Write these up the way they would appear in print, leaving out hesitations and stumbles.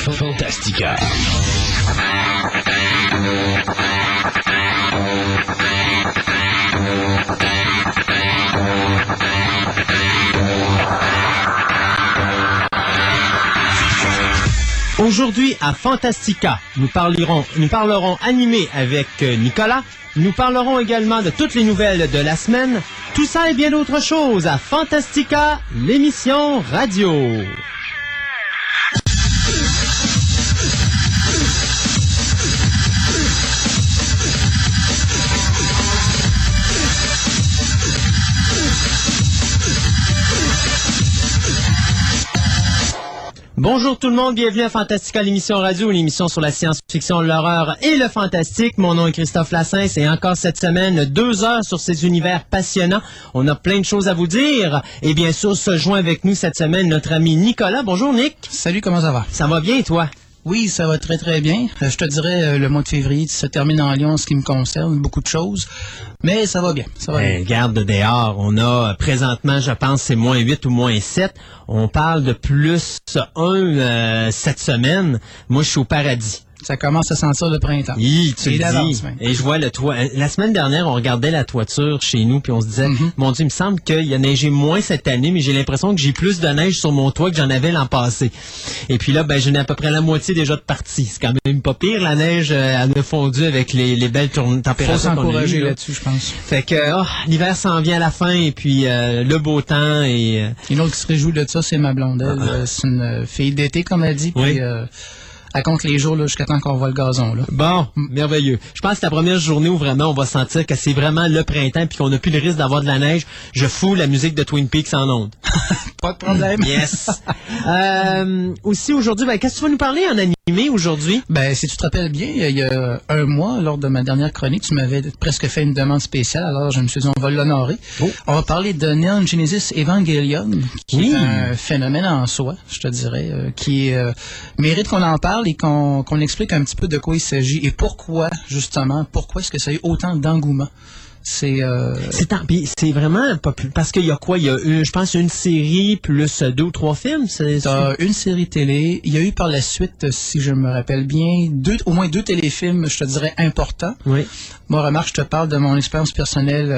Fantastica. Aujourd'hui, à Fantastica, nous parlerons animé avec Nicolas. Nous parlerons également de toutes les nouvelles de la semaine. Tout ça et bien d'autres choses à Fantastica, l'émission radio. Bonjour tout le monde, bienvenue à Fantastica, l'émission radio, l'émission sur la science-fiction, l'horreur et le fantastique. Mon nom est Christophe Lassens et encore cette semaine, 2 heures sur ces univers passionnants. On a plein de choses à vous dire et bien sûr se joint avec nous cette semaine notre ami Nicolas. Bonjour Nick. Salut, comment ça va? Ça va bien et toi? Oui, ça va très très bien. Je te dirais, le mois de février se termine en Lyon en ce qui me concerne, beaucoup de choses. Mais ça va bien, ça va bien. Regarde dehors, on a présentement, je pense, c'est -8 ou -7. On parle de +1 cette semaine. Moi, je suis au paradis. Ça commence à sentir le printemps. Oui, tu le dis. Et je vois le toit. La semaine dernière, on regardait la toiture chez nous, puis on se disait, mon Dieu, il me semble qu'il a neigé moins cette année, mais j'ai l'impression que j'ai plus de neige sur mon toit que j'en avais l'an passé. Et puis là, ben, j'en ai à peu près la moitié déjà de partie. C'est quand même pas pire. La neige, elle a fondu avec les belles températures. Faut s'encourager là-dessus, je pense. Fait que l'hiver s'en vient à la fin, et puis le beau temps. Et une autre qui se réjouit de ça, c'est ma blonde. C'est une fille d'été, comme elle dit. Oui. Puis, elle compte les jours là, jusqu'à temps qu'on voit le gazon. Là. Bon, merveilleux. Je pense que c'est la première journée où vraiment on va sentir que c'est vraiment le printemps puis qu'on n'a plus le risque d'avoir de la neige. Je fous la musique de Twin Peaks en ondes. Pas de problème. Yes. Aussi aujourd'hui, ben, qu'est-ce que tu vas nous parler en animé aujourd'hui? Ben, si tu te rappelles bien, il y a 1 mois, lors de ma dernière chronique, tu m'avais presque fait une demande spéciale. Alors, je me suis dit, on va l'honorer. Oh. On va parler de Neon Genesis Evangelion, qui est un phénomène en soi, je te dirais, qui mérite qu'on en parle et qu'on explique un petit peu de quoi il s'agit et pourquoi, justement, pourquoi est-ce que ça a eu autant d'engouement. C'est vraiment pas plus, parce qu'il y a quoi? Il y a je pense une série plus 2 ou 3 films. T'as une série télé. Il y a eu par la suite, si je me rappelle bien, au moins 2 téléfilms, je te dirais, importants. Oui. Moi, remarque, je te parle de mon expérience personnelle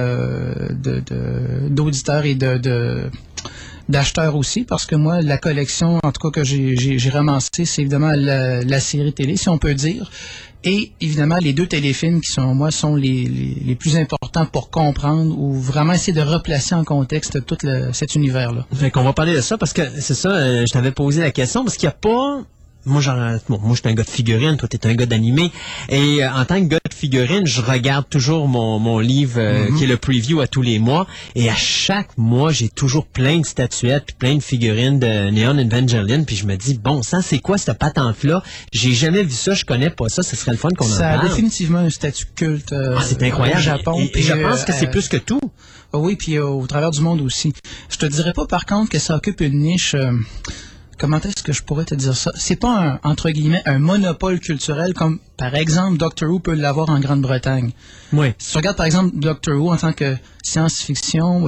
d'auditeur et d'acheteur aussi, parce que moi, la collection, en tout cas, que j'ai ramassée, c'est évidemment la série télé, si on peut dire. Et évidemment, les 2 téléfilms qui, selon moi, sont les plus importants pour comprendre ou vraiment essayer de replacer en contexte tout cet univers-là. Fait qu'on va parler de ça parce que c'est ça, je t'avais posé la question parce qu'il n'y a pas... Moi, je suis un gars de figurine, toi, tu es un gars d'animé. Et en tant que gars de figurine, je regarde toujours mon livre qui est le preview à tous les mois. Et à chaque mois, j'ai toujours plein de statuettes puis plein de figurines de Neon Evangelion. Puis je me dis, bon sang, c'est quoi cette patente-là? J'ai jamais vu ça, je connais pas ça. Ce serait le fun qu'on en parle. Ça a définitivement un statut culte c'est incroyable. au Japon. Et je pense que c'est plus que tout. Oui, puis au travers du monde aussi. Je te dirais pas, par contre, que ça occupe une niche... Comment est-ce que je pourrais te dire ça? C'est pas entre guillemets, un monopole culturel comme, par exemple, Doctor Who peut l'avoir en Grande-Bretagne. Oui. Si tu regardes, par exemple, Doctor Who en tant que science-fiction,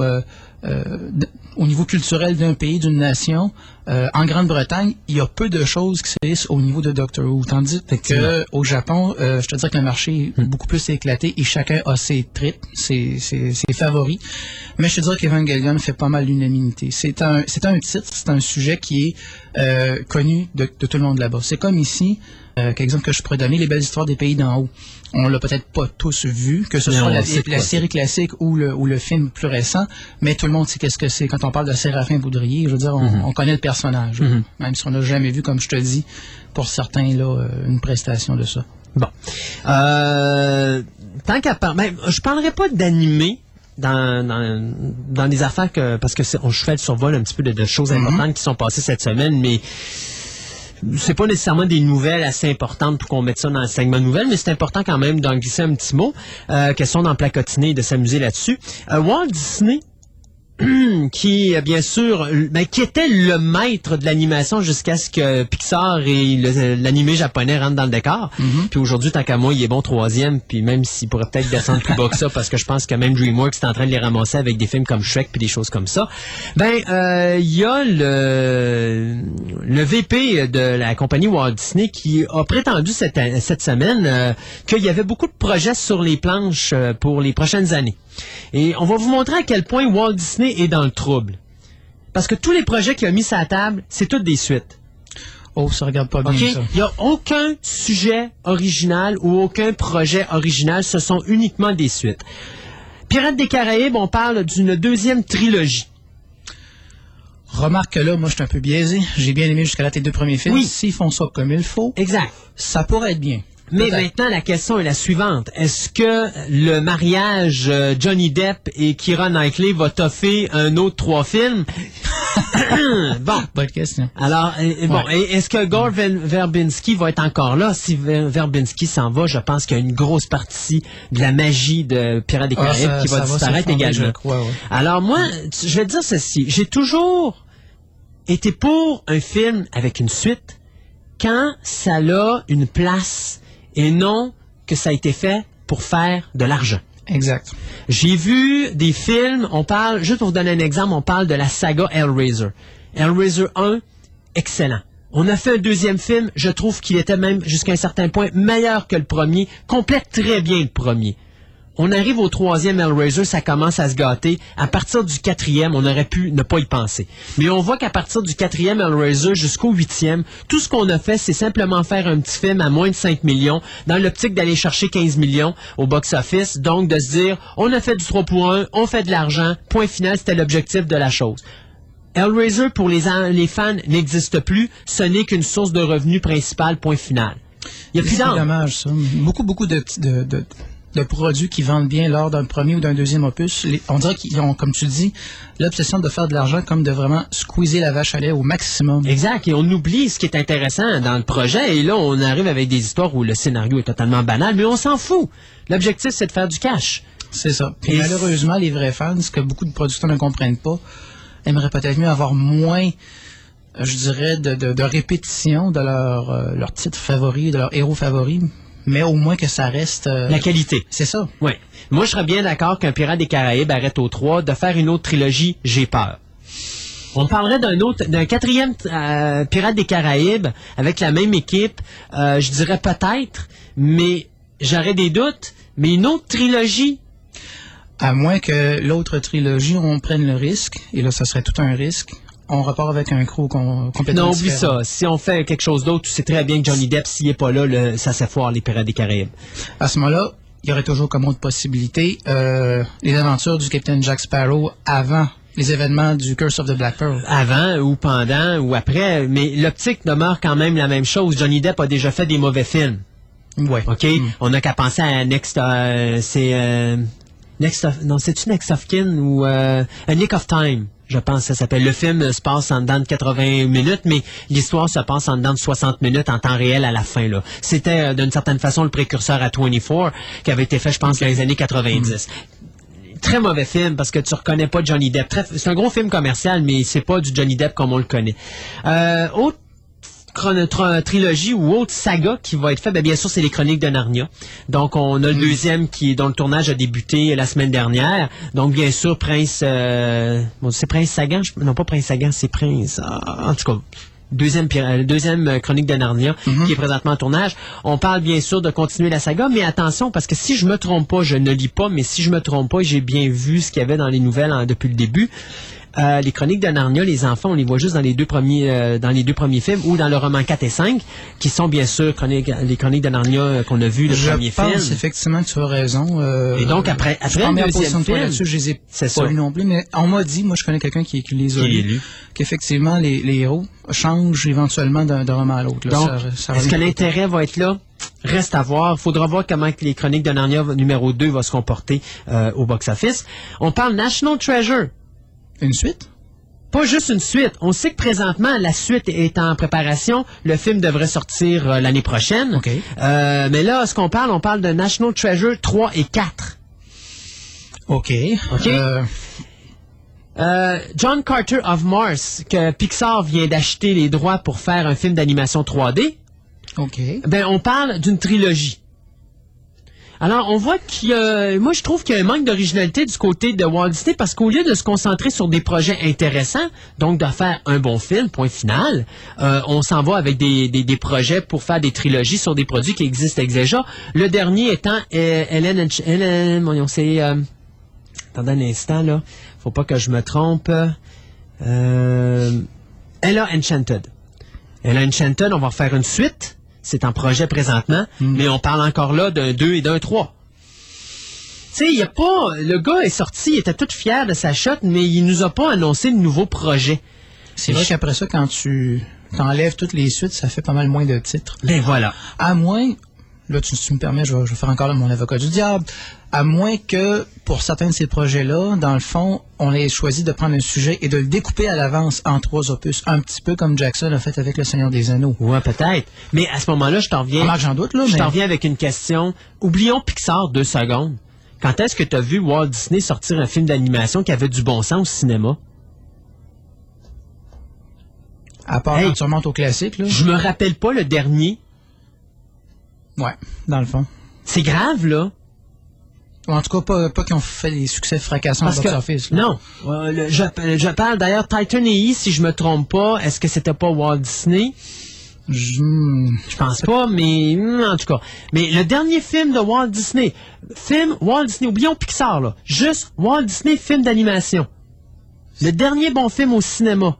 au niveau culturel d'un pays, d'une nation, en Grande-Bretagne, il y a peu de choses qui se glissent au niveau de Doctor Who. Tandis que au Japon, je te dirais que le marché est beaucoup plus éclaté et chacun a ses trips, ses favoris. Mais je te dirais qu'Evangelion fait pas mal l'unanimité. C'est un titre, c'est un sujet qui est connu de tout le monde là-bas. C'est comme ici, quel exemple que je pourrais donner, les belles histoires des pays d'en haut. On l'a peut-être pas tous vu, que ce soit la série classique ou le film plus récent, mais tout le monde sait qu'est-ce que c'est. Quand on parle de Séraphin Boudrier, je veux dire, on connaît le personnage, même si on n'a jamais vu, comme je te dis, pour certains, là, une prestation de ça. Bon. Tant qu'à parler, je parlerai pas d'animé dans des affaires parce que je fais le survol un petit peu de choses importantes qui sont passées cette semaine, mais c'est pas nécessairement des nouvelles assez importantes pour qu'on mette ça dans le segment nouvelles, mais c'est important quand même d'en glisser un petit mot, question d'en placotiner et de s'amuser là-dessus. Walt Disney qui, bien sûr, qui était le maître de l'animation jusqu'à ce que Pixar et l'animé japonais rentrent dans le décor. Puis aujourd'hui, tant qu'à moi, il est bon troisième, puis même s'il pourrait peut-être descendre plus bas que ça, parce que je pense que même DreamWorks est en train de les ramasser avec des films comme Shrek puis des choses comme ça. Il y a le VP de la compagnie Walt Disney qui a prétendu cette semaine qu'il y avait beaucoup de projets sur les planches pour les prochaines années. Et on va vous montrer à quel point Walt Disney est dans le trouble. Parce que tous les projets qu'il a mis sur la table, c'est toutes des suites. Oh, ça regarde pas bien, ça. Il n'y a aucun sujet original ou aucun projet original. Ce sont uniquement des suites. Pirates des Caraïbes, on parle d'une deuxième trilogie. Remarque que là, moi, je suis un peu biaisé. J'ai bien aimé jusqu'à là tes deux premiers films. Oui. S'ils font ça comme il faut, Exact. Ça pourrait être bien. Mais maintenant, la question est la suivante. Est-ce que le mariage Johnny Depp et Keira Knightley va toffer un autre 3 films? Bon. Bonne question. Alors, est-ce que Gore Verbinski va être encore là? Si Verbinski s'en va, je pense qu'il y a une grosse partie de la magie de Pirates des Caraïbes qui va disparaître également. Je crois, ouais. Alors moi, je vais te dire ceci. J'ai toujours été pour un film avec une suite quand ça a une place et non que ça a été fait pour faire de l'argent. Exact. J'ai vu des films, juste pour vous donner un exemple, on parle de la saga Hellraiser. Hellraiser 1, excellent. On a fait un deuxième film, je trouve qu'il était même jusqu'à un certain point meilleur que le premier, complète très bien le premier. On arrive au 3e Hellraiser, ça commence à se gâter. À partir du 4e, on aurait pu ne pas y penser. Mais on voit qu'à partir du 4e Hellraiser jusqu'au 8e, tout ce qu'on a fait, c'est simplement faire un petit film à moins de 5 millions, dans l'optique d'aller chercher 15 millions au box-office. Donc, de se dire, on a fait du 3 pour 1, on fait de l'argent, point final, c'était l'objectif de la chose. Hellraiser, pour les fans, n'existe plus. Ce n'est qu'une source de revenus principale, point final. Il y a plus d'âme. C'est dommage, ça. Beaucoup de produits qui vendent bien lors d'un premier ou d'un deuxième opus. On dirait qu'ils ont, comme tu dis, l'obsession de faire de l'argent comme de vraiment squeezer la vache à lait au maximum. Exact. Et on oublie ce qui est intéressant dans le projet. Et là, on arrive avec des histoires où le scénario est totalement banal, mais on s'en fout. L'objectif, c'est de faire du cash. C'est ça. Et malheureusement, les vrais fans, ce que beaucoup de producteurs ne comprennent pas, aimeraient peut-être mieux avoir moins, je dirais, de répétition de leur titre favori, de leur héros favori. Mais au moins que ça reste... la qualité. C'est ça. Oui. Moi, je serais bien d'accord qu'un Pirate des Caraïbes arrête au 3. De faire une autre trilogie, j'ai peur. On parlerait d'un quatrième Pirate des Caraïbes avec la même équipe. Je dirais peut-être, mais j'aurais des doutes. Mais une autre trilogie... À moins que l'autre trilogie, on prenne le risque, et là, ça serait tout un risque, on repart avec un crew complètement non, différent. oublie ça. Si on fait quelque chose d'autre, tu sais très bien que Johnny Depp, s'il n'est pas là, ça s'effoire, les Pirates des Caraïbes. À ce moment-là, il y aurait toujours comme autre possibilité les aventures du Capitaine Jack Sparrow avant les événements du Curse of the Black Pearl. Avant, ou pendant, ou après, mais l'optique demeure quand même la même chose. Johnny Depp a déjà fait des mauvais films. Ouais. OK? On n'a qu'à penser à c'est-tu Next of Kin ou A Nick of Time? Je pense que ça s'appelle. Le film se passe en dedans de 80 minutes, mais l'histoire se passe en dedans de 60 minutes en temps réel à la fin, là. C'était, d'une certaine façon, le précurseur à 24, qui avait été fait, je pense, dans les années 90. Très mauvais film, parce que tu reconnais pas Johnny Depp. C'est un gros film commercial, mais c'est pas du Johnny Depp comme on le connaît. Autre trilogie ou autre saga qui va être fait, bien sûr, c'est les Chroniques de Narnia. Donc, on a le deuxième dont le tournage a débuté la semaine dernière. Donc, bien sûr, c'est Prince Sagan? Non, pas Prince Sagan, c'est Prince... en tout cas... Deuxième Chronique de Narnia qui est présentement en tournage. On parle bien sûr de continuer la saga, mais attention, parce que si je me trompe pas, je ne lis pas, mais si je me trompe pas, j'ai bien vu ce qu'il y avait dans les nouvelles depuis le début. Les Chroniques de Narnia, les enfants, on les voit juste dans les deux premiers films ou dans le roman 4 et 5, qui sont bien sûr les Chroniques de Narnia qu'on a vu le premier film. Je pense effectivement que tu as raison. Et donc après le deuxième film, je les ai pas lus non plus, mais on m'a dit, moi je connais quelqu'un qui les a lus, qu'effectivement les héros changent éventuellement d'un roman à l'autre. Donc, est-ce que l'intérêt va être là? Reste à voir. Il faudra voir comment les Chroniques de Narnia numéro 2 va se comporter au box-office. On parle National Treasure. Une suite? Pas juste une suite. On sait que présentement, la suite est en préparation. Le film devrait sortir l'année prochaine. Okay. Mais là, on parle de National Treasure 3 et 4. OK. John Carter of Mars, que Pixar vient d'acheter les droits pour faire un film d'animation 3D. OK. Ben, on parle d'une trilogie. Alors, on voit qu'il y a... Moi, je trouve qu'il y a un manque d'originalité du côté de Walt Disney parce qu'au lieu de se concentrer sur des projets intéressants, donc de faire un bon film, point final, on s'en va avec des projets pour faire des trilogies sur des produits qui existent déjà. Le dernier étant attendez un instant, là. Faut pas que je me trompe. Ella Enchanted. Ella Enchanted, on va refaire une suite. C'est en projet présentement, mais on parle encore là d'un 2 et d'un 3. Tu sais, il y a pas... Le gars est sorti, il était tout fier de sa shot, mais il nous a pas annoncé de nouveaux projets. C'est vrai qu'après ça, quand tu enlèves toutes les suites, ça fait pas mal moins de titres. Ben voilà. À moins... Là, tu me permets, je vais faire encore mon avocat du diable. À moins que, pour certains de ces projets-là, dans le fond, on ait choisi de prendre un sujet et de le découper à l'avance en 3 opus, un petit peu comme Jackson a fait avec Le Seigneur des Anneaux. Ouais, peut-être. Mais à ce moment-là, je t'en reviens... J'en doute, là, je t'en reviens avec une question. Oublions Pixar 2 secondes. Quand est-ce que tu as vu Walt Disney sortir un film d'animation qui avait du bon sens au cinéma? À part quand tu remontes au classique, là. Je me rappelle pas le dernier. Ouais, dans le fond. C'est grave, là. Ou en tout cas, pas qu'ils ont fait des succès fracassants au box-office. Non. Je parle d'ailleurs Titan&E, si je me trompe pas. Est-ce que c'était pas Walt Disney? Je pense pas, mais en tout cas. Mais le dernier film de Walt Disney, Walt Disney, oublions Pixar, là. Juste Walt Disney, film d'animation. Le dernier bon film au cinéma.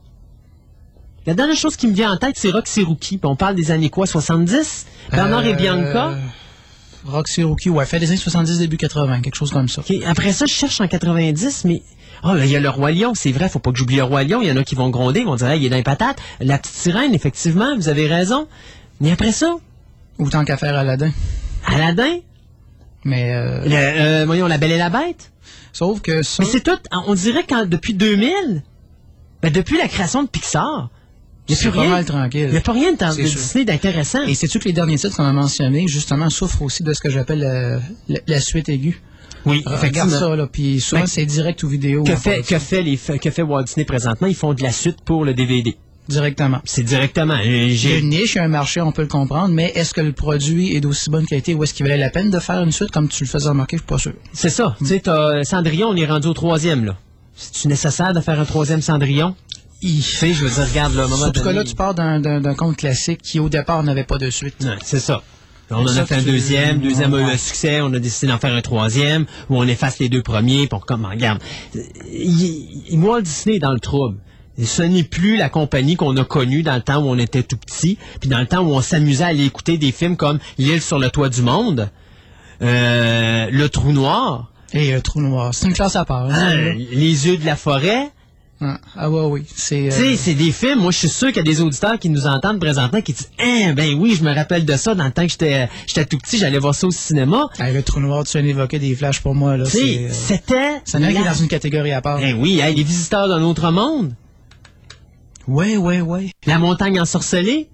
La dernière chose qui me vient en tête, c'est Rocky Rookie. On parle des années quoi, 70? Bernard et Bianca? Rocky Rookie, ouais, fait des années 70, début 80, quelque chose comme ça. Okay. Après ça, je cherche en 90, mais... Oh, là, il y a le Roi Lion, c'est vrai, faut pas que j'oublie le Roi Lion. Il y en a qui vont gronder, ils vont dire, hey, il est dans les patates. La Petite Sirène, effectivement, vous avez raison. Mais après ça... Ou tant qu'à faire Aladdin. Aladdin? Mais... voyons, La Belle et la Bête? Sauf que ça... Mais c'est tout... On dirait que depuis 2000, depuis la création de Pixar... C'est pas mal tranquille. Il n'y a pas rien de Disney d'intéressant. Et sais-tu que les derniers titres qu'on a mentionnés, justement, souffrent aussi de ce que j'appelle la suite aiguë? Oui, regarde ça, là. Puis souvent, c'est direct ou vidéo. Que fait Walt Disney présentement? Ils font de la suite pour le DVD. Directement. C'est directement. Il y a une niche, il y a un marché, on peut le comprendre, mais est-ce que le produit est d'aussi bonne qualité ou est-ce qu'il valait la peine de faire une suite comme tu le faisais remarquer? Je suis pas sûr. C'est ça. Tu sais, Cendrillon, on est rendu au 3e, là. C'est-tu nécessaire de faire un 3e Cendrillon? Tu sais, je veux dire, regarde, là, en tout cas, là, tu pars d'un conte classique qui, au départ, n'avait pas de suite. Ouais, c'est ça. On en a fait un deuxième a eu un succès, on a décidé d'en faire un 3e, où on efface les 2 premiers, pour comme, regarde. Walt Disney est dans le trouble. Et ce n'est plus la compagnie qu'on a connue dans le temps où on était tout petit, puis dans le temps où on s'amusait à aller écouter des films comme L'île sur le toit du monde, Le Trou Noir. Et Le Trou Noir, c'est une classe à part. Hein, Les yeux de la forêt. Ah ouais, oui. Tu sais, c'est des films, moi je suis sûr qu'il y a des auditeurs qui nous entendent présentement qui disent ben oui, je me rappelle de ça, dans le temps que j'étais tout petit, j'allais voir ça au cinéma. Le Trou Noir, tu viens d'évoquer des flashs pour moi, là. C'était... Ça n'est dans une catégorie à part. Oui, les visiteurs d'un autre monde. Ouais. La montagne ensorcelée.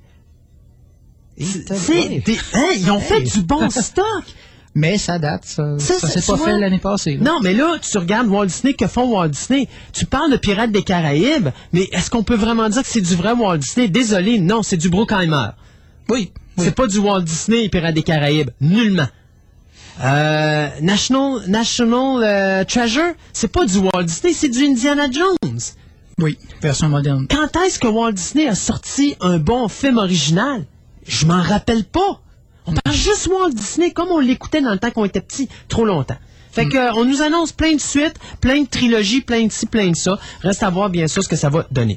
Ils ont fait du bon stock. Mais ça date, ça s'est pas fait l'année passée. Là. Non, mais là, tu regardes Walt Disney, que font Walt Disney? Tu parles de Pirates des Caraïbes, mais est-ce qu'on peut vraiment dire que c'est du vrai Walt Disney? Désolé, non, c'est du Bruckheimer. Oui. C'est pas du Walt Disney et Pirates des Caraïbes, nullement. National Treasure, c'est pas du Walt Disney, c'est du Indiana Jones. Oui, version moderne. Quand est-ce que Walt Disney a sorti un bon film original? Je m'en rappelle pas. On parle juste Walt Disney comme on l'écoutait dans le temps qu'on était petit, trop longtemps. Fait que on nous annonce plein de suites, plein de trilogies, plein de ci, plein de ça. Reste à voir bien sûr ce que ça va donner.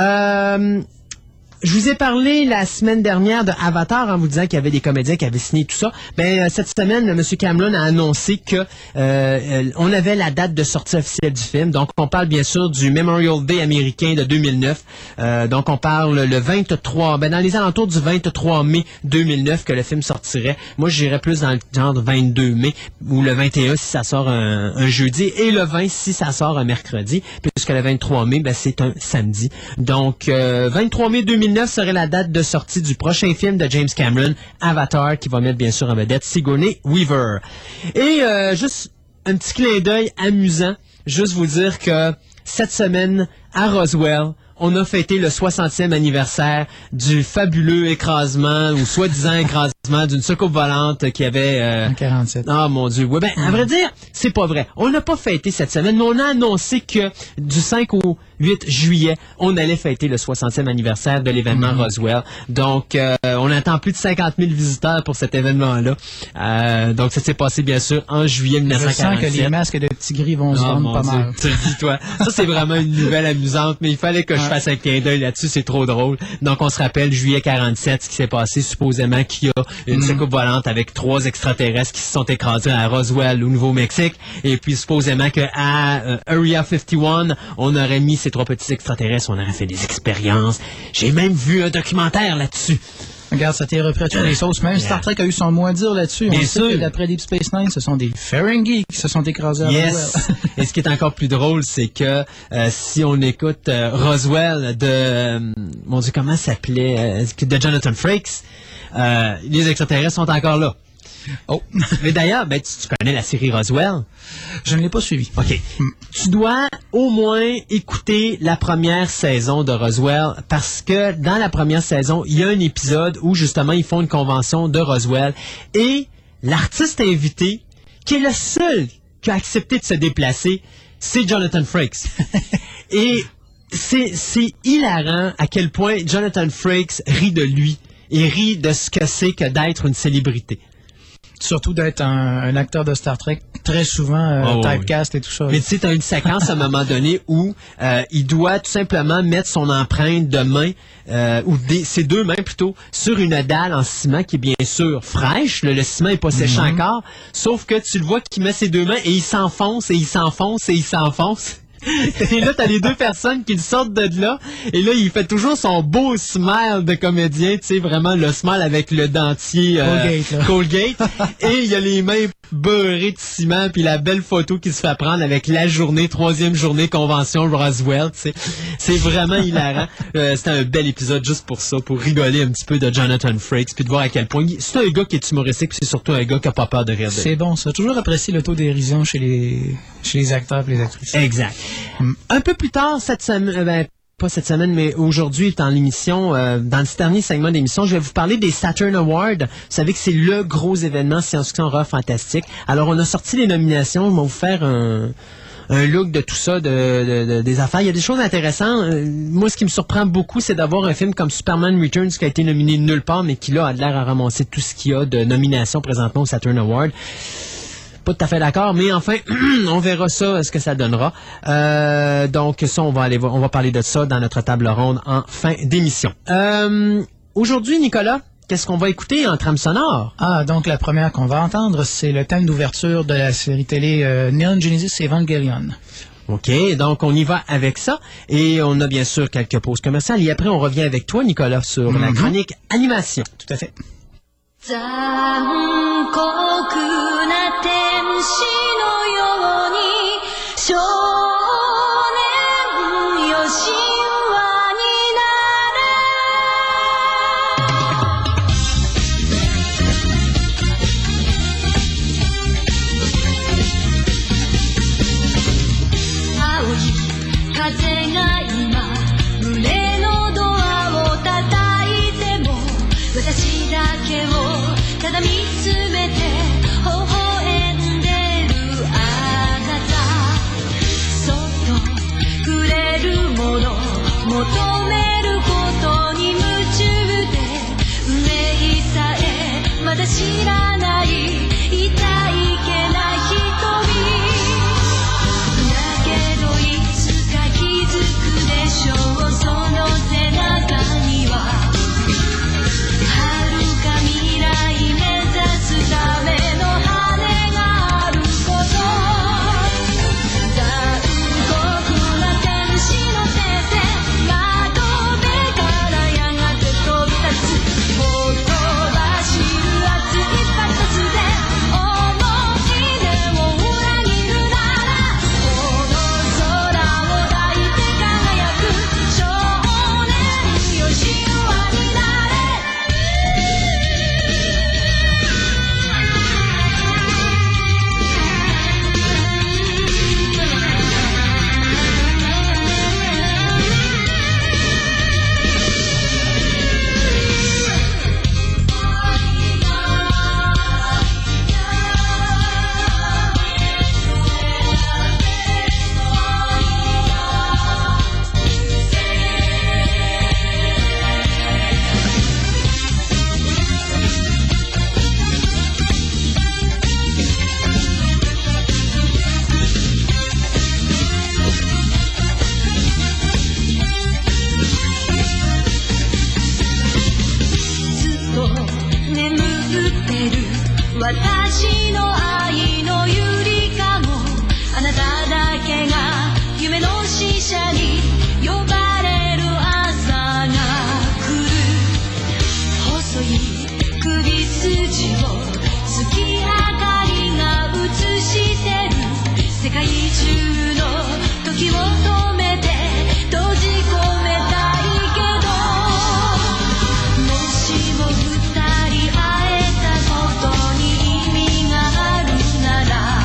Je vous ai parlé la semaine dernière de Avatar en vous disant qu'il y avait des comédiens qui avaient signé tout ça. Cette semaine, M. Cameron a annoncé que on avait la date de sortie officielle du film. Donc, on parle bien sûr du Memorial Day américain de 2009. Donc, on parle le 23, dans les alentours du 23 mai 2009 que le film sortirait. Moi, j'irais plus dans le genre de 22 mai ou le 21 si ça sort un jeudi et le 20 si ça sort un mercredi, puisque le 23 mai, c'est un samedi. Donc, 23 mai 2009 serait la date de sortie du prochain film de James Cameron, Avatar, qui va mettre bien sûr en vedette Sigourney Weaver. Et juste un petit clin d'œil amusant, juste vous dire que cette semaine, à Roswell, on a fêté le 60e anniversaire du fabuleux écrasement, ou soi-disant écrasement d'une soucoupe volante qui avait... En 47. Ah, mon Dieu. Oui, ben, à vrai dire, c'est pas vrai. On n'a pas fêté cette semaine, mais on a annoncé que du 5 au 8 juillet, on allait fêter le 60e anniversaire de l'événement Roswell. Donc, on attend plus de 50 000 visiteurs pour cet événement-là. Donc, ça s'est passé, bien sûr, en juillet 1947. Je sens que les masques de petits gris vont se vendre pas mal. Tu le dis, toi. Ça, c'est vraiment une nouvelle amusante, mais il fallait que je fasse un clin d'œil là-dessus, c'est trop drôle. Donc, on se rappelle, juillet 47, ce qui s'est passé, supposément qu'il y a une soucoupe volante avec 3 extraterrestres qui se sont écrasés à Roswell, au Nouveau-Mexique, et puis supposément qu'à Area 51, on aurait mis ces 3 petits extraterrestres, on aurait fait des expériences. J'ai même vu un documentaire là-dessus. Regarde, ça t'est repris à toutes les sauces. Même Star Trek a eu son mot à dire là-dessus. Bien on sûr. sait que d'après Deep Space Nine, ce sont des Ferengi qui se sont écrasés à Roswell. Et ce qui est encore plus drôle, c'est que si on écoute Roswell de... mon Dieu, comment ça s'appelait? De Jonathan Frakes, les extraterrestres sont encore là. Oh. Mais d'ailleurs, ben, tu connais la série Roswell? Je ne l'ai pas suivi. OK. Tu dois au moins écouter la première saison de Roswell parce que dans la première saison, il y a un épisode où justement ils font une convention de Roswell et l'artiste invité, qui est le seul qui a accepté de se déplacer, c'est Jonathan Frakes. Et c'est hilarant à quel point Jonathan Frakes rit de lui et rit de ce que c'est que d'être une célébrité. Surtout d'être un acteur de Star Trek, très souvent typecast et tout ça. Mais tu sais, tu as une séquence à un moment donné où il doit tout simplement mettre son empreinte de main, ses 2 mains plutôt, sur une dalle en ciment qui est bien sûr fraîche. Le ciment n'est pas séché encore, sauf que tu le vois qu'il met ses 2 mains et il s'enfonce, et il s'enfonce, et il s'enfonce. Et là, t'as les 2 personnes qui le sortent de là. Et là, il fait toujours son beau smile de comédien, tu sais, vraiment le smile avec le dentier Colgate. Et il y a les mains beurrées de ciment, puis la belle photo qui se fait prendre avec la journée, 3e journée convention Roswell, tu sais. C'est vraiment hilarant. C'était un bel épisode juste pour ça, pour rigoler un petit peu de Jonathan Frakes, puis de voir à quel point c'est un gars qui est humoristique, puis c'est surtout un gars qui a pas peur de rire. C'est bon, ça. Toujours apprécier l'autodérision chez les acteurs et les actrices. Exact. Un peu plus tard cette semaine, pas cette semaine, mais aujourd'hui, dans l'émission, dans ce dernier segment d'émission, je vais vous parler des Saturn Awards. Vous savez que c'est le gros événement science-fiction horreur fantastique. Alors, on a sorti les nominations. On va vous faire un look de tout ça, des affaires. Il y a des choses intéressantes. Moi, ce qui me surprend beaucoup, c'est d'avoir un film comme Superman Returns qui a été nominé nulle part, mais qui, là, a l'air à ramasser tout ce qu'il y a de nominations présentement au Saturn Awards. Pas tout à fait d'accord, mais enfin, on verra ça, ce que ça donnera. Donc, ça, on va parler de ça dans notre table ronde en fin d'émission. Aujourd'hui, Nicolas, qu'est-ce qu'on va écouter en trame sonore? Ah, donc la première qu'on va entendre, c'est le thème d'ouverture de la série télé Neon Genesis Evangelion. OK, donc on y va avec ça. Et on a bien sûr quelques pauses commerciales. Et après, on revient avec toi, Nicolas, sur la chronique animation. Tout à fait. 残酷な天使のように少年よ神話になれ青い風が今胸のドアを叩いても私だけをただ見つめて微笑んでるあなたそっとくれるもの求めることに夢中で運命さえまだ知らない痛いけな瞳だけどいつか気づくでしょうその背中には未来目指すための羽があること残酷な天使のせいで窓辺からやがて飛び立つほとばしる熱いパトスで思私の愛のゆりかごあなただけが夢の使者に呼ばれる朝が来る細い首筋を月明かりが映してる世界中の時を止めて閉じ込めたいけどもしも二人会えたことに意味があるなら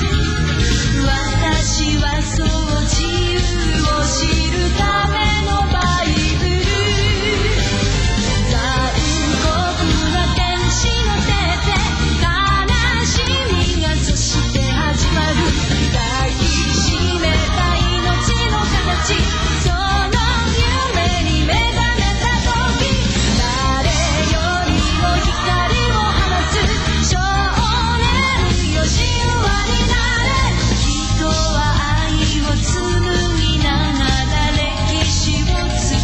私はそう自由を知るためのバイブル残酷な天使の手で悲しみがそして始まる抱きしめた命の形その夢に目覚めた時誰よりも光を放つ少年よ神話になれ人は愛を紡ぎながら歴史を作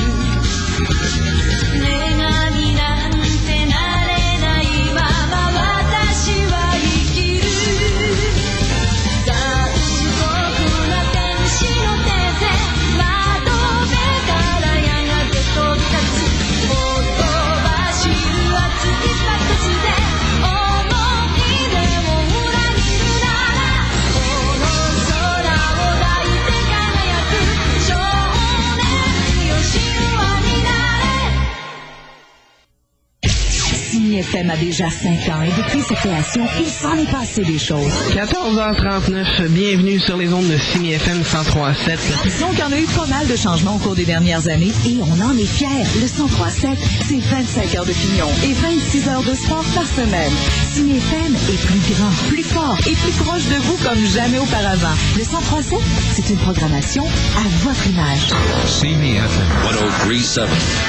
る女神なんてなれないまま私は生きる残酷な天使の手で窓辺からやがて飛び立つほとばしる熱いスパックスで思い出を裏切るならこの空を抱いて輝く少年よ神話になれ Signe FM a déjà 5 ans et depuis sa création, il s'en est passé des choses. 14h39, bienvenue sur les ondes de Signe FM 103.7. Disons qu'il y en a eu pas mal de changements au cours des dernières années et on en est fiers. Le 103.7, c'est 25 heures d'opinion et 26 heures de sport par semaine. Signe FM est plus grand, plus fort et plus proche de vous comme jamais auparavant. Le 103.7, c'est une programmation à votre image. Signe FM 103.7.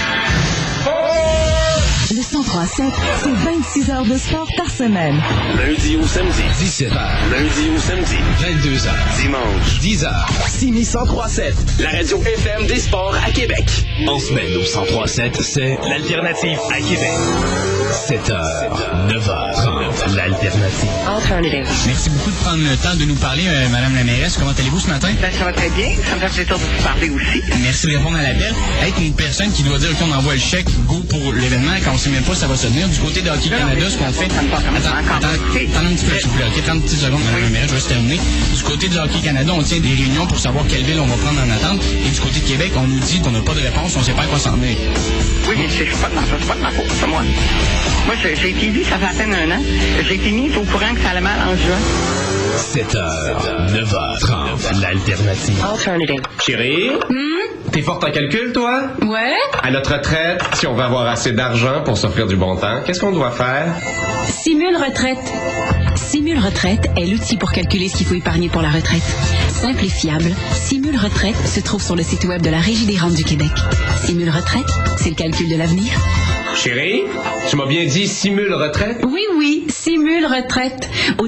Le 103.7, c'est 26 heures de sport par semaine. Lundi au samedi, 17h. Lundi au samedi, 22h. Dimanche, 10h. Signe 103.7, la radio FM des sports à Québec. En semaine au 103.7, c'est l'alternative à Québec. 7h, 9h30, l'alternative. Alternative. Merci beaucoup de prendre le temps de nous parler, Madame la mairesse. Comment allez-vous ce matin? Ben, ça va très bien. Ça me fait plaisir de vous parler aussi. Merci de répondre à l'appel. Être une personne qui doit dire qu'on envoie le chèque go pour l'événement quand on ne sait même pas si ça va se tenir. Du côté de Hockey Canada, ce qu'on fait... Ça me passe Attends un petit peu, s'il vous plaît. OK, 30 petites secondes, Madame la mairesse, je vais se terminer. Du côté de Hockey Canada, on tient des réunions pour savoir quelle ville on va prendre en attente. Et du côté de Québec, on nous dit qu'on n'a pas de réponse, on ne sait pas à quoi s'en tenir. Oui, mais c'est pas de ma faute, c'est moi. Moi, j'ai été élu, ça fait à peine 1 an. J'ai été mis au courant que ça allait mal en juin. 7h, 9h30, l'alternative. Alternative. Chérie? T'es forte en calcul, toi? Ouais? À notre retraite, si on veut avoir assez d'argent pour s'offrir du bon temps, qu'est-ce qu'on doit faire? Simule Retraite. Simule Retraite est l'outil pour calculer ce qu'il faut épargner pour la retraite. Simple et fiable, Simule Retraite se trouve sur le site web de la Régie des rentes du Québec. Simule Retraite, c'est le calcul de l'avenir. Chérie, tu m'as bien dit simule retraite? Oui, Simule Retraite au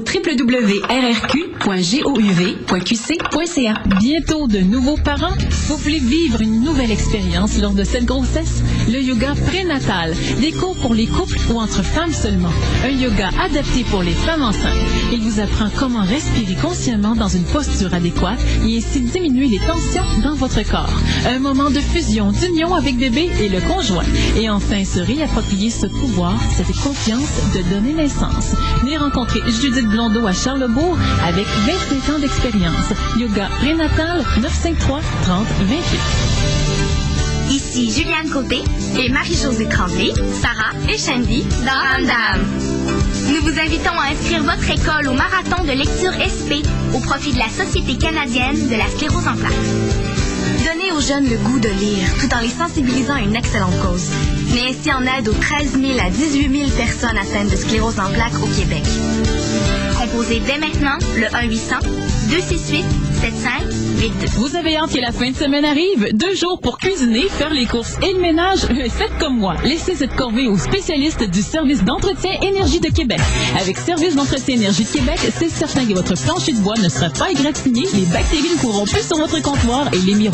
www.rrq.gouv.qc.ca. Bientôt de nouveaux parents, vous voulez vivre une nouvelle expérience lors de cette grossesse? Le yoga prénatal, des cours pour les couples ou entre femmes seulement. Un yoga adapté pour les femmes enceintes. Il vous apprend comment respirer consciemment dans une posture adéquate et ainsi diminuer les tensions dans votre corps. Un moment de fusion, d'union avec bébé et le conjoint. Et enfin, se réapproprier ce pouvoir, cette confiance de donner naissance. Venez rencontrer Judith Blondeau à Charlebourg avec 25 ans d'expérience. Yoga prénatal 953 30 28. Ici Juliane Côté et Marie-Josée Tremblay, Sarah et Shandy dans Ramdam. Nous vous invitons à inscrire votre école au marathon de lecture SP au profit de la Société canadienne de la sclérose en plaques. Donnez aux jeunes le goût de lire tout en les sensibilisant à une excellente cause. Venez ainsi en aide aux 13 000 à 18 000 personnes atteintes de sclérose en plaques au Québec. Composez dès maintenant le 1-800-268-7582. Vous avez hâte que la fin de semaine arrive? 2 jours pour cuisiner, faire les courses et le ménage? Faites comme moi. Laissez cette corvée aux spécialistes du service d'entretien Énergie de Québec. Avec Service d'entretien Énergie de Québec, c'est certain que votre plancher de bois ne sera pas égratigné, les bactéries ne courront plus sur votre comptoir et les miroirs brilleront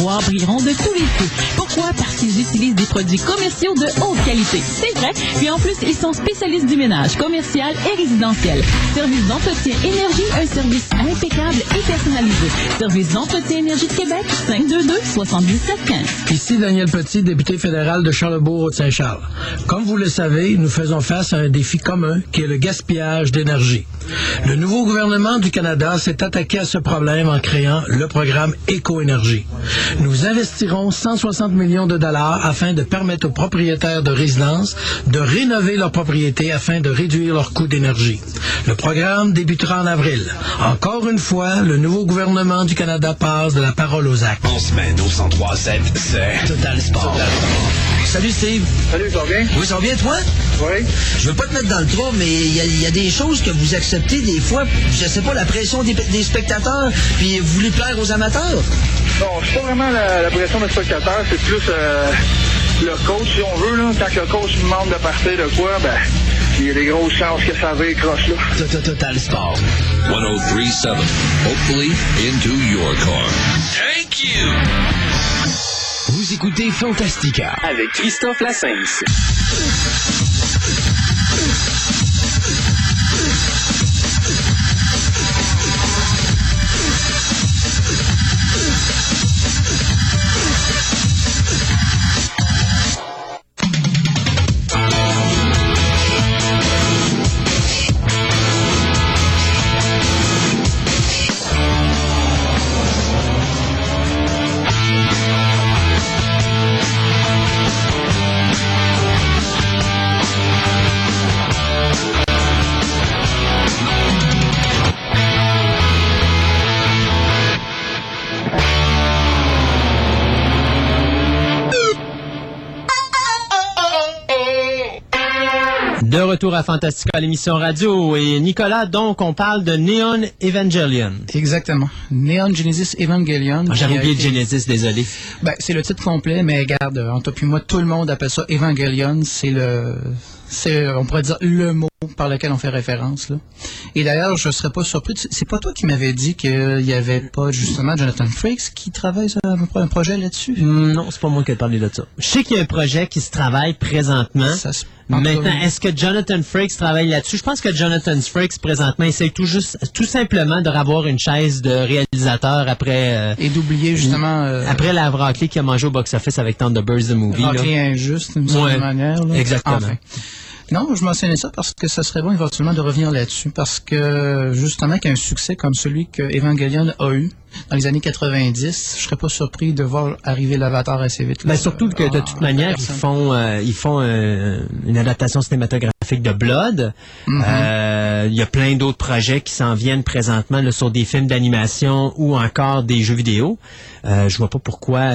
iront de tous les feux. Pourquoi? Parce qu'ils utilisent des produits commerciaux de haute qualité. C'est vrai. Puis en plus, ils sont spécialistes du ménage, commercial et résidentiel. Service d'entretien énergie, un service impeccable et personnalisé. Service d'entretien énergie de Québec, 522-7715. Ici Daniel Petit, député fédéral de Charlesbourg-Haute-Saint-Charles. Comme vous le savez, nous faisons face à un défi commun qui est le gaspillage d'énergie. Le nouveau gouvernement du Canada s'est attaqué à ce problème en créant le programme Éco-énergie. Nous investirons 160 millions de dollars afin de permettre aux propriétaires de résidences de rénover leur propriété afin de réduire leurs coûts d'énergie. Le programme débutera en avril. Encore une fois, le nouveau gouvernement du Canada passe de la parole aux actes. En semaine au 103.7, c'est Total Sport. Salut Steve. Salut, ça va bien? Oui, ça va bien toi? Oui. Je veux pas te mettre dans le trou, mais il y a des choses que vous acceptez des fois, je sais pas, la pression des spectateurs, puis vous voulez plaire aux amateurs. Non, c'est pas vraiment la pression des spectateurs, c'est plus le coach, si on veut, là. Quand le coach me demande de partir de quoi, ben, il y a des grosses chances que ça décroche, là. Total Sport. 103.7. Hopefully into your car. Thank you. Vous écoutez Fantastica avec Christophe Lassens. De retour à Fantastica, l'émission radio. Et Nicolas, donc, on parle de Neon Evangelion. Exactement. Neon Genesis Evangelion. J'avais oublié Genesis, désolé. Ben, c'est le titre complet, mais regarde, entre toi et moi, tout le monde appelle ça Evangelion. On pourrait dire le mot par lequel on fait référence, là. Et d'ailleurs, je serais pas surpris. C'est pas toi qui m'avais dit qu'il y avait pas, justement, Jonathan Frakes qui travaille sur un projet là-dessus? Non, c'est pas moi qui ai parlé de ça. Je sais qu'il y a un projet qui se travaille présentement. Maintenant, est-ce que Jonathan Frakes travaille là-dessus? Je pense que Jonathan Frakes, présentement, essaie tout simplement de revoir une chaise de réalisateur après... et d'oublier, justement... après la raclée qu'il a mangé au box-office avec Thunderbirds the Movie. Raclée injuste, d'une certaine manière. Là. Exactement. Enfin. Non, je mentionnais ça parce que ça serait bon éventuellement de revenir là-dessus, parce que justement qu'un succès comme celui que Evangelion a eu dans les années 90, je serais pas surpris de voir arriver l'Avatar assez vite. Ben, surtout que de toute manière, ils font une adaptation cinématographique de Blood. Il y a plein d'autres projets qui s'en viennent présentement là, sur des films d'animation ou encore des jeux vidéo. Je vois pas pourquoi...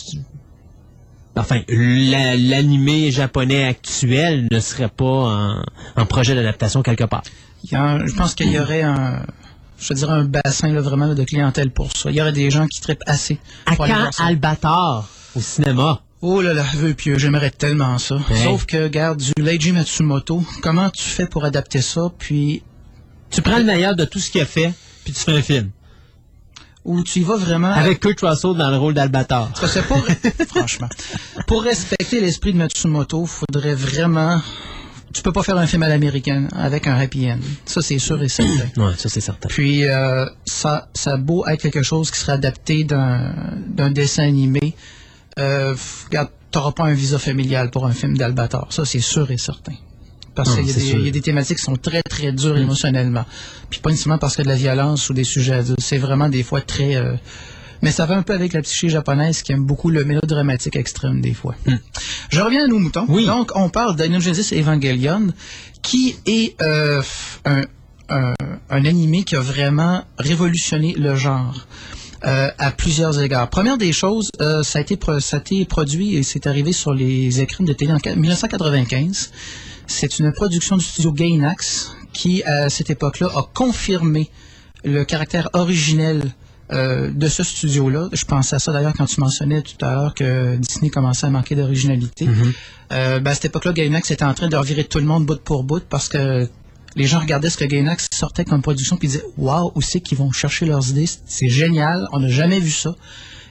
Enfin, l'animé japonais actuel ne serait pas en projet d'adaptation quelque part. Je pense qu'il y aurait un bassin là, vraiment là, de clientèle pour ça. Il y aurait des gens qui trippent assez. À quand Albator au cinéma? Oh là là, vœu pieux, j'aimerais tellement ça. Hey. Sauf que, regarde, du Leiji Matsumoto, comment tu fais pour adapter ça, puis... Tu prends le meilleur de tout ce qu'il a fait, puis tu fais un film. Où tu y vas vraiment... Avec Kurt Russell dans le rôle d'Albator. C'est pas... Franchement. Pour respecter l'esprit de Matsumoto, faudrait vraiment... Tu peux pas faire un film à l'américaine avec un happy end. Ça, c'est sûr et certain. Oui, ça, c'est certain. Puis, ça a beau être quelque chose qui serait adapté d'un dessin animé. Regarde, t'auras pas un visa familial pour un film d'Albator. Ça, c'est sûr et certain. Parce qu'il y a des thématiques qui sont très, très dures émotionnellement. Puis pas nécessairement parce qu'il y a de la violence ou des sujets adultes. C'est vraiment des fois très... mais ça va un peu avec la psyché japonaise qui aime beaucoup le mélodramatique extrême des fois. Je reviens à nos moutons. Oui. Donc, on parle d'Neon Genesis Evangelion, qui est un animé qui a vraiment révolutionné le genre. À plusieurs égards. Première des choses, ça a été produit et c'est arrivé sur les écrans de télé en 1995. C'est une production du studio Gainax qui, à cette époque-là, a confirmé le caractère originel de ce studio-là. Je pensais à ça d'ailleurs quand tu mentionnais tout à l'heure que Disney commençait à manquer d'originalité. À cette époque-là, Gainax était en train de revirer tout le monde bout pour bout parce que les gens regardaient ce que Gainax sortait comme production puis disaient « Wow, où c'est qu'ils vont chercher leurs idées? C'est génial, on n'a jamais vu ça. »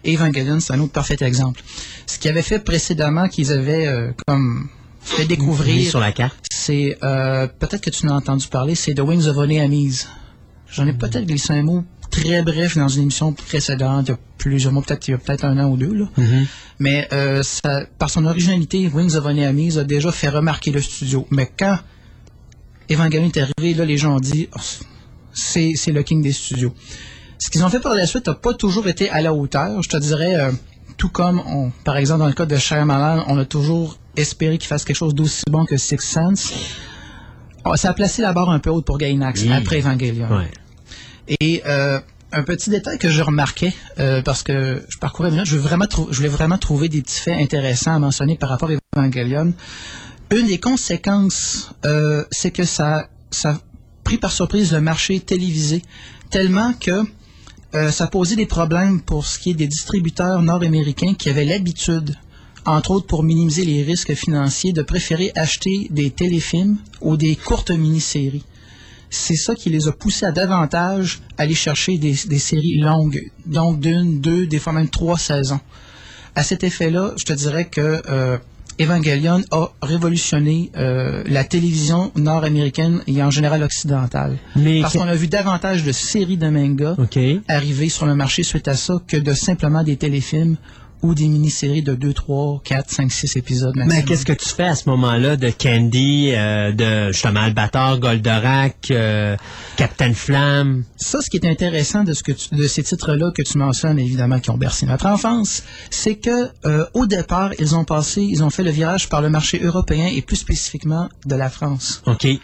Evangelion, c'est un autre parfait exemple. Ce qu'ils avaient fait précédemment, qu'ils avaient comme fait découvrir sur la carte, c'est peut-être que tu en as entendu parler, c'est The Wings of Oneamise. J'en ai peut-être glissé un mot très bref dans une émission précédente, il y a plusieurs mois, il y a peut-être 1 an ou 2, là. Mais ça, par son originalité, Wings of Oneamise a déjà fait remarquer le studio. Mais quand Evangelion est arrivé, là, les gens ont dit c'est le king des studios. Ce qu'ils ont fait par la suite n'a pas toujours été à la hauteur. Je te dirais, tout comme, par exemple, dans le cas de Shyamalan, on a toujours espéré qu'il fasse quelque chose d'aussi bon que Sixth Sense. Ça a placé la barre un peu haute pour Gainax après Evangelion. Ouais. Et un petit détail que je remarquais, parce que je parcourais bien, je voulais vraiment trouver des petits faits intéressants à mentionner par rapport à Evangelion. Une des conséquences, c'est que ça a pris par surprise le marché télévisé, tellement que ça posait des problèmes pour ce qui est des distributeurs nord-américains qui avaient l'habitude, entre autres pour minimiser les risques financiers, de préférer acheter des téléfilms ou des courtes mini-séries. C'est ça qui les a poussés à davantage aller chercher des séries longues, donc d'1, 2, des fois même 3 saisons. À cet effet-là, je te dirais que Evangelion a révolutionné la télévision nord-américaine et en général occidentale. Parce qu'on a vu davantage de séries de mangas arriver sur le marché suite à ça que de simplement des téléfilms ou des mini-séries de 2, 3, 4, 5, 6 épisodes maximum. Mais qu'est-ce que tu fais à ce moment-là de Candy, de justement Albator, Goldorak, Captain Flamme? Ça, ce qui est intéressant de ces titres-là que tu mentionnes, évidemment, qui ont bercé notre enfance, c'est que au départ, ils ont fait le virage par le marché européen et plus spécifiquement de la France. OK. Si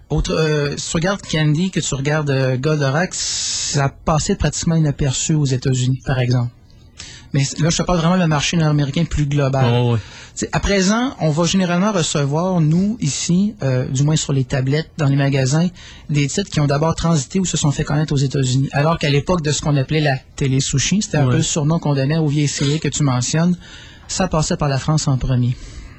tu regardes Candy, que tu regardes Goldorak, ça a passé pratiquement inaperçu aux États-Unis, par exemple. Mais là, je te parle vraiment du marché nord-américain plus global. Oh, oui. À présent, on va généralement recevoir, nous, ici, du moins sur les tablettes, dans les magasins, des titres qui ont d'abord transité ou se sont fait connaître aux États-Unis. Alors qu'à l'époque de ce qu'on appelait la télé-sushi, c'était un peu le surnom qu'on donnait aux vieilles séries que tu mentionnes, ça passait par la France en premier.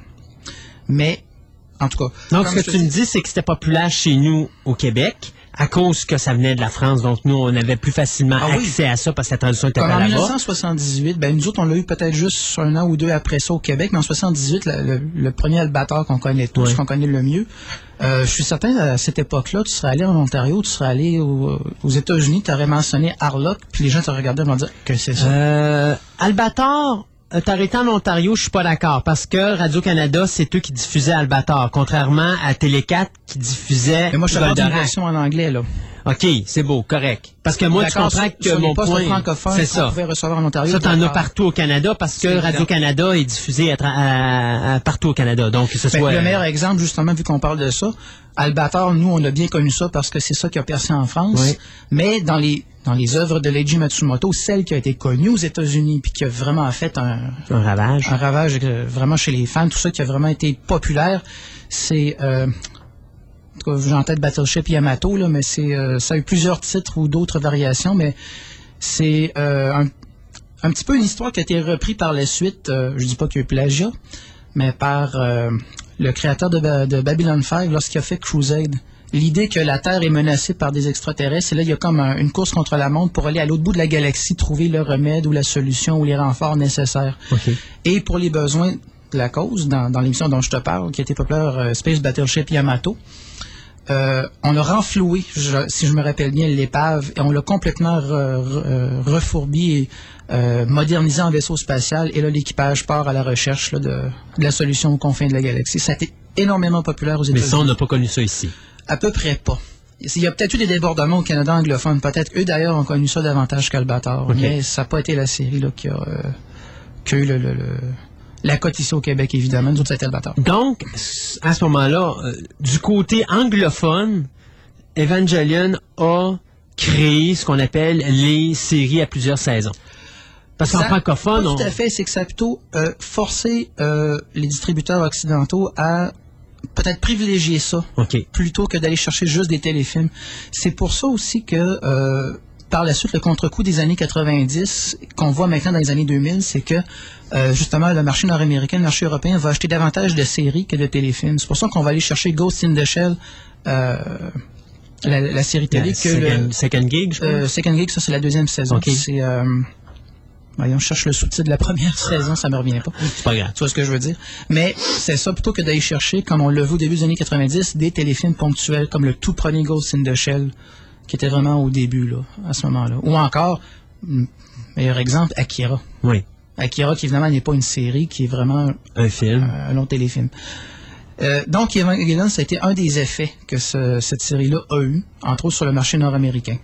Mais, en tout cas... Donc, ce que tu me dis, c'est que c'était populaire chez nous au Québec, à cause que ça venait de la France, donc nous, on avait plus facilement accès à ça parce que la traduction était pas là-bas. En 1978, nous autres, on l'a eu peut-être juste 1 an ou 2 après ça au Québec, mais en 1978, le premier Albator qu'on connaît tous, qu'on connaît le mieux, je suis certain, à cette époque-là, tu serais allé en Ontario, tu serais allé aux États-Unis, tu aurais mentionné Harlock, puis les gens te regardaient et vont dire que c'est ça. Albator... T'as arrêté en Ontario, je suis pas d'accord, parce que Radio-Canada, c'est eux qui diffusaient Albator, contrairement à Télé4 qui diffusait Mais moi, je te parle d'une version en anglais, là. OK, c'est beau, correct. Parce que moi, tu comprends que mon point, c'est ça. Pouvait recevoir en Ontario, ça, t'en as partout au Canada, parce que Radio-Canada est diffusé partout au Canada. Donc, que ce soit... Le meilleur exemple, justement, vu qu'on parle de ça, Albator, nous, on a bien connu ça parce que c'est ça qui a percé en France. Oui. Mais dans les œuvres de Leiji Matsumoto, celle qui a été connue aux États-Unis puis qui a vraiment fait un ravage. Un ravage vraiment chez les fans, tout ça qui a vraiment été populaire, c'est... j'ai en tête Battleship Yamato, là, mais ça a eu plusieurs titres ou d'autres variations, mais c'est un petit peu une histoire qui a été reprise par la suite, je dis pas qu'il y a eu plagiat, mais par le créateur de Babylon 5 lorsqu'il a fait Crusade. L'idée que la Terre est menacée par des extraterrestres, et là, il y a comme une course contre la montre pour aller à l'autre bout de la galaxie, trouver le remède ou la solution ou les renforts nécessaires. Okay. Et pour les besoins de la cause, dans l'émission dont je te parle, qui a été populaire, Space Battleship Yamato, on a renfloué, si je me rappelle bien, l'épave, et on l'a complètement refourbi et modernisé en vaisseau spatial, et là, l'équipage part à la recherche là, de la solution aux confins de la galaxie. Ça a été énormément populaire aux États-Unis. Mais ça, on n'a pas connu ça ici. À peu près pas. Il y a peut-être eu des débordements au Canada anglophone. Peut-être eux, d'ailleurs, ont connu ça davantage qu'Albator. Okay. Mais ça n'a pas été la série là, qui a eu la cote ici au Québec, évidemment. Nous autres, c'était Albator. Donc, à ce moment-là, du côté anglophone, Evangelion a créé ce qu'on appelle les séries à plusieurs saisons. Parce qu'en francophone... Tout à fait, c'est que ça a plutôt forcé les distributeurs occidentaux à peut-être privilégier ça, plutôt que d'aller chercher juste des téléfilms. C'est pour ça aussi que, par la suite, le contre-coup des années 90, qu'on voit maintenant dans les années 2000, c'est que, justement, le marché nord-américain, le marché européen va acheter davantage de séries que de téléfilms. C'est pour ça qu'on va aller chercher Ghost in the Shell, la série télé. Second Gig, je crois. Second Gig, ça, c'est la 2e saison. Okay. C'est... Voyons, je cherche le sous-titre de la première saison, ça me revient pas. C'est pas grave. Tu vois ce que je veux dire? Mais c'est ça, plutôt que d'aller chercher, comme on l'a vu au début des années 90, des téléfilms ponctuels, comme le tout premier Ghost in the Shell, qui était vraiment au début, là, à ce moment-là. Ou encore, meilleur exemple, Akira. Oui. Akira, qui évidemment n'est pas une série, qui est vraiment un film. Un long téléfilm. Donc, Evangelion, ça a été un des effets que cette série-là a eu, entre autres sur le marché nord-américain.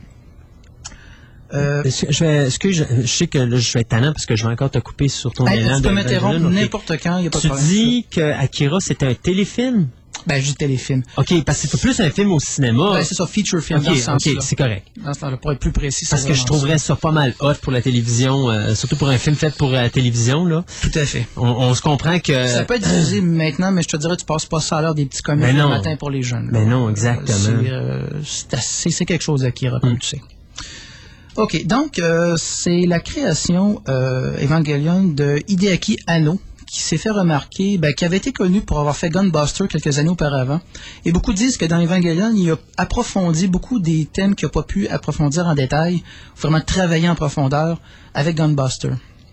Je sais que là, je vais être tannant parce que je vais encore te couper sur ton élan. Tu peux m'interrompre n'importe quand, il n'y a pas de problème. Tu dis qu'Akira, c'était un téléfilm? Ben, je dis téléfilm. OK, parce que c'est plus un film au cinéma. Ben, c'est ça, feature film, dans ce sens-là. OK, c'est correct. Dans ce temps-là, pour être plus précis, parce que je trouverais ça pas mal hot pour la télévision, surtout pour un film fait pour la télévision, là. Tout à fait. On se comprend que... Ça peut être diffusé maintenant, mais je te dirais, tu passes pas ça à l'heure des petits comics le matin pour les jeunes. Mais non, exactement. C'est quelque chose, Akira, comme tu sais. OK, donc, c'est la création Evangelion de Hideaki Anno, qui s'est fait remarquer, qui avait été connu pour avoir fait Gunbuster quelques années auparavant. Et beaucoup disent que dans Evangelion, il a approfondi beaucoup des thèmes qu'il n'a pas pu approfondir en détail, vraiment travailler en profondeur avec Gunbuster.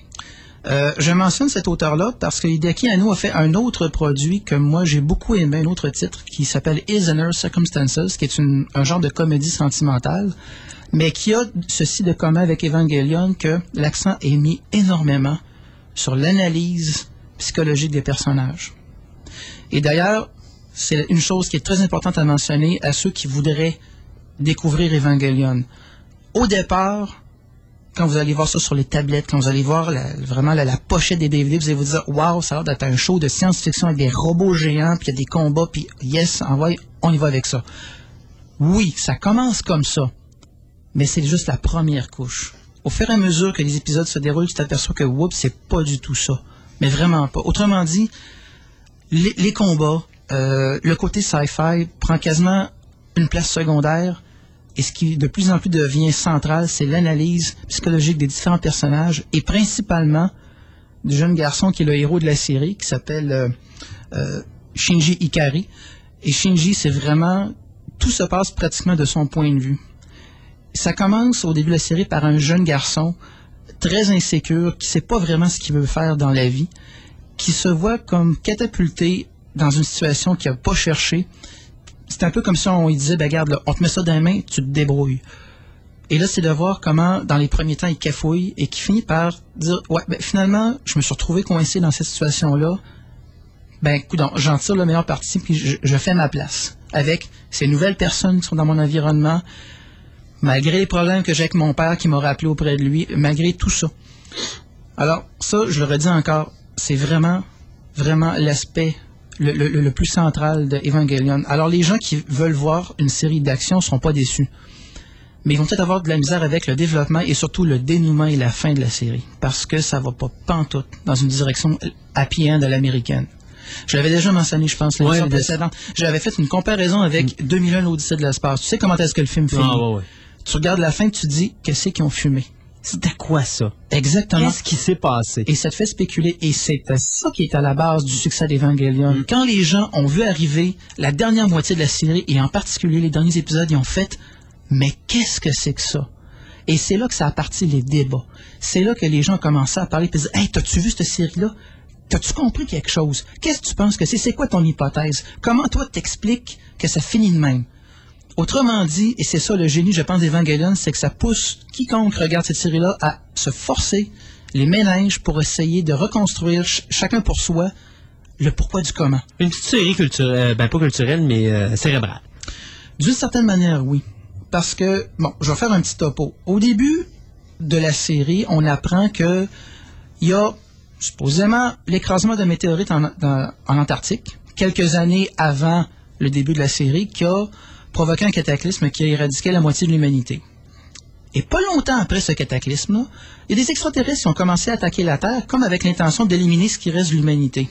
Je mentionne cet auteur-là parce que Hideaki Anno a fait un autre produit que moi j'ai beaucoup aimé, un autre titre qui s'appelle His Inner Circumstances, qui est un genre de comédie sentimentale, mais qui a ceci de commun avec Evangelion que l'accent est mis énormément sur l'analyse psychologique des personnages. Et d'ailleurs, c'est une chose qui est très importante à mentionner à ceux qui voudraient découvrir Evangelion. Au départ, quand vous allez voir ça sur les tablettes, quand vous allez voir vraiment la pochette des DVD, vous allez vous dire « Wow, ça a l'air d'être un show de science-fiction avec des robots géants, puis il y a des combats, puis yes, on y va avec ça. » Oui, ça commence comme ça, mais c'est juste la première couche. Au fur et à mesure que les épisodes se déroulent, tu t'aperçois que oups, c'est pas du tout ça. Mais vraiment pas. Autrement dit, les combats, le côté sci-fi prend quasiment une place secondaire, et ce qui de plus en plus devient central, c'est l'analyse psychologique des différents personnages, et principalement du jeune garçon qui est le héros de la série, qui s'appelle Shinji Ikari. Et Shinji, c'est vraiment... Tout se passe pratiquement de son point de vue. Ça commence au début de la série par un jeune garçon très insécure, qui ne sait pas vraiment ce qu'il veut faire dans la vie, qui se voit comme catapulté dans une situation qu'il n'a pas cherché. C'est un peu comme si on lui disait, regarde, là, on te met ça dans les mains, tu te débrouilles. Et là, c'est de voir comment, dans les premiers temps, il cafouille et qui finit par dire, ouais, finalement, je me suis retrouvé coincé dans cette situation-là. Coudonc, j'en tire le meilleur parti, puis je fais ma place avec ces nouvelles personnes qui sont dans mon environnement, malgré les problèmes que j'ai avec mon père qui m'a rappelé auprès de lui, malgré tout ça. Alors, ça, je le redis encore, c'est vraiment l'aspect le plus central de Evangelion. Alors, les gens qui veulent voir une série d'action ne seront pas déçus. Mais ils vont peut-être avoir de la misère avec le développement et surtout le dénouement et la fin de la série. Parce que ça va pas pantoute dans une direction happy end à l'américaine. Je l'avais déjà mentionné, je pense, l'émission précédente. J'avais fait une comparaison avec 2001, l'Odyssée de l'espace. Tu sais comment est-ce que le film finit? Tu regardes la fin et tu te dis, qu'est-ce qu'ils ont fumé? C'était quoi ça? Exactement. Qu'est-ce qui s'est passé? Et ça te fait spéculer. Et c'est ça qui est à la base du succès d'Evangelion. Quand les gens ont vu arriver la dernière moitié de la série, et en particulier les derniers épisodes, ils ont fait, mais qu'est-ce que c'est que ça? Et c'est là que ça a parti les débats. C'est là que les gens ont commencé à parler et dire, hey, t'as-tu vu cette série-là? T'as-tu compris quelque chose? Qu'est-ce que tu penses que c'est? C'est quoi ton hypothèse? Comment toi t'expliques que ça finit de même? Autrement dit, et c'est ça le génie, je pense, d'Evangelion, c'est que ça pousse quiconque regarde cette série-là à se forcer les méninges pour essayer de reconstruire chacun pour soi le pourquoi du comment. Une petite série culturelle, pas culturelle, mais cérébrale. D'une certaine manière, oui. Parce que, je vais faire un petit topo. Au début de la série, on apprend que il y a supposément l'écrasement d'un météorite en Antarctique, quelques années avant le début de la série, qui a provoqué un cataclysme qui a éradiqué la moitié de l'humanité. Et pas longtemps après ce cataclysme-là, il y a des extraterrestres qui ont commencé à attaquer la Terre, comme avec l'intention d'éliminer ce qui reste de l'humanité.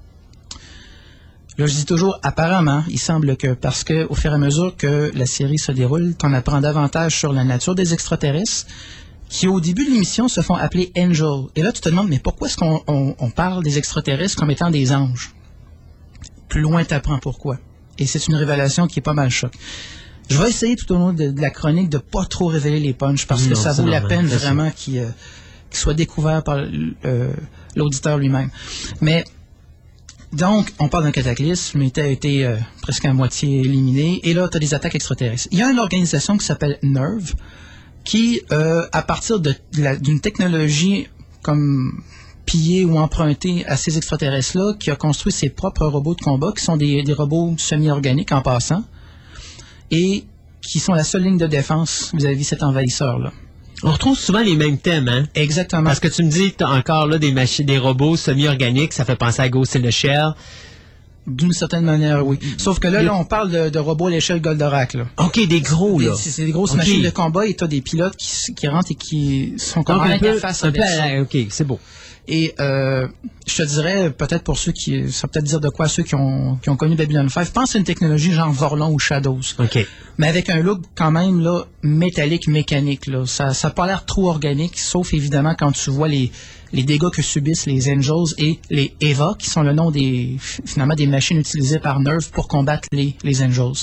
Là, je dis toujours apparemment, il semble que, parce que au fur et à mesure que la série se déroule, qu'on apprend davantage sur la nature des extraterrestres, qui au début de l'émission se font appeler Angel. Et là, tu te demandes, mais pourquoi est-ce qu'on parle des extraterrestres comme étant des anges? Plus loin, tu apprends pourquoi. Et c'est une révélation qui est pas mal choc. Je vais essayer tout au long de la chronique de pas trop révéler les punchs, parce que ça vaut la peine vraiment qui soit découvert par l'auditeur lui-même. Mais donc, on parle d'un cataclysme, l'humanité a été presque à moitié éliminée, et là, tu as des attaques extraterrestres. Il y a une organisation qui s'appelle NERV, qui, à partir d'une technologie comme pillée ou empruntée à ces extraterrestres-là, qui a construit ses propres robots de combat, qui sont des robots semi-organiques en passant, et qui sont la seule ligne de défense vis-à-vis cet envahisseur-là. On retrouve souvent les mêmes thèmes, hein? Exactement. Parce que tu me dis que tu as encore là des robots semi-organiques, ça fait penser à Ghost in the Shell. D'une certaine manière, oui. Sauf que là, on parle de robots à l'échelle Goldorak, là. OK, des gros, là. C'est des grosses machines de combat, et tu as des pilotes qui rentrent et qui sont comme en interface avec ça. OK, c'est beau. Et je te dirais, peut-être pour ceux qui... Ça peut peut-être dire de quoi ceux qui ont connu Babylon 5. Pense à une technologie genre Vorlon ou Shadows. OK. Mais avec un look quand même là métallique, mécanique. Là. Ça n'a pas l'air trop organique, sauf évidemment quand tu vois les dégâts que subissent les Angels et les EVA, qui sont le nom finalement des machines utilisées par NERV pour combattre les Angels.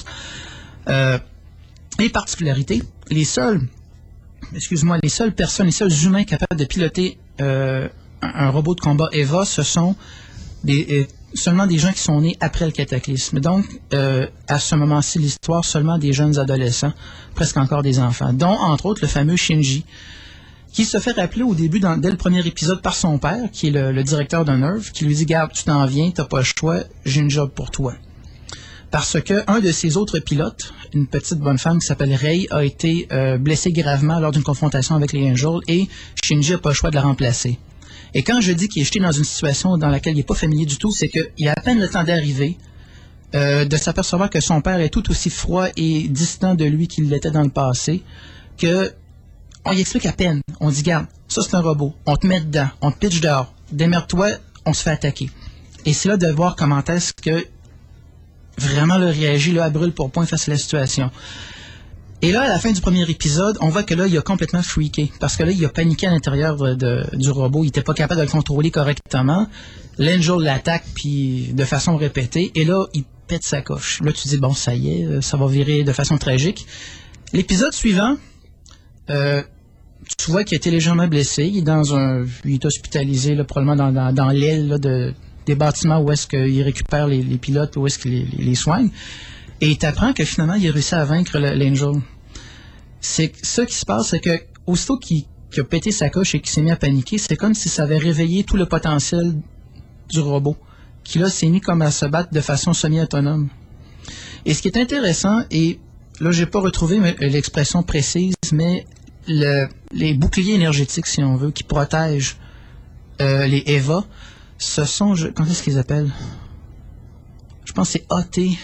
Les particularités, les seules personnes, les seuls humains capables de piloter un robot de combat EVA, ce sont seulement des gens qui sont nés après le cataclysme. Donc, à ce moment-ci de l'histoire, seulement des jeunes adolescents, presque encore des enfants, dont, entre autres, le fameux Shinji, qui se fait rappeler au début, dès le premier épisode, par son père, qui est le directeur de NERV, qui lui dit « Garde, tu t'en viens, t'as pas le choix, j'ai une job pour toi. » Parce que un de ses autres pilotes, une petite bonne femme qui s'appelle Rei, a été blessée gravement lors d'une confrontation avec les Angels, et Shinji n'a pas le choix de la remplacer. Et quand je dis qu'il est jeté dans une situation dans laquelle il n'est pas familier du tout, c'est qu'il a à peine le temps d'arriver, de s'apercevoir que son père est tout aussi froid et distant de lui qu'il l'était dans le passé, que on y explique à peine. On dit, garde, ça c'est un robot, on te met dedans, on te pitch dehors, démerde-toi, on se fait attaquer. Et c'est là de voir comment est-ce que vraiment le réagit là, à brûle pour point face à la situation. Et là, à la fin du premier épisode, on voit que là, il a complètement freaké. Parce que là, il a paniqué à l'intérieur du robot. Il n'était pas capable de le contrôler correctement. L'Angel l'attaque, puis de façon répétée. Et là, il pète sa coche. Là, tu dis, bon, ça y est, ça va virer de façon tragique. L'épisode suivant, tu vois qu'il a été légèrement blessé. Il est hospitalisé, là, probablement dans l'aile des bâtiments où est-ce qu'il récupère les pilotes, où est-ce qu'il les soigne. Et tu apprends que finalement, il a réussi à vaincre l'Angel. C'est ça qui se passe, c'est que aussitôt qu'il a pété sa coche et qu'il s'est mis à paniquer, c'est comme si ça avait réveillé tout le potentiel du robot, qui là s'est mis comme à se battre de façon semi-autonome. Et ce qui est intéressant, et là, j'ai pas retrouvé l'expression précise, mais les boucliers énergétiques, si on veut, qui protègent les EVA, ce sont... Comment est-ce qu'ils appellent? Je pense que c'est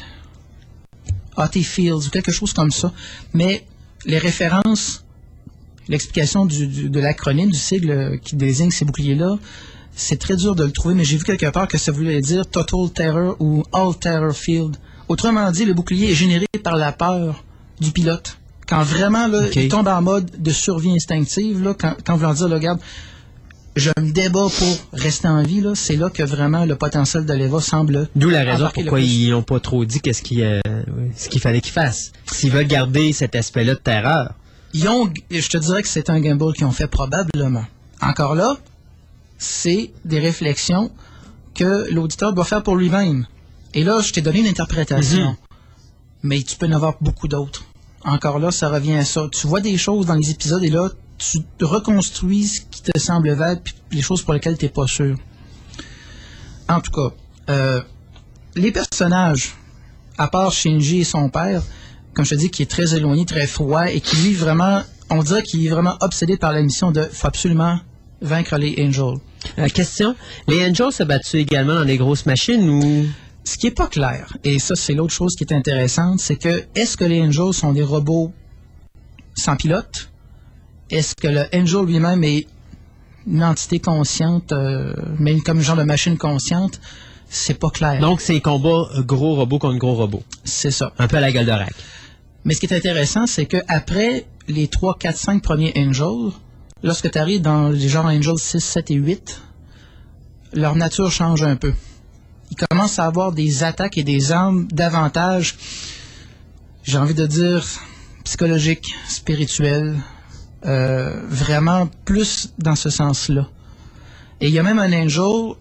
AT Fields ou quelque chose comme ça. Mais les références, l'explication de l'acronyme, du sigle qui désigne ces boucliers-là, c'est très dur de le trouver, mais j'ai vu quelque part que ça voulait dire Total Terror ou All Terror Field. Autrement dit, le bouclier est généré par la peur du pilote. Quand vraiment, là, il tombe en mode de survie instinctive, là, quand voulant dire, là, regarde, je me débat pour rester en vie, là, c'est là que vraiment le potentiel de l'EVA semble... D'où la raison pourquoi ils n'ont pas trop dit ce qu'il fallait qu'ils fassent. S'ils veulent garder cet aspect-là de terreur. Je te dirais que c'est un gamble qu'ils ont fait probablement. Encore là, c'est des réflexions que l'auditeur doit faire pour lui-même. Et là, je t'ai donné une interprétation. Mais tu peux en avoir beaucoup d'autres. Encore là, ça revient à ça. Tu vois des choses dans les épisodes et là, tu reconstruis ce qui te semble vague puis les choses pour lesquelles tu n'es pas sûr. En tout cas, les personnages, à part Shinji et son père, comme je te dis, qui est très éloigné, très froid et qui lui vraiment, on dirait qu'il est vraiment obsédé par la mission de faut absolument vaincre les Angels. Question, les Angels se battent également dans des grosses machines ou... Ce qui n'est pas clair, et ça c'est l'autre chose qui est intéressante, c'est que est-ce que les Angels sont des robots sans pilote? Est-ce que le Angel lui-même est une entité consciente, mais comme un genre de machine consciente? C'est pas clair. Donc c'est combat gros robot contre gros robot. C'est ça. Un peu à la Goldorak. Mais ce qui est intéressant, c'est qu'après les 3, 4, 5 premiers Angels, lorsque tu arrives dans les genres Angels 6, 7 et 8, leur nature change un peu. Ils commencent à avoir des attaques et des armes davantage, j'ai envie de dire, psychologiques, spirituelles, vraiment plus dans ce sens-là. Et il y a même un Angel,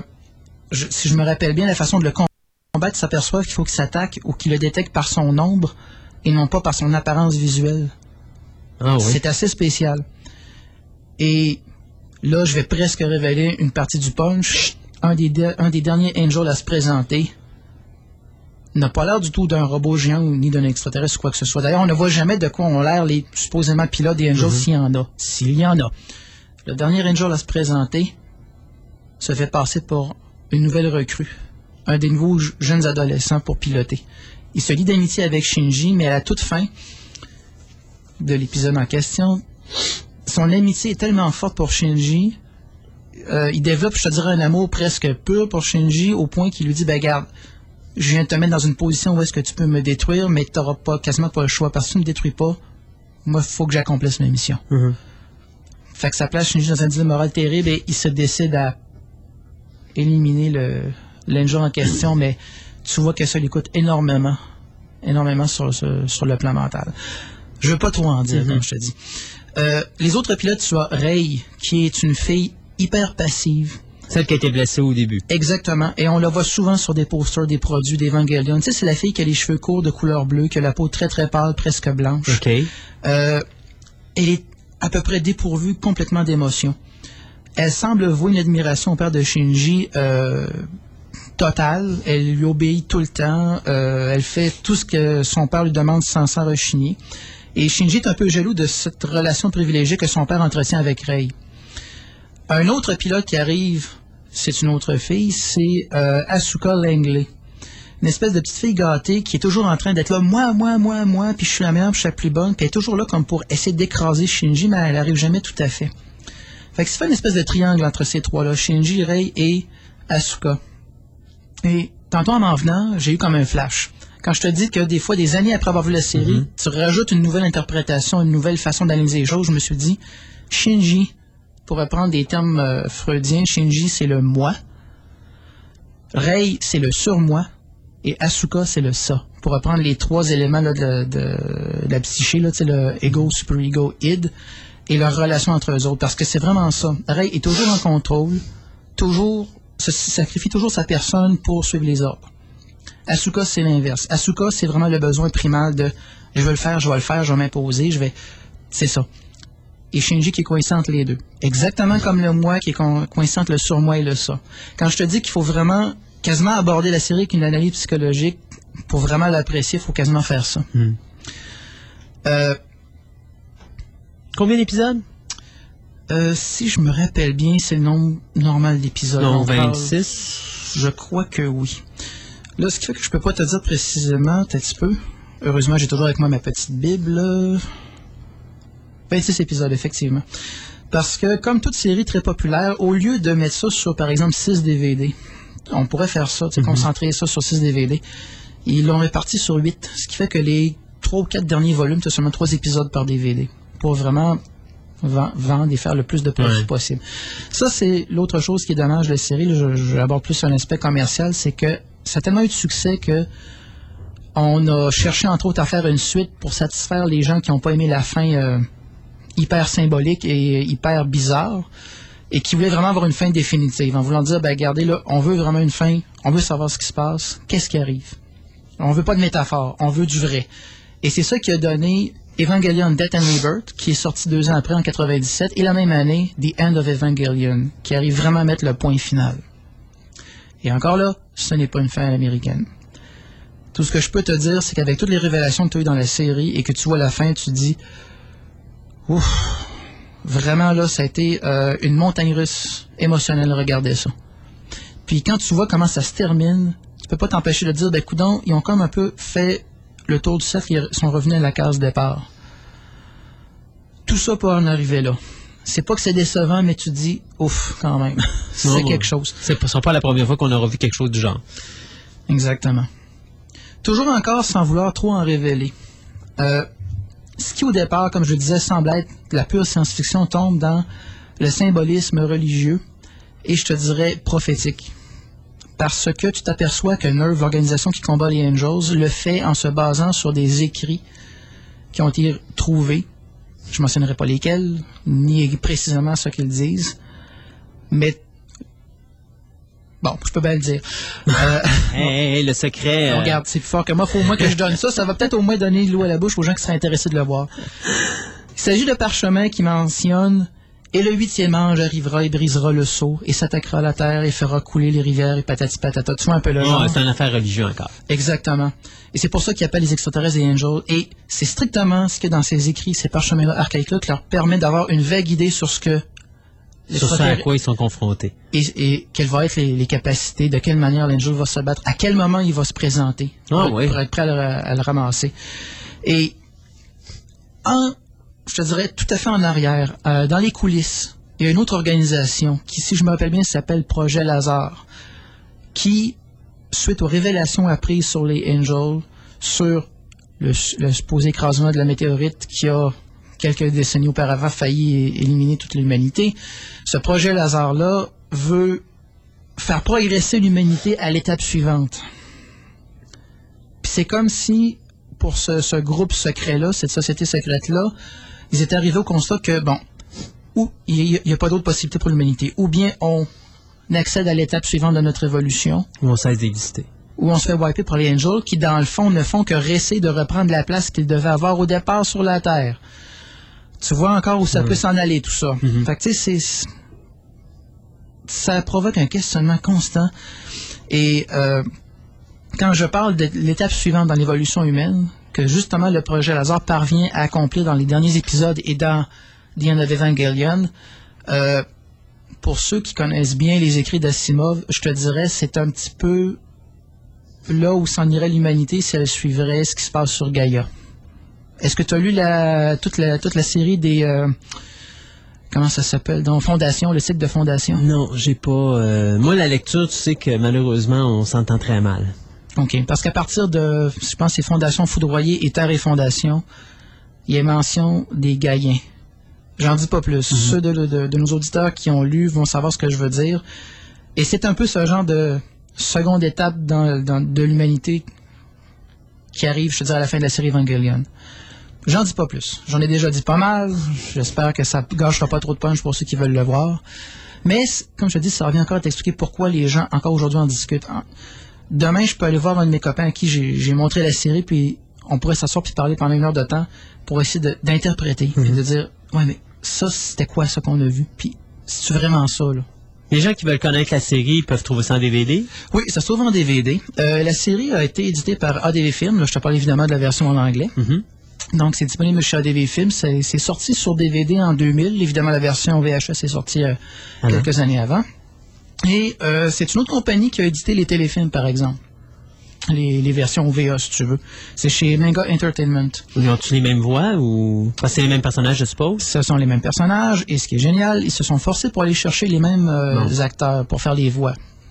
si je me rappelle bien, la façon de le combattre, s'aperçoit qu'il faut qu'il s'attaque ou qu'il le détecte par son ombre et non pas par son apparence visuelle. Ah oui. C'est assez spécial. Et là, je vais presque révéler une partie du punch. Un des derniers Angels à se présenter n'a pas l'air du tout d'un robot géant ni d'un extraterrestre ou quoi que ce soit. D'ailleurs, on ne voit jamais de quoi ont l'air les supposément pilotes des Angels s'il y en a. S'il y en a. Le dernier Angel à se présenter se fait passer pour une nouvelle recrue. Un des nouveaux jeunes adolescents pour piloter. Il se lie d'amitié avec Shinji, mais à la toute fin de l'épisode en question, son amitié est tellement forte pour Shinji, il développe, je te dirais, un amour presque pur pour Shinji, au point qu'il lui dit, ben garde, je viens de te mettre dans une position où est-ce que tu peux me détruire, mais tu n'auras quasiment pas le choix, parce que si tu ne me détruis pas, moi, il faut que j'accomplisse ma mission. Fait que ça place Shinji dans un dilemme moral terrible, et il se décide à éliminer l'Angel en question, mais tu vois que ça lui coûte énormément sur le plan mental. Je veux pas trop en dire, comme je te dis. Les autres pilotes, tu as Rei, qui est une fille hyper passive. Celle qui a été blessée au début. Exactement. Et on la voit souvent sur des posters, des produits d'Evangelion. Tu sais, c'est la fille qui a les cheveux courts de couleur bleue, qui a la peau très très pâle, presque blanche. OK. Elle est à peu près dépourvue complètement d'émotion. Elle semble vouer une admiration au père de Shinji totale. Elle lui obéit tout le temps. Elle fait tout ce que son père lui demande sans rechigner. Et Shinji est un peu jaloux de cette relation privilégiée que son père entretient avec Rei. Un autre pilote qui arrive, c'est une autre fille, c'est Asuka Langley. Une espèce de petite fille gâtée qui est toujours en train d'être là, moi, puis je suis la meilleure, puis je suis la plus bonne, puis elle est toujours là comme pour essayer d'écraser Shinji, mais elle n'arrive jamais tout à fait. Fait que c'est fait une espèce de triangle entre ces trois-là, Shinji, Rei et Asuka. Et tantôt en m'en venant, j'ai eu comme un flash. Quand je te dis que des fois, des années après avoir vu la série, tu rajoutes une nouvelle interprétation, une nouvelle façon d'analyser les choses, je me suis dit, Shinji, pour reprendre des termes freudiens, Shinji, c'est le moi. Rei, c'est le surmoi. Et Asuka, c'est le ça. Pour reprendre les trois éléments là, de la psyché, là, le ego, super-ego, id, et leur relation entre eux autres. Parce que c'est vraiment ça. Rei est toujours en contrôle, se sacrifie toujours sa personne pour suivre les ordres. Asuka, c'est l'inverse. Asuka, c'est vraiment le besoin primal de je veux le faire, je vais m'imposer, c'est ça. Et Shinji qui est coincé entre les deux. Exactement comme le moi qui est coincé entre le surmoi et le ça. Quand je te dis qu'il faut vraiment quasiment aborder la série avec une analyse psychologique, pour vraiment l'apprécier, il faut quasiment faire ça. Combien d'épisodes? Si je me rappelle bien, c'est le nombre normal d'épisodes. Non, 26? Je crois que oui. Là, ce qui fait que je peux pas te dire précisément, un petit peu. Heureusement, j'ai toujours avec moi ma petite Bible. 26 épisodes, effectivement. Parce que, comme toute série très populaire, au lieu de mettre ça sur, par exemple, 6 DVD, on pourrait faire ça, concentrer ça sur 6 DVD, ils l'ont réparti sur 8, ce qui fait que les 3 ou 4 derniers volumes, tu as seulement 3 épisodes par DVD, pour vraiment vendre et faire le plus de profit possible. Ça, c'est l'autre chose qui est dommage de la série, je aborde plus un aspect commercial, c'est que ça a tellement eu de succès que on a cherché, entre autres, à faire une suite pour satisfaire les gens qui n'ont pas aimé la fin hyper symbolique et hyper bizarre, et qui voulaient vraiment avoir une fin définitive, en voulant dire, ben regardez, là, on veut vraiment une fin, on veut savoir ce qui se passe, qu'est-ce qui arrive. On veut pas de métaphore, on veut du vrai. Et c'est ça qui a donné Evangelion Death and Rebirth, qui est sorti 2 ans après, en 97, et la même année, The End of Evangelion, qui arrive vraiment à mettre le point final. Et encore là, ce n'est pas une fin américaine. Tout ce que je peux te dire, c'est qu'avec toutes les révélations que tu as eues dans la série, et que tu vois la fin, tu te dis, ouf, vraiment là, ça a été une montagne russe émotionnelle, regardez ça. Puis quand tu vois comment ça se termine, tu peux pas t'empêcher de dire, ben coudonc, ils ont comme un peu fait le tour du cercle, ils sont revenus à la case départ. Tout ça pour en arriver là. C'est pas que c'est décevant, mais tu te dis, ouf, quand même, c'est quelque chose. Ce ne sera pas la première fois qu'on aura vu quelque chose du genre. Exactement. Toujours encore, sans vouloir trop en révéler. Ce qui, au départ, comme je le disais, semble être de la pure science-fiction, tombe dans le symbolisme religieux et, je te dirais, prophétique. Parce que tu t'aperçois que NERV, l'organisation qui combat les Angels, le fait en se basant sur des écrits qui ont été trouvés Je mentionnerai pas lesquels, ni précisément ce qu'ils disent, mais bon, je peux bien le dire. Le secret... Regarde, c'est plus fort que moi. Faut au moins que je donne ça. Ça va peut-être au moins donner de l'eau à la bouche aux gens qui seraient intéressés de le voir. Il s'agit de parchemin qui mentionne « Et le 8e ange arrivera et brisera le sceau, et s'attaquera à la terre, et fera couler les rivières, et patati patata. » Tu vois un peu le genre? C'est une affaire religieuse encore. Exactement. Et c'est pour ça qu'ils appellent les extraterrestres des angels. Et c'est strictement ce que dans ces écrits, ces parchemins-là archaïques-là, qui leur permet d'avoir une vague idée sur ce que... Sur ce à quoi ils sont confrontés. Et quelles vont être les capacités, de quelle manière l'angel va se battre, à quel moment il va se présenter pour être prêt à le ramasser. Et je te dirais tout à fait en arrière, dans les coulisses, il y a une autre organisation qui, si je me rappelle bien, s'appelle Projet Lazare, qui, suite aux révélations apprises sur les angels, sur le supposé écrasement de la météorite qui a quelques décennies auparavant failli éliminer toute l'humanité, ce projet Lazare-là veut faire progresser l'humanité à l'étape suivante. Puis c'est comme si, pour ce groupe secret-là, cette société secrète-là, ils étaient arrivés au constat que, bon, ou il n'y a pas d'autre possibilité pour l'humanité. Ou bien on accède à l'étape suivante de notre évolution. Ou on cesse d'exister. Ou on se fait wiper par les angels qui, dans le fond, ne font que rester de reprendre la place qu'ils devaient avoir au départ sur la Terre. Tu vois encore où ça peut s'en aller, tout ça. Fait que, tu sais, ça provoque un questionnement constant. Et quand je parle de l'étape suivante dans l'évolution humaine, que justement le projet Lazare parvient à accomplir dans les derniers épisodes et dans The End of Evangelion, pour ceux qui connaissent bien les écrits d'Asimov, je te dirais, c'est un petit peu là où s'en irait l'humanité si elle suivrait ce qui se passe sur Gaïa. Est-ce que tu as lu toute la série des... comment ça s'appelle? Dans Fondation, le cycle de Fondation? Non, j'ai pas... moi, la lecture, tu sais que malheureusement, on s'entend très mal. OK. Parce qu'à partir de, je pense, c'est Fondation Foudroyée et Terre et Fondation, il y a mention des Gaïens. J'en dis pas plus. Ceux de nos auditeurs qui ont lu vont savoir ce que je veux dire. Et c'est un peu ce genre de seconde étape de l'humanité qui arrive, je te dirais, à la fin de la série Evangelion. J'en dis pas plus. J'en ai déjà dit pas mal. J'espère que ça gâchera pas trop de punch pour ceux qui veulent le voir. Mais, comme je te dis, ça revient encore à t'expliquer pourquoi les gens, encore aujourd'hui, en discutent. Demain, je peux aller voir un de mes copains à qui j'ai montré la série, puis on pourrait s'asseoir puis parler pendant 1 heure de temps pour essayer d'interpréter, puis de dire, ouais, mais ça, c'était quoi ça qu'on a vu? Puis, c'est vraiment ça, là. Les gens qui veulent connaître la série peuvent trouver ça en DVD? Oui, ça se trouve en DVD. La série a été éditée par ADV Film. Là, je te parle évidemment de la version en anglais. Donc, c'est disponible chez ADV Film. C'est sorti sur DVD en 2000. Évidemment, la version VHS est sortie quelques années avant. Et c'est une autre compagnie qui a édité les téléfilms, par exemple. Les versions OVA, si tu veux. C'est chez Manga Entertainment. Ils ont-ils les mêmes voix ou... Parce que c'est les mêmes personnages, je suppose? Ce sont les mêmes personnages. Et ce qui est génial, ils se sont forcés pour aller chercher les mêmes acteurs pour faire les voix.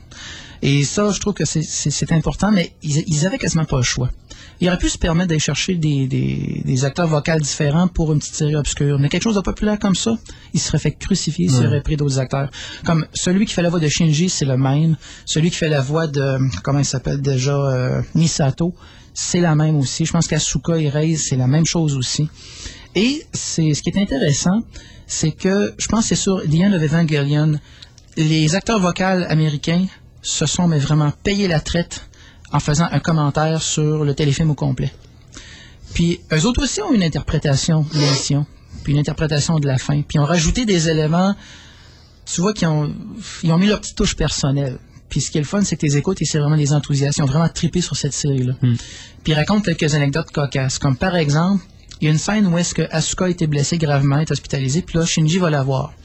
Et ça, je trouve que c'est important, mais ils avaient quasiment pas le choix. Ils auraient pu se permettre d'aller chercher des acteurs vocaux différents pour une petite série obscure. Mais quelque chose de populaire comme ça, il serait fait crucifier s'il aurait pris d'autres acteurs. Comme celui qui fait la voix de Shinji, c'est le même. Celui qui fait la voix de, comment il s'appelle déjà, Misato, c'est la même aussi. Je pense qu'Asuka et Rei, c'est la même chose aussi. Et ce qui est intéressant, c'est que, je pense que c'est sur The End of Evangelion, les acteurs vocaux américains se sont mais vraiment payé la traite en faisant un commentaire sur le téléfilm au complet. Puis, eux autres aussi ont une interprétation de l'émission, puis une interprétation de la fin, puis ils ont rajouté des éléments, tu vois, ils ont mis leur petite touche personnelle. Puis ce qui est le fun, c'est que les écoutes, et c'est vraiment des enthousiastes, ils ont vraiment trippé sur cette série-là. Puis ils racontent quelques anecdotes cocasses, comme par exemple, il y a une scène où est-ce que Asuka a été blessée gravement, est hospitalisée, puis là, Shinji va la voir.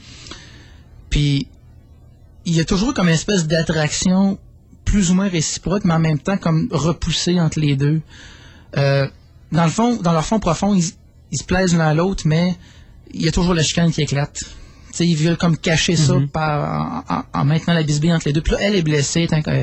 Puis, il y a toujours comme une espèce d'attraction plus ou moins réciproque, mais en même temps comme repoussée entre les deux. Dans le fond, dans leur fond profond, ils se plaisent l'un à l'autre, mais il y a toujours la chicane qui éclate. T'sais, ils veulent comme cacher ça en maintenant la bisbille entre les deux. Puis là, elle est blessée,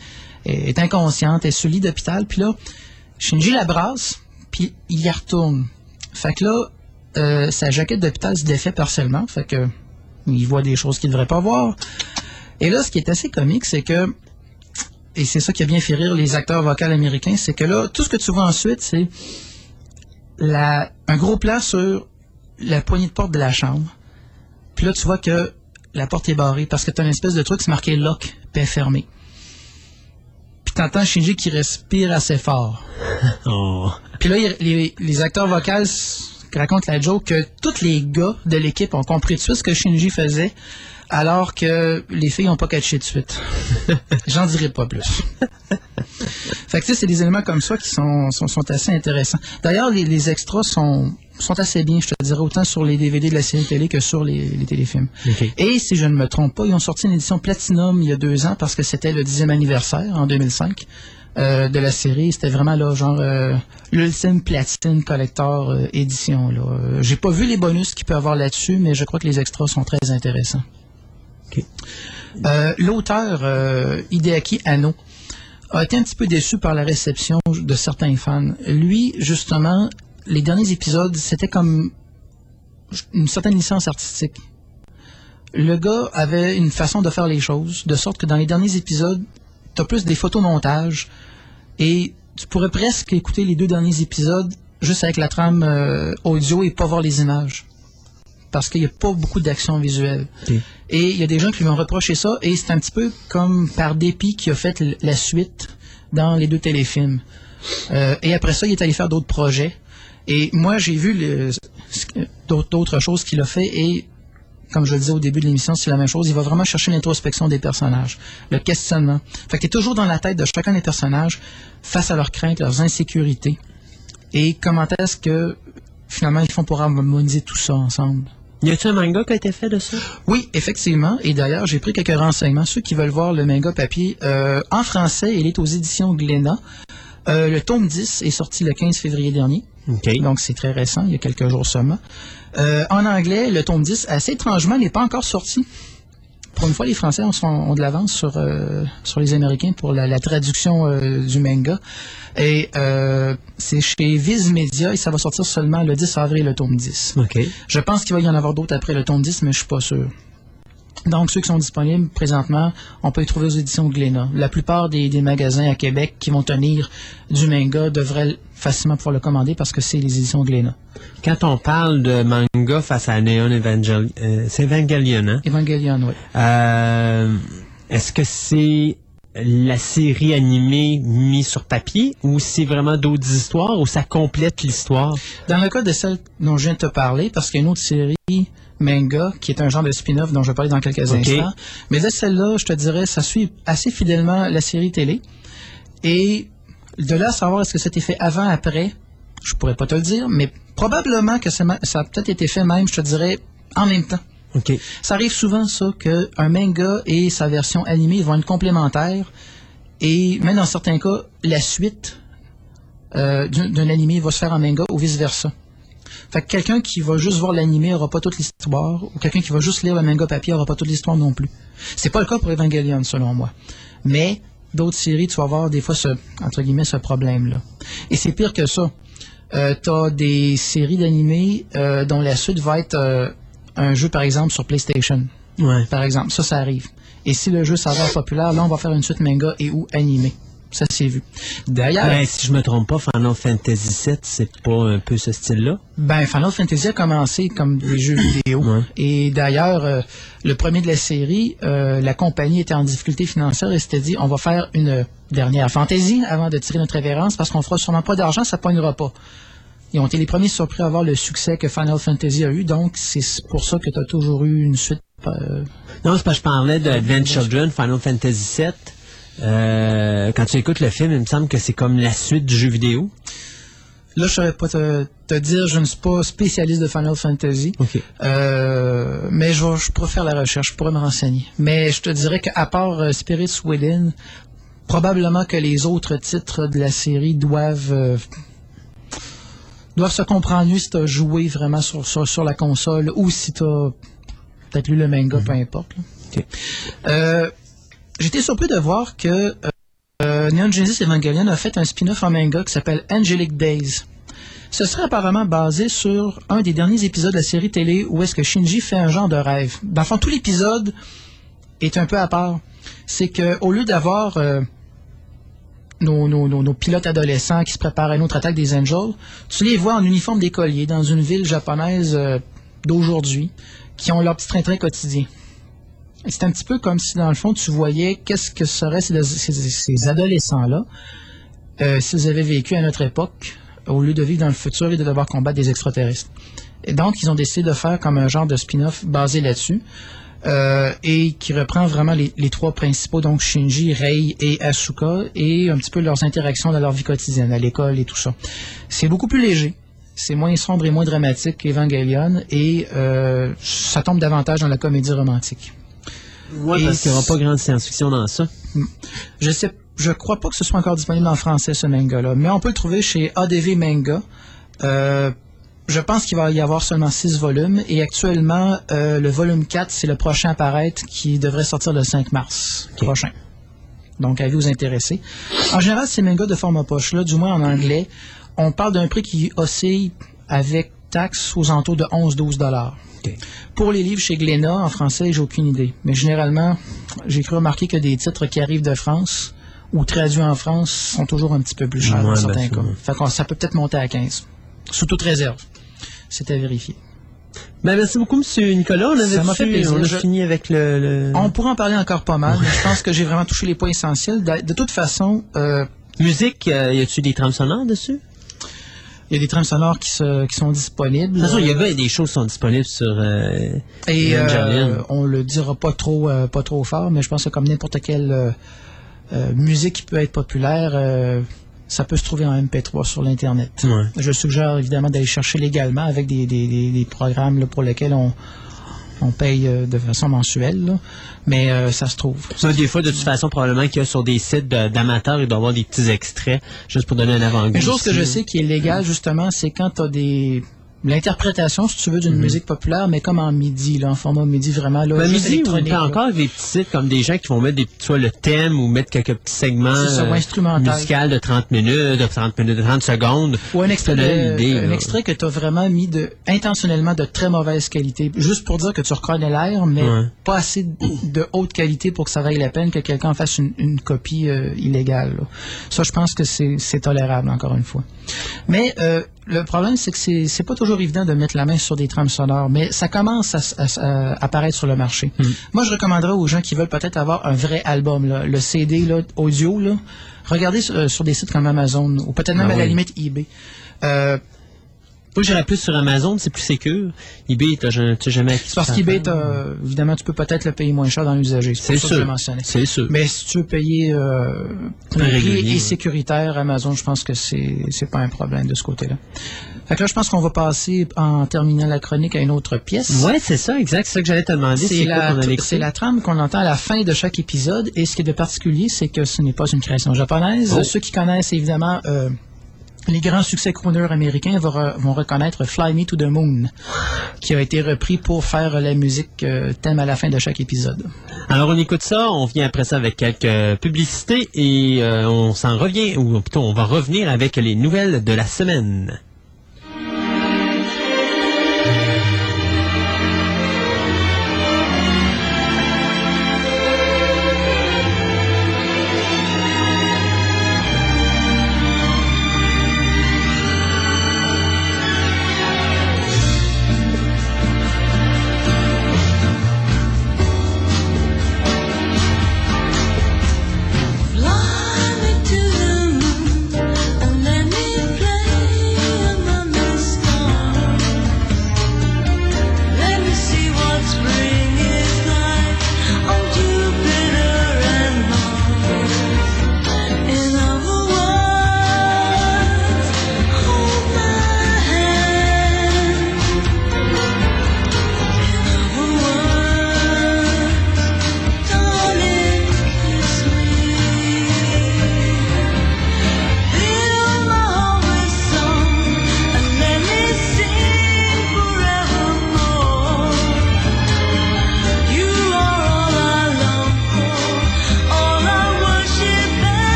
est inconsciente, elle est sur le lit d'hôpital. Puis là, Shinji la brasse, puis il y retourne. Fait que là, sa jaquette d'hôpital se défait partiellement. Fait que il voit des choses qu'il ne devrait pas voir. Et là, ce qui est assez comique, c'est que, et c'est ça qui a bien fait rire les acteurs vocaux américains, c'est que là, tout ce que tu vois ensuite, c'est un gros plan sur la poignée de porte de la chambre. Puis là, tu vois que la porte est barrée parce que tu as une espèce de truc, c'est marqué lock, puis elle est fermée. Puis tu entends Shinji qui respire assez fort. Oh. Puis là, les acteurs vocaux racontent la joke que tous les gars de l'équipe ont compris tout de suite ce que Shinji faisait, alors que les filles n'ont pas catché de suite. J'en dirai pas plus. Fait que tu sais, c'est des éléments comme ça qui sont assez intéressants. D'ailleurs, les extras sont assez bien, je te dirais, autant sur les DVD de la série télé que sur les téléfilms. Okay. Et si je ne me trompe pas, ils ont sorti une édition Platinum il y a 2 ans parce que c'était le 10e anniversaire en 2005 de la série. C'était vraiment là, genre l'ultime Platine Collector édition. Là. J'ai pas vu les bonus qu'il peut y avoir là-dessus, mais je crois que les extras sont très intéressants. Okay. L'auteur Hideaki Anno a été un petit peu déçu par la réception de certains fans. Lui, justement, les derniers épisodes, c'était comme une certaine licence artistique. Le gars avait une façon de faire les choses, de sorte que dans les derniers épisodes, tu as plus des photomontages et tu pourrais presque écouter les 2 derniers épisodes juste avec la trame audio et pas voir les images. Parce qu'il n'y a pas beaucoup d'action visuelle. Okay. Et il y a des gens qui lui ont reproché ça, et c'est un petit peu comme par dépit qu'il a fait la suite dans les 2 téléfilms. Et après ça, il est allé faire d'autres projets. Et moi, j'ai vu d'autres choses qu'il a fait, et comme je le disais au début de l'émission, c'est la même chose. Il va vraiment chercher l'introspection des personnages, le questionnement. Fait que t'es toujours dans la tête de chacun des personnages face à leurs craintes, leurs insécurités. Et comment est-ce que, finalement, ils font pour harmoniser tout ça ensemble. Y a-t-il un manga qui a été fait de ça? Oui, effectivement. Et d'ailleurs, j'ai pris quelques renseignements. Ceux qui veulent voir le manga papier, en français, il est aux éditions Glénat. Le tome 10 est sorti le 15 février dernier. Okay. Donc, c'est très récent, il y a quelques jours seulement. En anglais, le tome 10, assez étrangement, n'est pas encore sorti. Pour une fois, les Français ont de l'avance sur les Américains pour la traduction du manga. Et c'est chez Viz Media et ça va sortir seulement le 10 avril, le tome 10. Okay. Je pense qu'il va y en avoir d'autres après le tome 10, mais je suis pas sûr. Donc, ceux qui sont disponibles présentement, on peut les trouver aux éditions Glénat. La plupart des magasins à Québec qui vont tenir du manga devraient facilement pouvoir le commander parce que c'est les éditions Glénat. Quand on parle de manga face à Neon Evangelion, c'est Evangelion, hein? Evangelion, oui. Est-ce que c'est la série animée mise sur papier ou c'est vraiment d'autres histoires ou ça complète l'histoire? Dans le cas de celle dont je viens de te parler, parce qu'il y a une autre série manga, qui est un genre de spin-off dont je vais parler dans quelques instants. Mais de celle-là, je te dirais, ça suit assez fidèlement la série télé. Et de là à savoir est-ce que c'était fait avant, après, je pourrais pas te le dire, mais probablement que ça a peut-être été fait même, je te dirais, en même temps. Okay. Ça arrive souvent, ça, qu'un manga et sa version animée vont être complémentaires. Et même dans certains cas, la suite d'un animé va se faire en manga ou vice-versa. Fait que quelqu'un qui va juste voir l'animé n'aura pas toute l'histoire, ou quelqu'un qui va juste lire le manga papier n'aura pas toute l'histoire non plus. C'est pas le cas pour Evangelion, selon moi. Mais d'autres séries, tu vas avoir des fois entre guillemets, ce problème-là. Et c'est pire que ça. T'as des séries d'animés dont la suite va être un jeu, par exemple, sur PlayStation. Ouais. Par exemple, ça arrive. Et si le jeu s'avère populaire, là, on va faire une suite manga et ou animé. Ça, c'est vu. D'ailleurs... Ben, si je me trompe pas, Final Fantasy VII, c'est pas un peu ce style-là? Ben, Final Fantasy a commencé comme des jeux vidéo. Ouais. Et d'ailleurs, le premier de la série, la compagnie était en difficulté financière et s'était dit, on va faire une dernière fantasy avant de tirer notre révérence parce qu'on fera sûrement pas d'argent, ça pognera pas. Ils ont été les premiers surpris à avoir le succès que Final Fantasy a eu, donc c'est pour ça que tu as toujours eu une suite... Non, c'est parce que je parlais de Advent Children, Final Fantasy VII. Quand tu écoutes le film, il me semble que c'est comme la suite du jeu vidéo. Là, je ne saurais pas te dire, je ne suis pas spécialiste de Final Fantasy. Okay. Mais je pourrais faire la recherche, je pourrais me renseigner. Mais je te dirais qu'à part Spirits Within, probablement que les autres titres de la série doivent se comprendre mieux si tu as joué vraiment sur la console ou si tu as peut-être lu le manga, peu importe. Okay. J'étais surpris de voir que Neon Genesis Evangelion a fait un spin-off en manga qui s'appelle Angelic Days. Ce serait apparemment basé sur un des derniers épisodes de la série télé où est-ce que Shinji fait un genre de rêve. Dans le fond, tout l'épisode est un peu à part. C'est qu'au lieu d'avoir nos pilotes adolescents qui se préparent à une autre attaque des Angels, tu les vois en uniforme d'écolier dans une ville japonaise d'aujourd'hui, qui ont leur petit train-train quotidien. Et c'est un petit peu comme si, dans le fond, tu voyais qu'est-ce que seraient ces adolescents-là s'ils avaient vécu à notre époque, au lieu de vivre dans le futur et de devoir combattre des extraterrestres. Et donc, ils ont décidé de faire comme un genre de spin-off basé là-dessus, et qui reprend vraiment les trois principaux, donc Shinji, Rei et Asuka, et un petit peu leurs interactions dans leur vie quotidienne, à l'école et tout ça. C'est beaucoup plus léger. C'est moins sombre et moins dramatique qu'Evangelion, et ça tombe davantage dans la comédie romantique. Oui, parce qu'il n'y aura pas grande science-fiction dans ça. Je crois pas que ce soit encore disponible en français, ce manga-là, mais on peut le trouver chez ADV Manga. Je pense qu'il va y avoir seulement 6 volumes, et actuellement, le volume 4, c'est le prochain à paraître, qui devrait sortir le 5 mars prochain. Donc, à vous intéresser. En général, ces mangas de format poche-là, du moins en anglais, on parle d'un prix qui oscille avec taxes aux alentours de 11-12 $. Pour les livres chez Glénat, en français, j'ai aucune idée. Mais généralement, j'ai cru remarquer que des titres qui arrivent de France ou traduits en France sont toujours un petit peu plus chers dans certains cas. Fait que ça peut peut-être monter à 15. Sous toute réserve. C'est à vérifier. Merci beaucoup, M. Nicolas. Ça m'a fait plaisir. On a fini avec le... On pourra en parler encore pas mal, mais je pense que j'ai vraiment touché les points essentiels. De toute façon... Musique, y a-t-il des trames sonores dessus? Il y a des trames sonores qui sont disponibles. De toute façon, il y a des choses qui sont disponibles sur on le dira pas trop fort, mais je pense que comme n'importe quelle musique qui peut être populaire, ça peut se trouver en MP3 sur l'Internet. Ouais. Je suggère évidemment d'aller chercher légalement avec des programmes là, pour lesquels on paye de façon mensuelle, là. Mais ça se trouve. Ça, des fois, de toute façon, probablement qu'il y a sur des sites d'amateurs, il doit y avoir des petits extraits, juste pour donner un avant-goût. Une chose que je sais qui est légale, justement, c'est quand tu as l'interprétation, si tu veux, d'une musique populaire, mais comme en MIDI, là, en format MIDI, vraiment, là, juste MIDI, électronique. Ou encore des petits sites comme des gens qui vont mettre soit le thème ou mettre quelques petits segments musicaux de 30 minutes, de 30 secondes. Ou un extrait que tu as vraiment mis intentionnellement de très mauvaise qualité, juste pour dire que tu reconnais l'air, mais pas assez de haute qualité pour que ça vaille la peine que quelqu'un fasse une copie illégale, là. Ça, je pense que c'est tolérable, encore une fois. Mais le problème, c'est que c'est pas toujours évident de mettre la main sur des trames sonores, mais ça commence à apparaître sur le marché. Moi, je recommanderais aux gens qui veulent peut-être avoir un vrai album, là, le CD là, audio, là, regardez sur des sites comme Amazon, ou peut-être même à la limite eBay. Moi, j'irais plus sur Amazon, c'est plus sécure. eBay, tu n'as jamais acquis. Parce qu'eBay, évidemment, tu peux peut-être le payer moins cher dans l'usager. C'est sûr. C'est sûr. Mais si tu veux payer un prix et sécuritaire, Amazon, je pense que c'est pas un problème de ce côté-là. Fait que là, je pense qu'on va passer, en terminant la chronique, à une autre pièce. Ouais, c'est ça, exact. C'est ça que j'allais te demander. C'est la trame qu'on entend à la fin de chaque épisode. Et ce qui est de particulier, c'est que ce n'est pas une création japonaise. Oh. Ceux qui connaissent, évidemment... les grands succès crooners américains vont reconnaître Fly Me to the Moon, qui a été repris pour faire la musique thème à la fin de chaque épisode. Alors, on écoute ça, on vient après ça avec quelques publicités et on s'en revient, ou plutôt on va revenir avec les nouvelles de la semaine. Fly me to the moon and let me play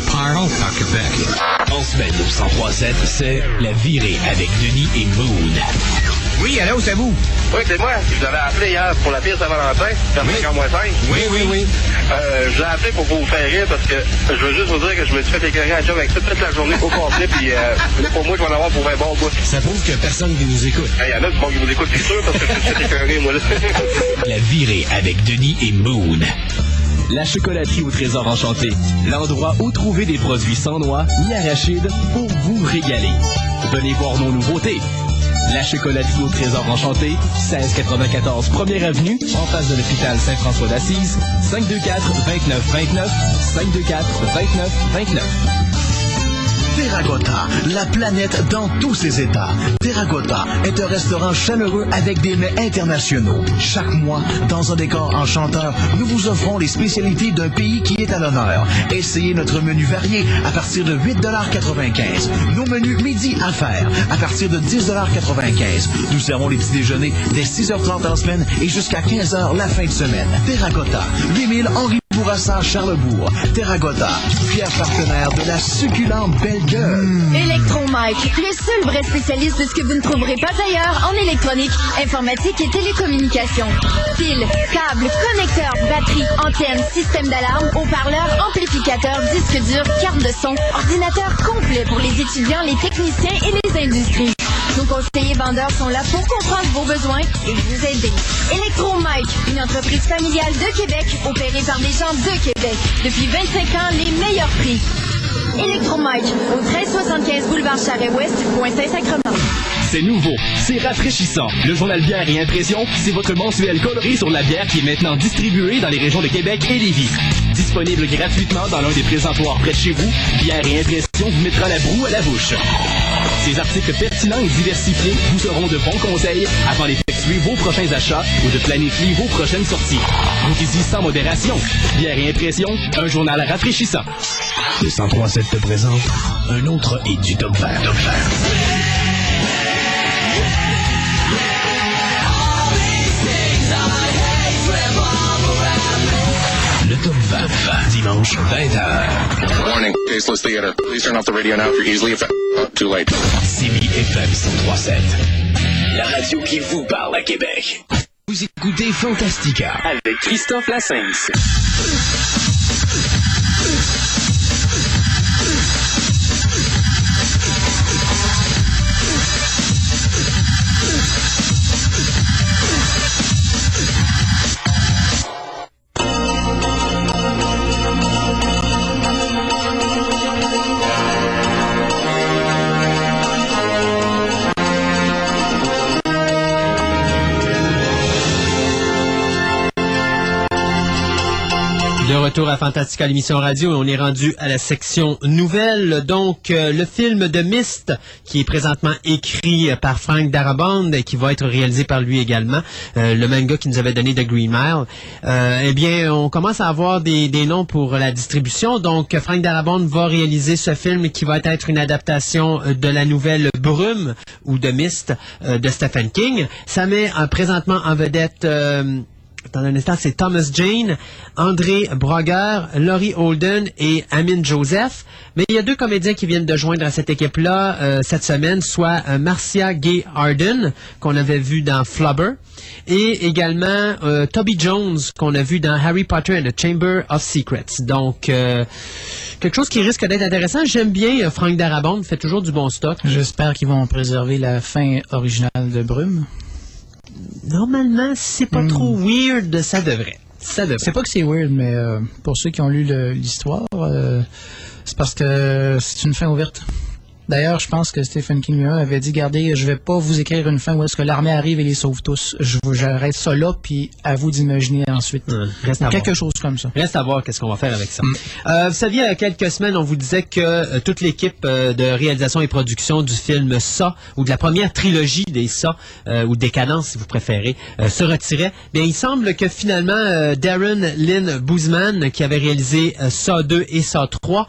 Parle à Québec. En semaine au 103.7, c'est La Virée avec Denis et Moon. Oui, allô, c'est vous? Oui, c'est moi. Je l'avais appelé hier pour la pire Saint-Valentin, vers 5h-5. Oui. Je l'ai appelé pour vous faire rire parce que je veux juste vous dire que je me suis fait éclairer à job avec ça toute la journée au complet, puis pour moi, je vais en avoir pour un bon bout. Ça prouve que personne qui nous écoute. Il y en a du monde qui vous écoute, c'est sûr, parce que je me suis fait éclairer, moi, là. La Virée avec Denis et Moon. La chocolaterie au Trésor Enchanté. L'endroit où trouver des produits sans noix ni arachides pour vous régaler. Venez voir nos nouveautés. La chocolaterie au Trésor Enchanté, 1694 1er Avenue, en face de l'hôpital Saint-François d'Assise, 524-2929, 524-2929. Terragotta, la planète dans tous ses états. Terragotta est un restaurant chaleureux avec des mets internationaux. Chaque mois, dans un décor enchanteur, nous vous offrons les spécialités d'un pays qui est à l'honneur. Essayez notre menu varié à partir de 8,95 $. Nos menus midi affaires à partir de 10,95 $. Nous servons les petits déjeuners dès 6h30 en semaine et jusqu'à 15h la fin de semaine. Terragotta, 8000 Henri Bourassa, Charlebourg. Terragotta, fier partenaire de la succulente Belle Gueule. Electromike, le seul vrai spécialiste de ce que vous ne trouverez pas ailleurs en électronique, informatique et télécommunications. Fils, câbles, connecteurs, batteries, antennes, système d'alarme, haut-parleurs, amplificateurs, disques durs, carte de son, ordinateur complet pour les étudiants, les techniciens et les industries. Nos conseillers vendeurs sont là pour comprendre vos besoins et vous aider. Electromike, une entreprise familiale de Québec, opérée par des gens de Québec. Depuis 25 ans, les meilleurs prix. Electromike, au 1375 boulevard Charest-Ouest, Point Saint-Sacrement. C'est nouveau, c'est rafraîchissant. Le journal Bière et Impression, c'est votre mensuel coloré sur la bière qui est maintenant distribué dans les régions de Québec et Lévis. Disponible gratuitement dans l'un des présentoirs près de chez vous, Bière et Impression vous mettra la broue à la bouche. Ces articles pertinents et diversifiés vous seront de bons conseils avant d'effectuer vos prochains achats ou de planifier vos prochaines sorties. Bouquez-y sans modération. Bière et Impression, un journal rafraîchissant. Le 103.7 te présente un autre hit du Top 20. Le Top 20, dimanche 20h. Warning, tasteless theater. Please turn off the radio now if you're easily offended. Too late. CIVI-FM 103.7. La radio qui vous parle à Québec. Vous écoutez Fantastica avec Christophe Lassens. De retour à Fantastica, l'émission radio, et on est rendu à la section nouvelles. Donc, le film de Myst, qui est présentement écrit par Frank Darabont et qui va être réalisé par lui également, le même gars qui nous avait donné The Green Mile. Eh bien, on commence à avoir des noms pour la distribution. Donc, Frank Darabont va réaliser ce film qui va être une adaptation de la nouvelle Brume ou de Myst de Stephen King. Ça met présentement en vedette... dans un instant, c'est Thomas Jane, André Broger, Laurie Holden et Amin Joseph. Mais il y a deux comédiens qui viennent de joindre à cette équipe-là cette semaine, soit Marcia Gay Harden, qu'on avait vu dans Flubber, et également Toby Jones, qu'on a vu dans Harry Potter and the Chamber of Secrets. Donc, quelque chose qui risque d'être intéressant. J'aime bien Frank Darabont, fait toujours du bon stock. J'espère qu'ils vont préserver la fin originale de Brume. Normalement, c'est pas trop weird, ça devrait. C'est pas que c'est weird, mais pour ceux qui ont lu l'histoire, c'est parce que c'est une fin ouverte. D'ailleurs, je pense que Stephen King avait dit, regardez, je vais pas vous écrire une fin où est-ce que l'armée arrive et les sauve tous. J'arrête ça là, puis à vous d'imaginer ensuite. Quelque chose comme ça. Reste à voir qu'est-ce qu'on va faire avec ça. Vous saviez, il y a quelques semaines, on vous disait que toute l'équipe de réalisation et production du film Ça, ou de la première trilogie des Ça, ou Décadence, si vous préférez, se retirait. Bien, il semble que finalement, Darren Lynn Bousman, qui avait réalisé Ça 2 et Ça 3,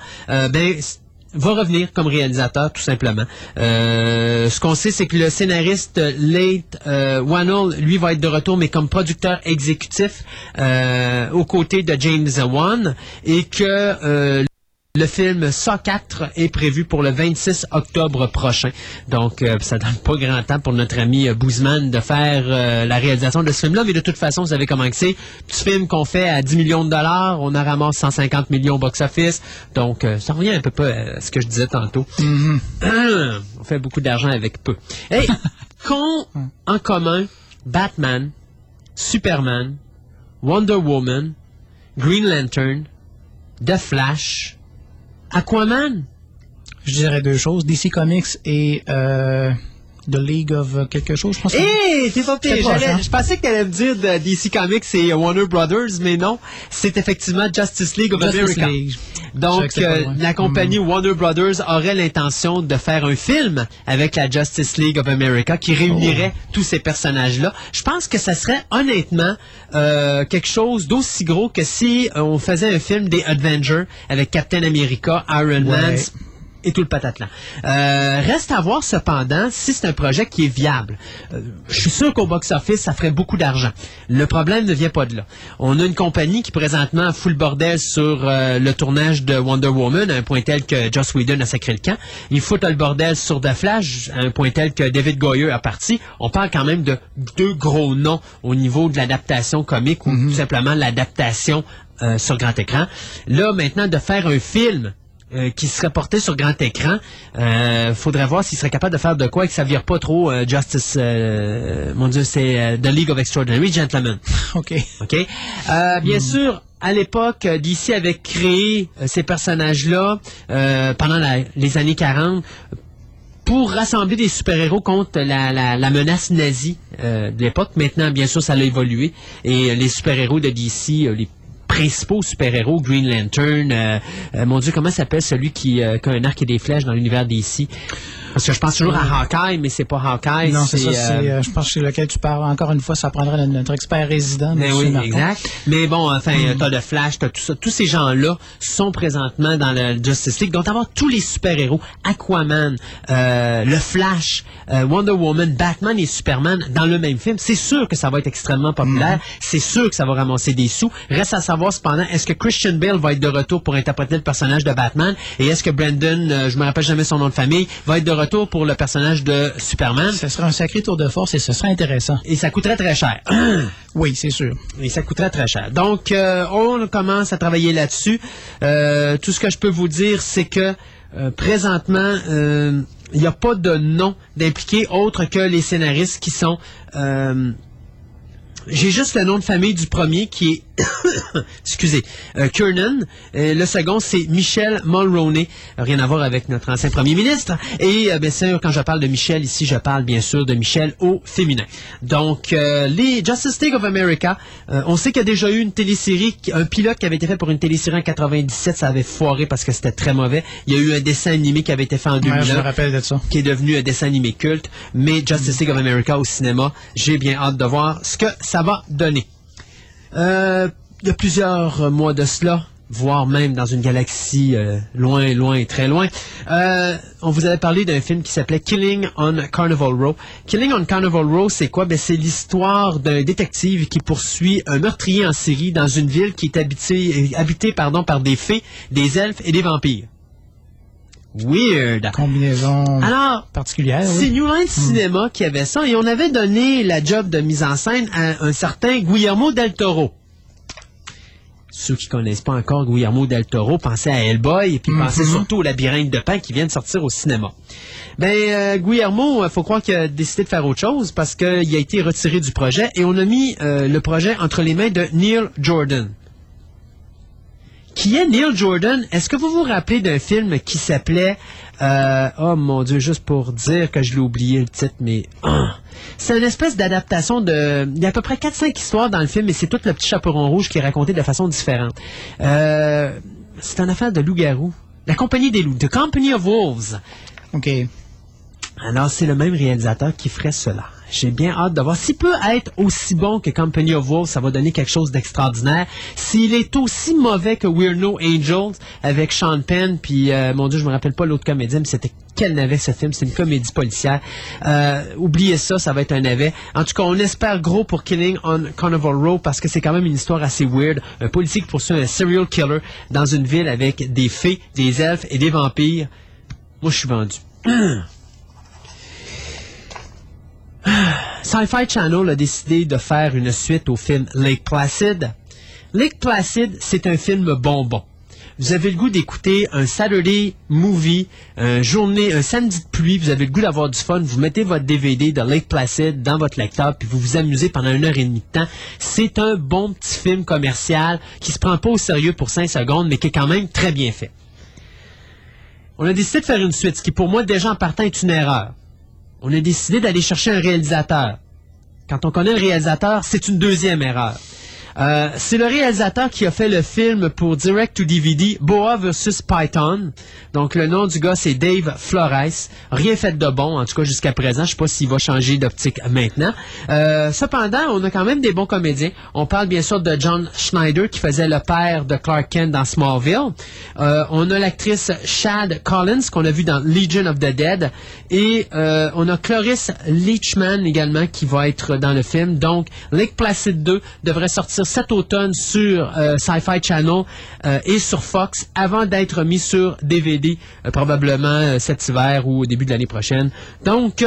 va revenir comme réalisateur, tout simplement. Ce qu'on sait, c'est que le scénariste Leighton Whannell, lui, va être de retour, mais comme producteur exécutif aux côtés de James Wan, et que Le film Saw 4 est prévu pour le 26 octobre prochain. Donc, ça donne pas grand temps pour notre ami Boozman de faire la réalisation de ce film-là. Mais de toute façon, vous savez comment c'est. Petit film qu'on fait à 10 millions de dollars. On en ramasse 150 millions au box-office. Donc, ça revient un peu à ce que je disais tantôt. On fait beaucoup d'argent avec peu. Hey, qu'ont en commun Batman, Superman, Wonder Woman, Green Lantern, The Flash, Aquaman? Je dirais deux choses. DC Comics et The League of quelque chose, je pense. T'es pas pire. Je pensais que tu allais me dire de DC Comics et Warner Brothers, mais non. C'est effectivement Justice League of America. Donc, la compagnie Warner Brothers aurait l'intention de faire un film avec la Justice League of America qui réunirait tous ces personnages-là. Je pense que ça serait honnêtement quelque chose d'aussi gros que si on faisait un film des Avengers avec Captain America, Iron Man et tout le patatlan. Reste à voir cependant si c'est un projet qui est viable. Je suis sûr qu'au box-office, ça ferait beaucoup d'argent. Le problème ne vient pas de là. On a une compagnie qui présentement fout le bordel sur le tournage de Wonder Woman, à un point tel que Joss Whedon a sacré le camp. Ils foutent le bordel sur The Flash, à un point tel que David Goyer a parti. On parle quand même de deux gros noms au niveau de l'adaptation comique ou tout simplement l'adaptation sur grand écran. Là, maintenant, de faire un film qui serait porté sur grand écran, faudrait voir s'il serait capable de faire de quoi et que ça vire pas trop Justice, mon Dieu, c'est The League of Extraordinary Gentlemen. OK. Bien sûr, à l'époque, DC avait créé ces personnages-là pendant les années 40 pour rassembler des super-héros contre la menace nazie de l'époque. Maintenant, bien sûr, ça a évolué et les super-héros de DC, les principaux super-héros, Green Lantern, mon Dieu, comment s'appelle celui qui a un arc et des flèches dans l'univers d'ici? Parce que je pense toujours à Hawkeye, mais c'est pas Hawkeye. Non, c'est ça. Je pense que c'est lequel tu parles. Encore une fois, ça prendrait notre expert résident. Mais oui, exact. Mais bon, enfin, t'as The Flash, t'as tout ça. Tous ces gens-là sont présentement dans la Justice League. Donc, avoir tous les super-héros, Aquaman, le Flash, Wonder Woman, Batman et Superman dans le même film, c'est sûr que ça va être extrêmement populaire. C'est sûr que ça va ramasser des sous. Reste à savoir cependant, est-ce que Christian Bale va être de retour pour interpréter le personnage de Batman? Et est-ce que Brandon, je me rappelle jamais son nom de famille, va être de retour pour le personnage de Superman? Ce serait un sacré tour de force et ce serait intéressant. Et ça coûterait très cher. Oui, c'est sûr. Et ça coûterait très cher. Donc, on commence à travailler là-dessus. Tout ce que je peux vous dire, c'est que présentement, il n'y a pas de nom d'impliqué autre que les scénaristes qui sont... j'ai juste le nom de famille du premier qui est excusez, Kiernan. Le second, c'est Michel Mulroney. Rien à voir avec notre ancien premier ministre. Et bien sûr, quand je parle de Michel ici, je parle bien sûr de Michel au féminin. Donc, les Justice League of America, on sait qu'il y a déjà eu une télésérie, un pilote qui avait été fait pour une télésérie en 97, ça avait foiré parce que c'était très mauvais. Il y a eu un dessin animé qui avait été fait en 2001. Je me rappelle de ça. Qui est devenu un dessin animé culte. Mais Justice League of America au cinéma, j'ai bien hâte de voir ce que ça va donner. Il y a plusieurs mois de cela, voire même dans une galaxie loin, loin, très loin, on vous avait parlé d'un film qui s'appelait Killing on Carnival Row. Killing on Carnival Row, c'est quoi? Ben, c'est l'histoire d'un détective qui poursuit un meurtrier en série dans une ville qui est habitée par des fées, des elfes et des vampires. Weird. Combinaison particulière. C'est New Line Cinema qui avait ça et on avait donné la job de mise en scène à un certain Guillermo del Toro. Ceux qui connaissent pas encore Guillermo del Toro, pensez à Hellboy et puis pensez surtout au Labyrinthe de Pan qui vient de sortir au cinéma. Guillermo, faut croire qu'il a décidé de faire autre chose parce qu'il a été retiré du projet et on a mis le projet entre les mains de Neil Jordan. Qui est Neil Jordan? Est-ce que vous vous rappelez d'un film qui s'appelait... oh mon Dieu, juste pour dire que je l'ai oublié le titre, mais... c'est une espèce d'adaptation de... Il y a à peu près 4-5 histoires dans le film, et c'est tout le petit chaperon rouge qui est raconté de façon différente. C'est une affaire de loup-garou. La compagnie des loups. The Company of Wolves. OK. Alors, c'est le même réalisateur qui ferait cela. J'ai bien hâte de voir. S'il peut être aussi bon que Company of Wolves, ça va donner quelque chose d'extraordinaire. S'il est aussi mauvais que We're No Angels avec Sean Penn, puis mon Dieu, je me rappelle pas l'autre comédien, mais c'était quel navet ce film? C'est une comédie policière. Oubliez ça, ça va être un navet. En tout cas, on espère gros pour Killing on Carnival Row parce que c'est quand même une histoire assez weird. Un policier qui poursuit un serial killer dans une ville avec des fées, des elfes et des vampires. Moi, je suis vendu. Sci-Fi Channel a décidé de faire une suite au film Lake Placid. Lake Placid, c'est un film bonbon. Vous avez le goût d'écouter un Saturday movie, un samedi de pluie, vous avez le goût d'avoir du fun, vous mettez votre DVD de Lake Placid dans votre lecteur, puis vous vous amusez pendant 1h30 de temps. C'est un bon petit film commercial qui se prend pas au sérieux pour 5 secondes, mais qui est quand même très bien fait. On a décidé de faire une suite, ce qui pour moi déjà en partant est une erreur. On a décidé d'aller chercher un réalisateur. Quand on connaît le réalisateur, c'est une deuxième erreur. C'est le réalisateur qui a fait le film pour Direct to DVD Boa vs Python. Donc le nom du gars c'est Dave Flores. Rien fait de bon, en tout cas jusqu'à présent. Je sais pas s'il va changer d'optique maintenant. Cependant, on a quand même des bons comédiens. On parle bien sûr de John Schneider qui faisait le père de Clark Kent dans Smallville. On a l'actrice Shad Collins qu'on a vu dans Legion of the Dead. Et on a Cloris Leachman également qui va être dans le film. Donc Lake Placid 2 devrait sortir cet automne sur Sci-Fi Channel et sur Fox avant d'être mis sur DVD probablement cet hiver ou au début de l'année prochaine. Donc,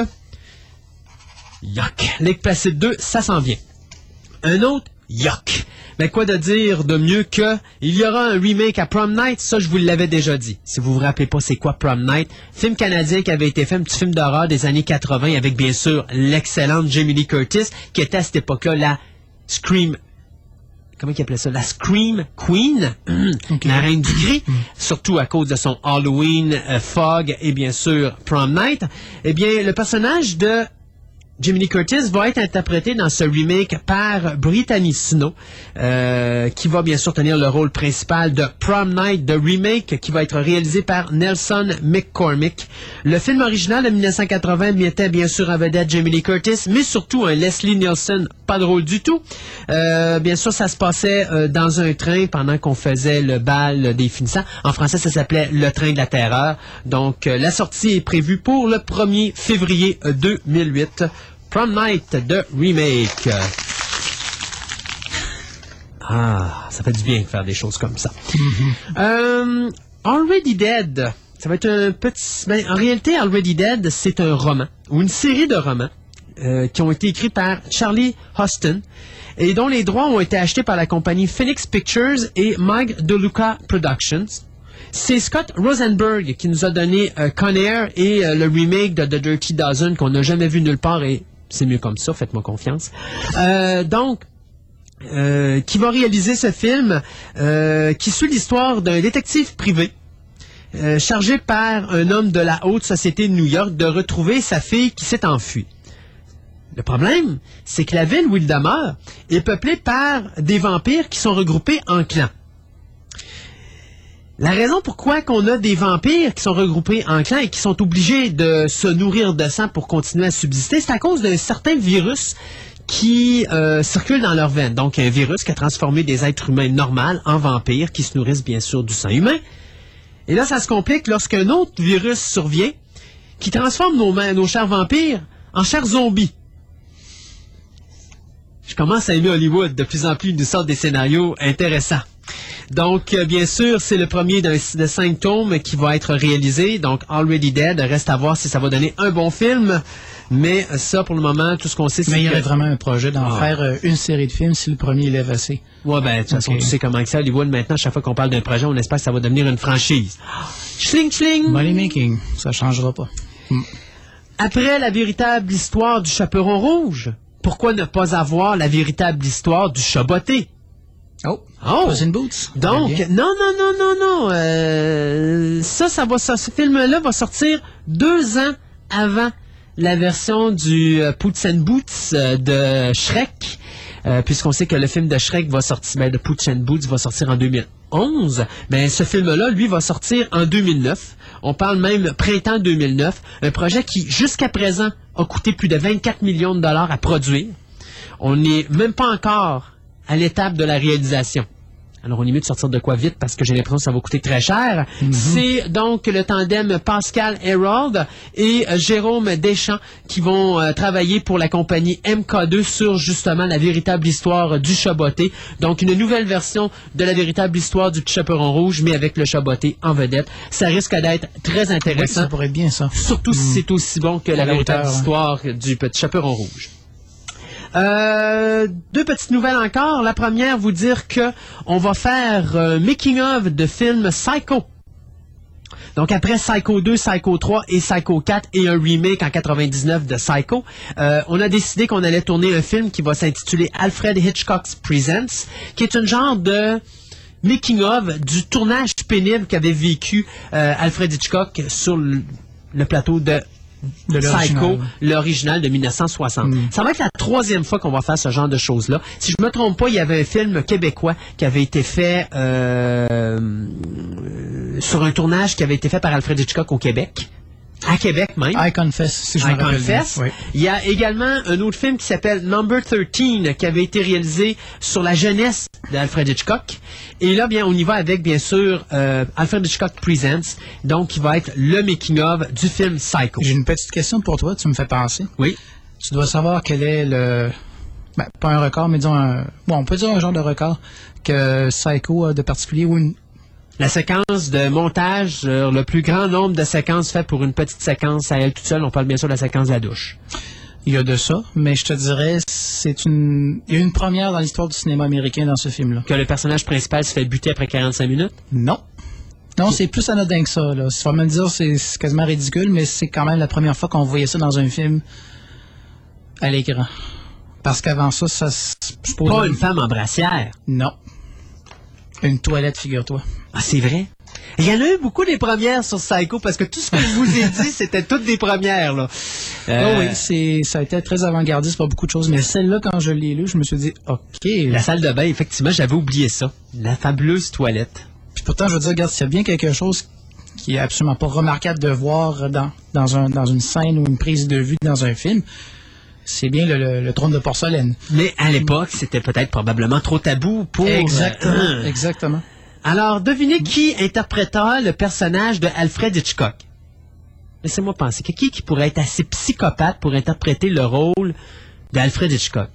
yuck. Lake Placid 2, ça s'en vient. Un autre, yuck. Mais quoi de dire de mieux que il y aura un remake à Prom Night, ça je vous l'avais déjà dit. Si vous vous rappelez pas c'est quoi Prom Night, film canadien qui avait été fait, un petit film d'horreur des années 80 avec bien sûr l'excellente Jamie Lee Curtis qui était à cette époque-là la Scream. Comment il appelait ça? La Scream Queen, okay. La reine du cri, surtout à cause de son Halloween, Fog et bien sûr Prom Night. Eh bien, le personnage de Jamie Lee Curtis va être interprété dans ce remake par Brittany Snow, qui va bien sûr tenir le rôle principal de Prom Night, de remake qui va être réalisé par Nelson McCormick. Le film original de 1980 mettait bien sûr en vedette Jamie Lee Curtis, mais surtout un Leslie Nielsen, pas drôle du tout. Bien sûr, ça se passait dans un train pendant qu'on faisait le bal des finissants. En français, ça s'appelait Le Train de la Terreur. Donc, la sortie est prévue pour le 1er février 2008. Prom Night de remake. Ah, ça fait du bien de faire des choses comme ça. Already Dead. Ça va être un petit... Ben, en réalité, Already Dead, c'est un roman, ou une série de romans qui ont été écrits par Charlie Hostin et dont les droits ont été achetés par la compagnie Phoenix Pictures et Mike DeLuca Productions. C'est Scott Rosenberg qui nous a donné Con Air et le remake de The Dirty Dozen qu'on n'a jamais vu nulle part et c'est mieux comme ça, faites-moi confiance. Qui va réaliser ce film qui suit l'histoire d'un détective privé chargé par un homme de la haute société de New York de retrouver sa fille qui s'est enfuie. Le problème, c'est que la ville où il demeure est peuplée par des vampires qui sont regroupés en clans. La raison pourquoi qu'on a des vampires qui sont regroupés en clans et qui sont obligés de se nourrir de sang pour continuer à subsister, c'est à cause d'un certain virus qui circule dans leurs veines. Donc, un virus qui a transformé des êtres humains normaux en vampires qui se nourrissent bien sûr du sang humain. Et là, ça se complique lorsqu'un autre virus survient qui transforme nos chers vampires en chers zombies. Je commence à aimer Hollywood. De plus en plus, ils nous sortent des scénarios intéressants. Donc, bien sûr, c'est le premier de 5 tomes qui va être réalisé. Donc, Already Dead, reste à voir si ça va donner un bon film. Mais ça, pour le moment, tout ce qu'on sait, c'est Mais il y aurait vraiment un projet d'en faire une série de films si le premier lève assez. Ouais, ben, de toute façon, tu sais comment que c'est. Hollywood, maintenant, chaque fois qu'on parle d'un projet, on espère que ça va devenir une franchise. Schling, schling! Money making, ça changera pas. Après la véritable histoire du chaperon rouge, pourquoi ne pas avoir la véritable histoire du chat botté? Oh! Puss in Boots. Donc, non. Ce film-là va sortir 2 ans avant la version du Puss in Boots de Shrek, puisqu'on sait que le film de Shrek va sortir, de Puss in Boots va sortir en 2011. Ben, ce film-là, lui, va sortir en 2009. On parle même printemps 2009. Un projet qui, jusqu'à présent, a coûté plus de 24 millions de dollars à produire. On n'est même pas encore à l'étape de la réalisation. Alors, on est mieux de sortir de quoi vite parce que j'ai l'impression que ça va coûter très cher. C'est donc le tandem Pascal Hérold et Jérôme Deschamps qui vont travailler pour la compagnie MK2 sur justement la véritable histoire du Chat Botté. Donc, une nouvelle version de la véritable histoire du Petit Chaperon Rouge, mais avec le Chat Botté en vedette. Ça risque d'être très intéressant. Oui, ça pourrait être bien, ça. Surtout si c'est aussi bon que la véritable histoire du Petit Chaperon Rouge. Deux petites nouvelles encore. La première, vous dire que on va faire making of de film Psycho. Donc après Psycho 2, Psycho 3 et Psycho 4 et un remake en 99 de Psycho, on a décidé qu'on allait tourner un film qui va s'intituler Alfred Hitchcock's Presents, qui est une genre de making of du tournage pénible qu'avait vécu Alfred Hitchcock sur le plateau de Psycho, l'original de 1960. Ça va être la 3e fois qu'on va faire ce genre de choses-là. Si je me trompe pas, il y avait un film québécois qui avait été fait sur un tournage qui avait été fait par Alfred Hitchcock au Québec. À Québec même. I Confess, si je me rappelle bien. Oui. Il y a également un autre film qui s'appelle Number 13 qui avait été réalisé sur la jeunesse d'Alfred Hitchcock. Et là, bien, on y va avec, bien sûr, Alfred Hitchcock Presents, donc qui va être le making-of du film Psycho. J'ai une petite question pour toi, tu me fais penser. Oui. Tu dois savoir quel est le... Ben, pas un record, mais disons un... Bon, on peut dire un genre de record que Psycho a de particulier ou une... La séquence de montage, le plus grand nombre de séquences faites pour une petite séquence à elle toute seule, on parle bien sûr de la séquence de la douche. Il y a de ça, mais je te dirais, il y a une première dans l'histoire du cinéma américain dans ce film-là. Que le personnage principal se fait buter après 45 minutes? Non. Non, c'est plus anodin que ça, là. Tu vas me dire, c'est quasiment ridicule, mais c'est quand même la première fois qu'on voyait ça dans un film à l'écran. Parce qu'avant ça, je pose... Pas une femme en brassière? Non. Une toilette, figure-toi. Ah, c'est vrai? Il y en a eu beaucoup des premières sur Psycho, parce que tout ce que je vous ai dit, c'était toutes des premières, là. Oh oui, ça a été très avant-gardiste pour beaucoup de choses, mais celle-là, quand je l'ai lue, je me suis dit, OK. La salle de bain, effectivement, j'avais oublié ça. La fabuleuse toilette. Puis pourtant, je veux dire, regarde, s'il y a bien quelque chose qui est absolument pas remarquable de voir dans une scène ou une prise de vue dans un film, c'est bien le trône de porcelaine. Mais à l'époque, c'était peut-être probablement trop tabou pour... Exactement, exactement. Alors, devinez qui interprétera le personnage de Alfred Hitchcock. Laissez-moi penser. Qui pourrait être assez psychopathe pour interpréter le rôle d'Alfred Hitchcock?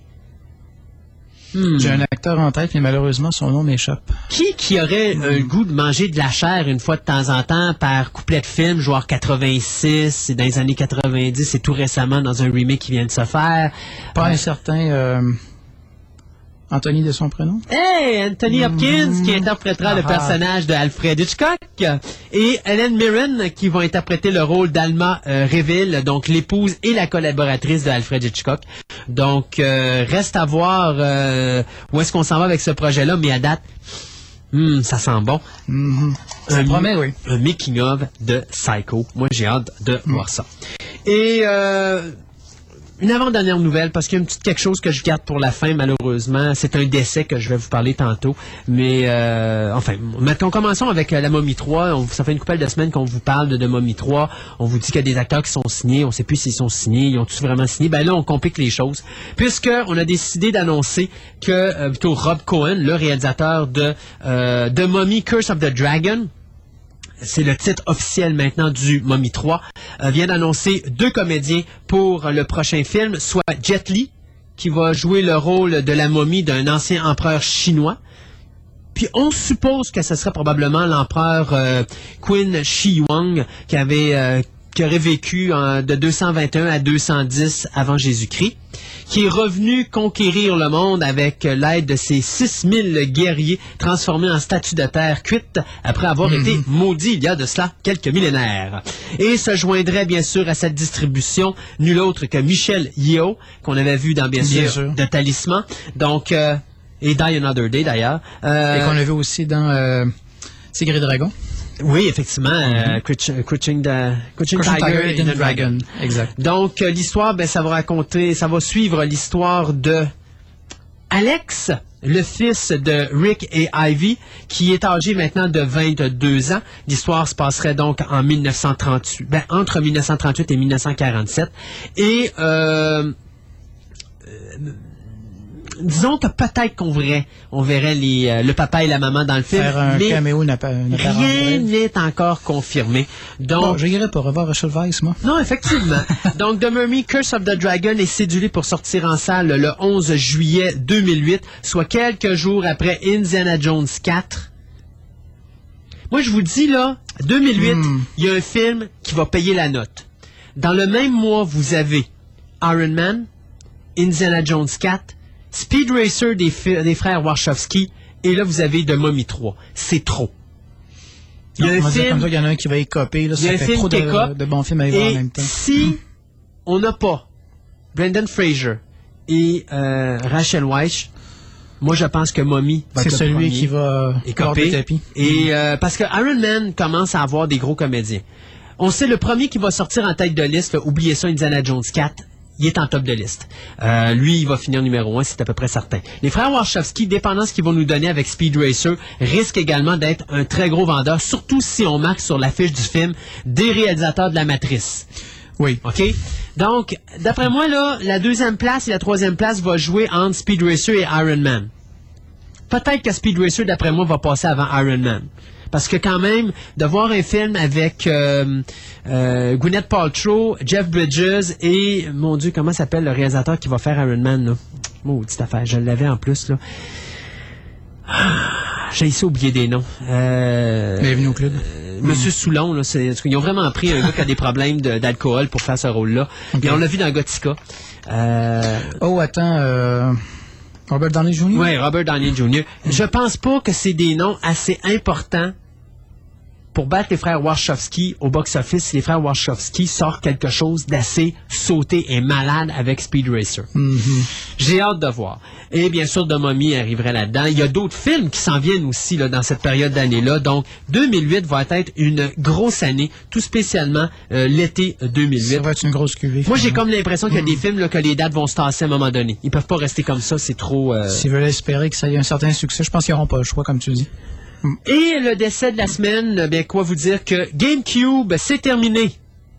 J'ai un acteur en tête, mais malheureusement, son nom m'échappe. Qui aurait le goût de manger de la chair une fois de temps en temps par couplet de film, genre 86, dans les années 90 et tout récemment dans un remake qui vient de se faire? Pas un certain... Anthony de son prénom? Hey, Anthony Hopkins qui interprétera le personnage de Alfred Hitchcock et Helen Mirren qui va interpréter le rôle d'Alma Reville, donc l'épouse et la collaboratrice de Alfred Hitchcock. Donc, reste à voir où est-ce qu'on s'en va avec ce projet-là, mais à date, ça sent bon. Ça promet, oui. Un making-of de Psycho. Moi, j'ai hâte de voir ça. Et... une avant-dernière nouvelle, parce qu'il y a quelque chose que je garde pour la fin, malheureusement. C'est un décès que je vais vous parler tantôt. Mais, commençons avec La Momie 3. Ça fait une couple de semaines qu'on vous parle de Momie 3. On vous dit qu'il y a des acteurs qui sont signés. On ne sait plus s'ils sont signés. Ils ont-ils vraiment signé? Ben là, on complique les choses. Puisqu'on a décidé d'annoncer que, plutôt Rob Cohen, le réalisateur de Mummy Curse of the Dragon, c'est le titre officiel maintenant du Mommy 3, vient d'annoncer 2 comédiens pour le prochain film, soit Jet Li, qui va jouer le rôle de la momie d'un ancien empereur chinois. Puis on suppose que ce serait probablement l'empereur Qin Shi Huang qui aurait vécu de 221 à 210 avant Jésus-Christ, qui est revenu conquérir le monde avec l'aide de ses 6000 guerriers transformés en statues de terre cuites après avoir été maudits il y a de cela quelques millénaires. Et se joindrait bien sûr à cette distribution nul autre que Michelle Yeoh, qu'on avait vu dans bien sûr de Talisman, donc et Die Another Day d'ailleurs. Et qu'on a vu aussi dans Tigre et Dragon. Oui, effectivement, Crouching Tiger and the Dragon. Exact. Donc, l'histoire, ça va suivre l'histoire de Alex le fils de Rick et Ivy, qui est âgé maintenant de 22 ans. L'histoire se passerait donc en 1938, entre 1938 et 1947. Et disons que peut-être qu'on verrait le papa et la maman dans le film. Faire un caméo rien n'est encore confirmé. Donc, bon, je n'irai pas revoir Rachel Weisz, moi. Non, effectivement. Donc, The Mummy, Curse of the Dragon est cédulé pour sortir en salle le 11 juillet 2008, soit quelques jours après Indiana Jones 4. Moi, je vous dis, là, 2008, il y a un film qui va payer la note. Dans le même mois, vous avez Iron Man, Indiana Jones 4, Speed Racer des frères Wachowski, et là, vous avez The Mummy 3. C'est trop. Il y a un film... Il y en a un qui va écoper. Là, ça fait trop de bons films à y voir en même temps. Si on n'a pas Brendan Fraser et Rachel Weisz, moi, je pense que Mummy va être c'est celui qui va écoper. Le tapis. Et parce que Iron Man commence à avoir des gros comédiens. On sait le premier qui va sortir en tête de liste, là, oubliez ça, Indiana Jones 4. Il est en top de liste. Lui, il va finir numéro 1, c'est à peu près certain. Les frères Wachowski, dépendant de ce qu'ils vont nous donner avec Speed Racer, risquent également d'être un très gros vendeur, surtout si on marque sur l'affiche du film des réalisateurs de La Matrice. Oui. OK? Donc, d'après moi, là, la deuxième place et la troisième place va jouer entre Speed Racer et Iron Man. Peut-être que Speed Racer, d'après moi, va passer avant Iron Man. Parce que quand même, de voir un film avec Gwyneth Paltrow, Jeff Bridges et, mon Dieu, comment s'appelle le réalisateur qui va faire Iron Man, là? Maudite affaire, je l'avais en plus, là. J'ai ici oublié des noms. Bienvenue au club. Monsieur Soulon, là, ils ont vraiment pris un gars qui a des problèmes d'alcool pour faire ce rôle-là. Okay. Et on l'a vu dans Gothica. Oh, attends... Robert Downey Jr.? Oui, Robert Downey Jr. Je pense pas que c'est des noms assez importants pour battre les frères Wachowski au box-office si les frères Wachowski sortent quelque chose d'assez sauté et malade avec Speed Racer. J'ai hâte de voir. Et bien sûr, The Mummy arriverait là-dedans. Il y a d'autres films qui s'en viennent aussi là, dans cette période d'année-là. Donc, 2008 va être une grosse année, tout spécialement l'été 2008. Ça va être une grosse cuvée. Moi, j'ai comme l'impression qu'il y a des films là, que les dates vont se tasser à un moment donné. Ils peuvent pas rester comme ça, c'est trop... S'ils veulent espérer que ça ait un certain succès, je pense qu'ils n'auront pas le choix, comme tu dis. Et le décès de la semaine, bien quoi vous dire que GameCube, c'est terminé.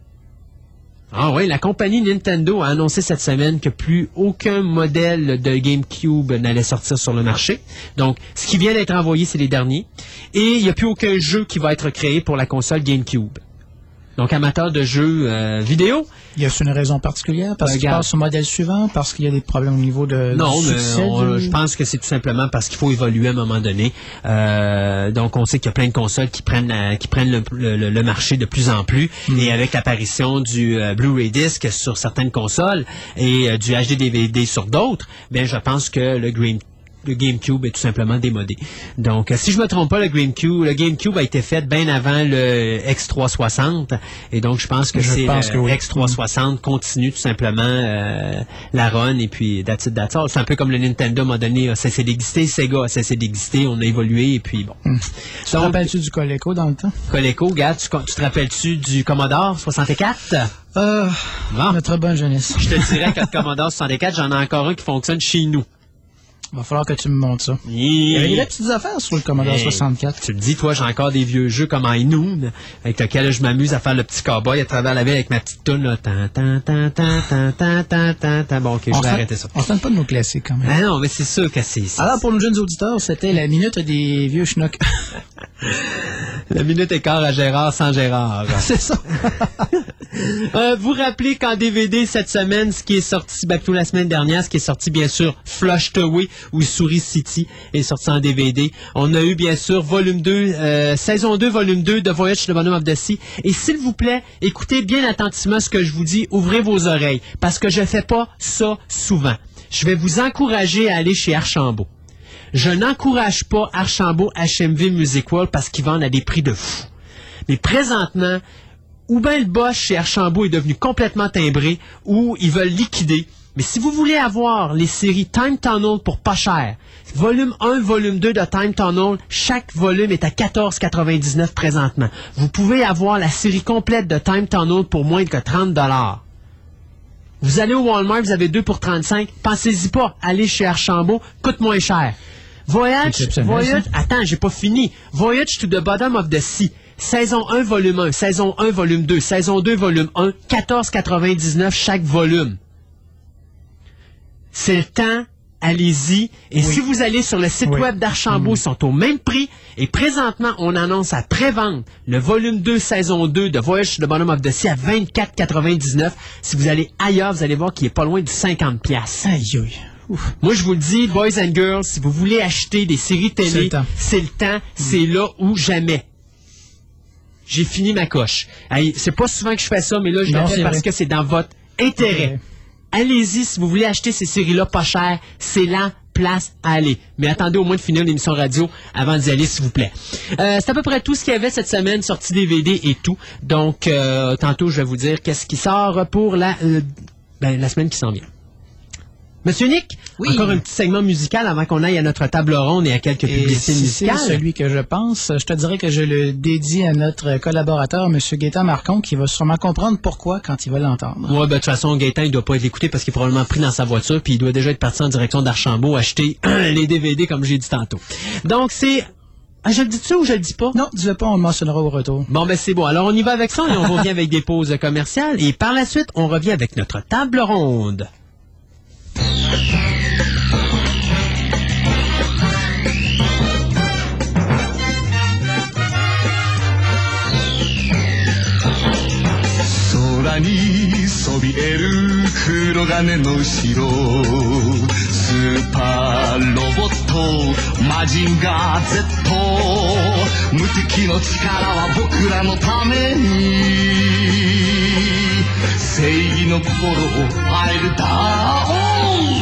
Ah oui, la compagnie Nintendo a annoncé cette semaine que plus aucun modèle de GameCube n'allait sortir sur le marché. Donc, ce qui vient d'être envoyé, c'est les derniers. Et il n'y a plus aucun jeu qui va être créé pour la console GameCube. Donc, amateur de jeux vidéo. Y a-t-il une raison particulière? Parce qu'il passe au modèle suivant? Parce qu'il y a des problèmes au niveau de... Non, mais je pense que c'est tout simplement parce qu'il faut évoluer à un moment donné. Donc, on sait qu'il y a plein de consoles qui prennent le marché de plus en plus. Et avec l'apparition du Blu-ray Disc sur certaines consoles et du HD DVD sur d'autres, bien, je pense que le GameCube est tout simplement démodé. Donc, si je me trompe pas, le GameCube a été fait bien avant le X360. Et donc, je pense que X360 continue tout simplement la run. Et puis, that's it. C'est un peu comme le Nintendo, à un moment donné, a cessé d'exister. Sega a cessé d'exister. On a évolué. Et puis, bon. Tu te rappelles-tu du Coleco dans le temps? Coleco, regarde, tu te rappelles-tu du Commodore 64? Une très bonne jeunesse. Je te dirais que le Commodore 64, j'en ai encore un qui fonctionne chez nous. Il va falloir que tu me montres ça. Il y avait des petites affaires sur le Commodore 64. Tu le dis, toi, j'ai encore des vieux jeux comme High Noon, avec lequel je m'amuse à faire le petit cowboy à travers la ville avec ma petite toune. Bon, ok, je vais arrêter ça. On ne tente pas de nos classiques quand même. Ah non, mais c'est sûr que c'est... Alors, pour nos jeunes auditeurs, c'était la minute des vieux schnocks. La minute écart à Gérard sans Gérard. C'est ça. Vous rappelez qu'en DVD cette semaine, ce qui est sorti, plutôt la semaine dernière, ce qui est sorti bien sûr, Flushed Away ou Souris City est sorti en DVD. On a eu bien sûr volume 2, saison 2, volume 2 de Voyage to the Bottom of the Sea. Et s'il vous plaît, écoutez bien attentivement ce que je vous dis, ouvrez vos oreilles, parce que je fais pas ça souvent. Je vais vous encourager à aller chez Archambault. Je n'encourage pas Archambault HMV Music World parce qu'ils vendent à des prix de fou. Mais présentement, ou bien le boss chez Archambault est devenu complètement timbré, ou ils veulent liquider. Mais si vous voulez avoir les séries Time Tunnel pour pas cher, volume 1, volume 2 de Time Tunnel, chaque volume est à 14,99 présentement. Vous pouvez avoir la série complète de Time Tunnel pour moins que 30 $. Vous allez au Walmart, vous avez 2 pour 35. Pensez-y pas. Allez chez Archambault, coûte moins cher. Voyage, attends, j'ai pas fini. Voyage to the bottom of the sea. Saison 1, volume 1. Saison 1, volume 2. Saison 2, volume 1. 14,99 chaque volume. C'est le temps. Allez-y. Et si vous allez sur le site web d'Archambault, ils sont au même prix. Et présentement, on annonce à pré-vente le volume 2, saison 2 de Voyage to the Bottom of the Sea à 24,99. Si vous allez ailleurs, vous allez voir qu'il est pas loin du 50$. Aïe, aïe. Ouf. Moi, je vous le dis, boys and girls, si vous voulez acheter des séries télé, c'est le temps, c'est là ou jamais. J'ai fini ma coche. C'est pas souvent que je fais ça, mais là, je l'ai fait parce que c'est dans votre intérêt. Allez-y, si vous voulez acheter ces séries-là pas chères, c'est la place à aller. Mais attendez au moins de finir l'émission radio avant d'y aller, s'il vous plaît. C'est à peu près tout ce qu'il y avait cette semaine, sortie DVD et tout. Donc, tantôt, je vais vous dire qu'est-ce qui sort pour la semaine qui s'en vient. Monsieur Nick, encore un petit segment musical avant qu'on aille à notre table ronde et à quelques publicités musicales. C'est celui que je pense. Je te dirais que je le dédie à notre collaborateur, M. Gaétan Marcon, qui va sûrement comprendre pourquoi quand il va l'entendre. Ouais, de toute façon, Gaétan, il doit pas être écouté parce qu'il est probablement pris dans sa voiture, puis il doit déjà être parti en direction d'Archambault acheter les DVD, comme j'ai dit tantôt. Donc, c'est... Ah, je le dis-tu ou je le dis pas? Non, dis-le pas, on le mentionnera au retour. Bon, c'est bon. Alors, on y va avec ça et on revient avec des pauses commerciales. Et par la suite, on revient avec notre table ronde. 空にそびえる黒金の城スーパーロボットマジンガー Z 無敵の力は僕らのために正義の心をパイルダウン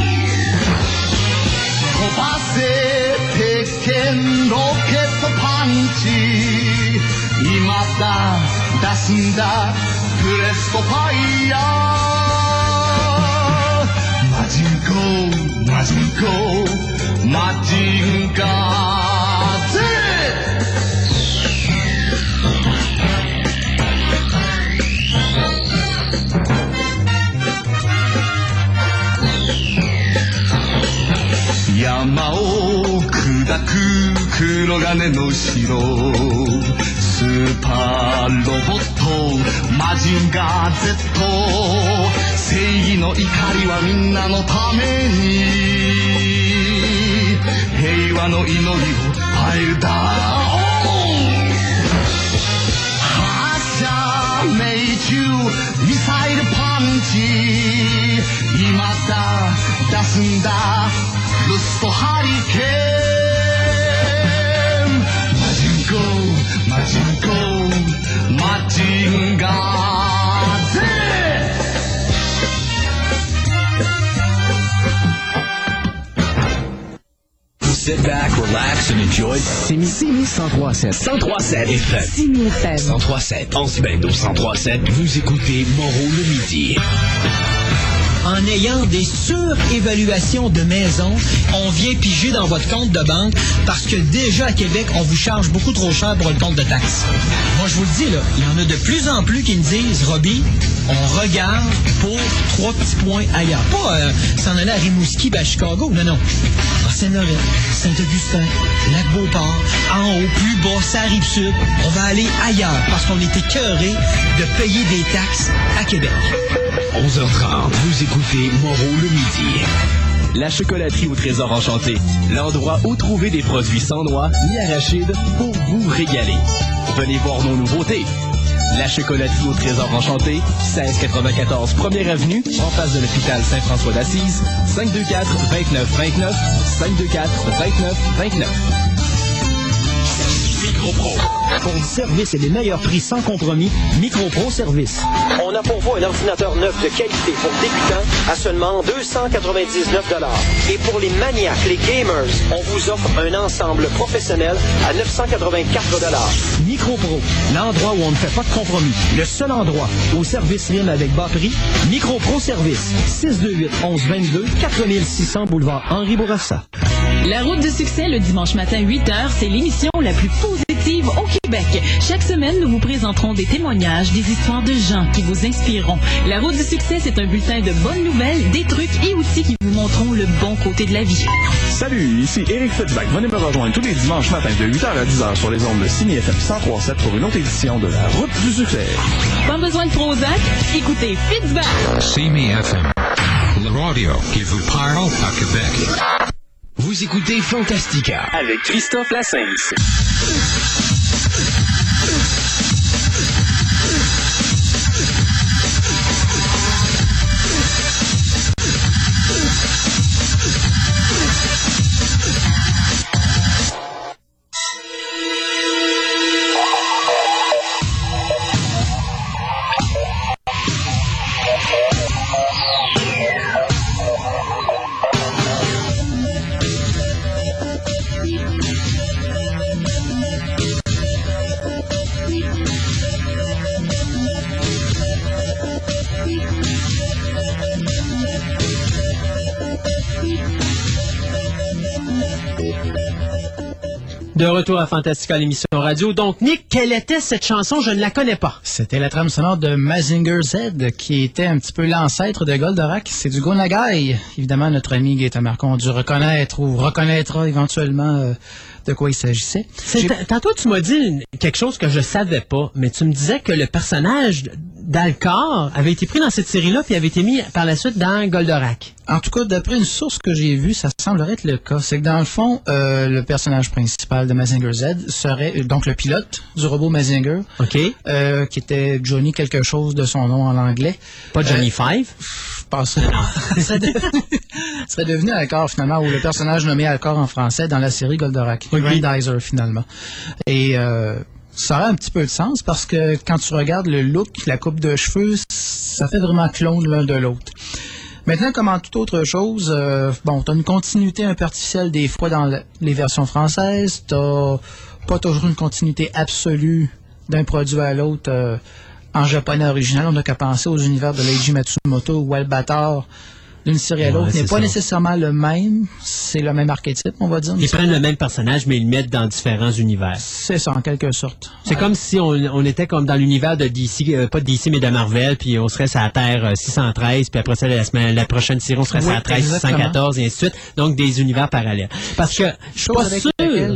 飛ばせ鉄拳ロケットパンチ今だ出すんだプレストファイヤーマジンコマジンコマジンガー Z山を砕く黒金の城スーパーロボットマジンガー Z 正義の怒りはみんなのために平和の祈りをパイルダウン発射命中ミサイルパンチ今だ出すんだルストハリケーンマジンコマジンコマジンガー Z Sit back, relax and enjoy. Simi 103.7 103.7 FM. Simi FM 103.7 Ansbendo 103.7. Vous écoutez Moreau le midi. En ayant des surévaluations de maisons, on vient piger dans votre compte de banque parce que déjà à Québec, on vous charge beaucoup trop cher pour le compte de taxes. Moi, je vous le dis, là, il y en a de plus en plus qui me disent, Robbie, on regarde pour 3 petits points ailleurs. Pas s'en aller à Rimouski et à Chicago, non. À Saint-Laurent, Saint-Augustin, Lac-Beauport, en haut, plus bas, ça arrive sud. On va aller ailleurs parce qu'on est écœuré de payer des taxes à Québec. 11h30, vous écoutez Moreau le midi. La chocolaterie au Trésor Enchanté, l'endroit où trouver des produits sans noix ni arachides pour vous régaler. Venez voir nos nouveautés. La chocolaterie au Trésor Enchanté, 1694 1er Avenue, en face de l'hôpital Saint-François d'Assise, 524-2929, 524-2929. Micropro. Pour du service et des meilleurs prix sans compromis, Micropro Service. On a pour vous un ordinateur neuf de qualité pour débutants à seulement 299 $. Et pour les maniaques, les gamers, on vous offre un ensemble professionnel à 984 $. Micropro, l'endroit où on ne fait pas de compromis. Le seul endroit où service rime avec bas prix, Micropro Service. 628-1122, 4600 boulevard Henri Bourassa. La route du succès, le dimanche matin 8h, c'est l'émission la plus positive trouve au Québec. Chaque semaine, nous vous présenterons des témoignages, des histoires de gens qui vous inspireront. La route du succès, c'est un bulletin de bonnes nouvelles, des trucs et outils qui vous montreront le bon côté de la vie. Salut, ici Éric Fitzbach. Venez me rejoindre tous les dimanches matins de 8h à 10h sur les ondes de CineFM 103.7 pour une autre édition de La route du succès. Pas besoin de Prozac, écoutez Fitzbach. CineFM, la radio qui vous parle à Québec. Vous écoutez Fantastica avec Christophe Lassens. De retour à Fantastica, l'émission radio. Donc, Nick, quelle était cette chanson? Je ne la connais pas. C'était la trame sonore de Mazinger Z, qui était un petit peu l'ancêtre de Goldorak. C'est du Go Nagai. Évidemment, notre ami Gaëtan Marcon a dû reconnaître ou reconnaîtra éventuellement de quoi il s'agissait. Tantôt, tu m'as dit quelque chose que je savais pas, mais tu me disais que le personnage d'Alcor avait été pris dans cette série-là puis avait été mis par la suite dans Goldorak. En tout cas, d'après une source que j'ai vue, ça semblerait être le cas. C'est que dans le fond, le personnage principal de Mazinger Z serait donc le pilote du robot Mazinger, qui était Johnny quelque chose de son nom en anglais. Pas Johnny Five? serait devenu Alcor finalement, ou le personnage nommé Alcor en français dans la série Goldorak. Grandizer finalement. Et ça aurait un petit peu de sens parce que quand tu regardes le look, la coupe de cheveux, ça fait vraiment clone l'un de l'autre. Maintenant, comme en toute autre chose, t'as une continuité un peu artificielle des fois dans les versions françaises. T'as pas toujours une continuité absolue d'un produit à l'autre en japonais original. On n'a qu'à penser aux univers de Leiji Matsumoto ou Albator. D'une série à l'autre n'est pas nécessairement le même. C'est le même archétype, on va dire. Ils prennent le même personnage, mais ils le mettent dans différents univers. C'est ça, en quelque sorte. C'est comme si on était comme dans l'univers de DC, pas de DC, mais de Marvel, puis on serait sur la Terre 613, puis après ça, la prochaine série, on serait sur la Terre 614, et ainsi de suite. Donc, des univers parallèles. Parce que, je suis pas sûr...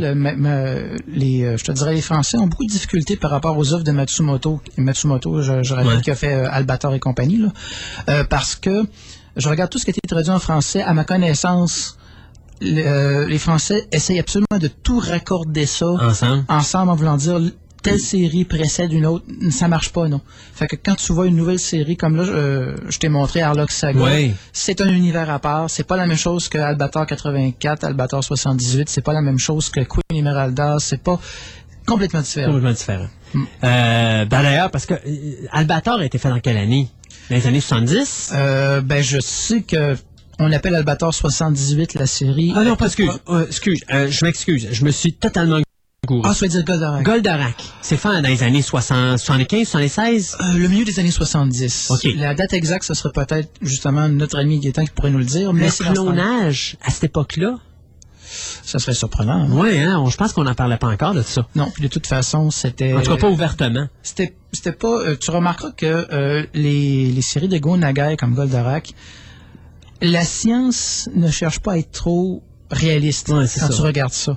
je te dirais, les Français ont beaucoup de difficultés par rapport aux œuvres de Matsumoto. Matsumoto, je rappelle qu'il a fait Albator et compagnie, là. Parce que je regarde tout ce qui a été traduit en français. À ma connaissance, les Français essayent absolument de tout raccorder ça ensemble en voulant dire telle série précède une autre. Ça marche pas, non. Fait que quand tu vois une nouvelle série, comme là, je t'ai montré Harlock Saga, c'est un univers à part. C'est pas la même chose que Albator 84, Albator 78. C'est pas la même chose que Queen Emeralda. C'est pas complètement différent. Complètement différent. D'ailleurs, parce que Albator a été fait dans quelle année? Dans les années 70? Je sais que on appelle Albator 78 la série. Ah non, pas excuse, je m'excuse. Je me suis totalement gouré. Ah, ça veut dire Goldorak. Goldorak. C'est fait dans les années 75, 76? Le milieu des années 70. OK. La date exacte, ce serait peut-être justement notre ami Gaëtan qui pourrait nous le dire. Mais le clonage, à cette époque-là? Ça serait surprenant. Oui, je pense qu'on n'en parlait pas encore de ça. Non, puis de toute façon, c'était... En tout cas, pas ouvertement. C'était pas... tu remarqueras que les séries de Go Nagai comme Goldorak, la science ne cherche pas à être trop réaliste quand tu regardes ça.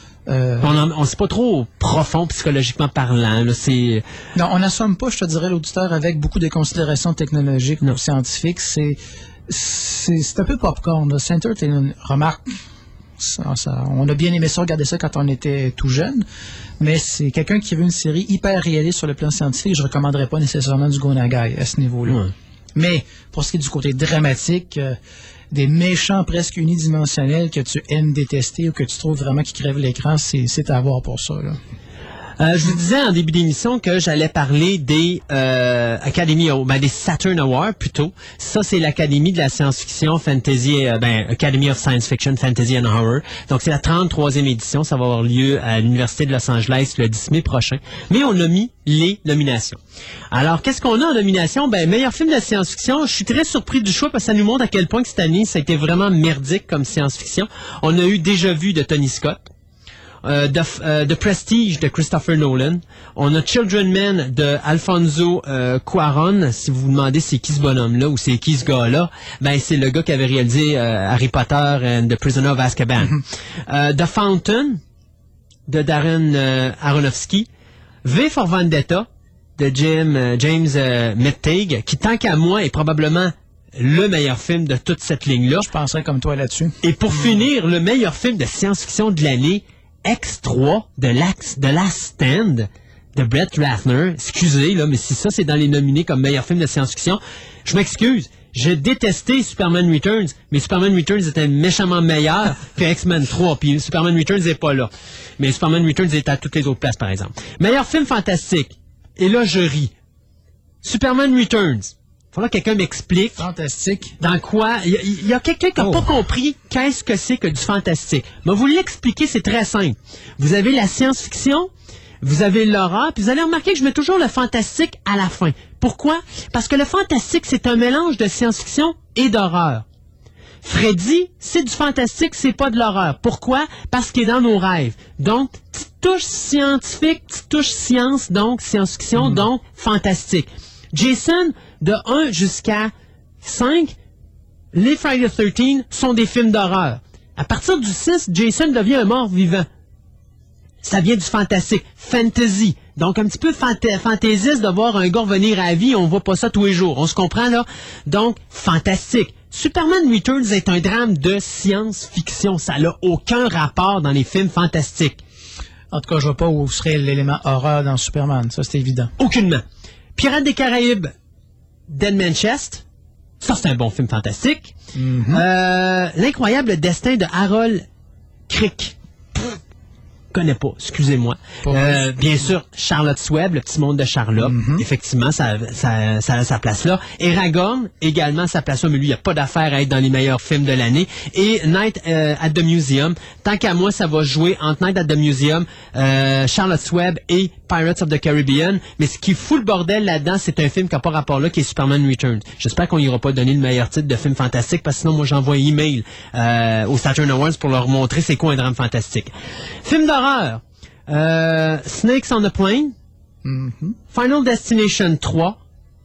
On c'est pas trop profond psychologiquement parlant. Là, non, on n'assomme pas, je te dirais, l'auditeur avec beaucoup de considérations technologiques ou scientifiques. C'est un peu popcorn. C'est entertainment. Remarque, on a bien aimé ça, regarder ça quand on était tout jeune, mais c'est quelqu'un qui veut une série hyper réaliste sur le plan scientifique. Je ne recommanderais pas nécessairement du Go Nagai à ce niveau-là. Ouais. Mais pour ce qui est du côté dramatique, des méchants presque unidimensionnels que tu aimes détester ou que tu trouves vraiment qui crèvent l'écran, c'est à voir pour ça, là. Je vous disais en début d'émission que j'allais parler des des Saturn Awards plutôt. Ça, c'est l'Académie de la science-fiction fantasy, Academy of Science Fiction, Fantasy and Horror. Donc, c'est la 33e édition. Ça va avoir lieu à l'Université de Los Angeles le 10 mai prochain. Mais on a mis les nominations. Alors, qu'est-ce qu'on a en nomination? Meilleur film de science-fiction. Je suis très surpris du choix parce que ça nous montre à quel point que cette année, ça a été vraiment merdique comme science-fiction. On a eu Déjà Vu de Tony Scott. The Prestige de Christopher Nolan. On a Children Men de Alfonso Cuarón. Si vous vous demandez c'est qui ce bonhomme-là ou c'est qui ce gars-là, ben c'est le gars qui avait réalisé Harry Potter and The Prisoner of Azkaban. The Fountain de Darren Aronofsky. V for Vendetta de James Mettig, qui tant qu'à moi est probablement le meilleur film de toute cette ligne-là. Je penserais comme toi là-dessus. Et pour finir, le meilleur film de science-fiction de l'année, X3 de Last Stand de Brett Ratner. Excusez, là, mais si ça, c'est dans les nominés comme meilleur film de science-fiction, je m'excuse. J'ai détesté Superman Returns, mais Superman Returns était méchamment meilleur que X-Men 3, puis Superman Returns n'est pas là. Mais Superman Returns est à toutes les autres places, par exemple. Meilleur film fantastique. Et là, je ris. Superman Returns. Il faudra que quelqu'un m'explique. Fantastique. Dans quoi... Il y a quelqu'un qui n'a pas compris qu'est-ce que c'est que du fantastique. Mais vous l'expliquer, c'est très simple. Vous avez la science-fiction, vous avez l'horreur, puis vous allez remarquer que je mets toujours le fantastique à la fin. Pourquoi? Parce que le fantastique, c'est un mélange de science-fiction et d'horreur. Freddy, c'est du fantastique, c'est pas de l'horreur. Pourquoi? Parce qu'il est dans nos rêves. Donc, petite touche scientifique, petite touche science, donc science-fiction, donc fantastique. Jason, de 1 jusqu'à 5, les Friday the 13 sont des films d'horreur. À partir du 6, Jason devient un mort-vivant. Ça vient du fantastique. Fantasy. Donc, un petit peu fantaisiste de voir un gars revenir à la vie. On voit pas ça tous les jours. On se comprend, là? Donc, fantastique. Superman Returns est un drame de science-fiction. Ça n'a aucun rapport dans les films fantastiques. En tout cas, je vois pas où serait l'élément horreur dans Superman. Ça, c'est évident. Aucunement. Pirates des Caraïbes, Dead Man's Chest. Ça, c'est un bon film fantastique. L'incroyable destin de Harold Crick. Connais pas, excusez-moi. Bien sûr, Charlotte's Web, le petit monde de Charlotte. Effectivement, ça a sa place là. Eragon, également sa place là, mais lui, il n'y a pas d'affaire à être dans les meilleurs films de l'année. Et Night at the Museum. Tant qu'à moi, ça va jouer entre Night at the Museum, Charlotte's Web et Pirates of the Caribbean. Mais ce qui fout le bordel là-dedans, c'est un film qui n'a pas rapport là, qui est Superman Returns. J'espère qu'on n'ira pas donner le meilleur titre de film fantastique, parce que sinon, moi, j'envoie un email aux Saturn Awards pour leur montrer c'est quoi un drame fantastique. Film d'horreur. Snakes on the Plane, Final Destination 3,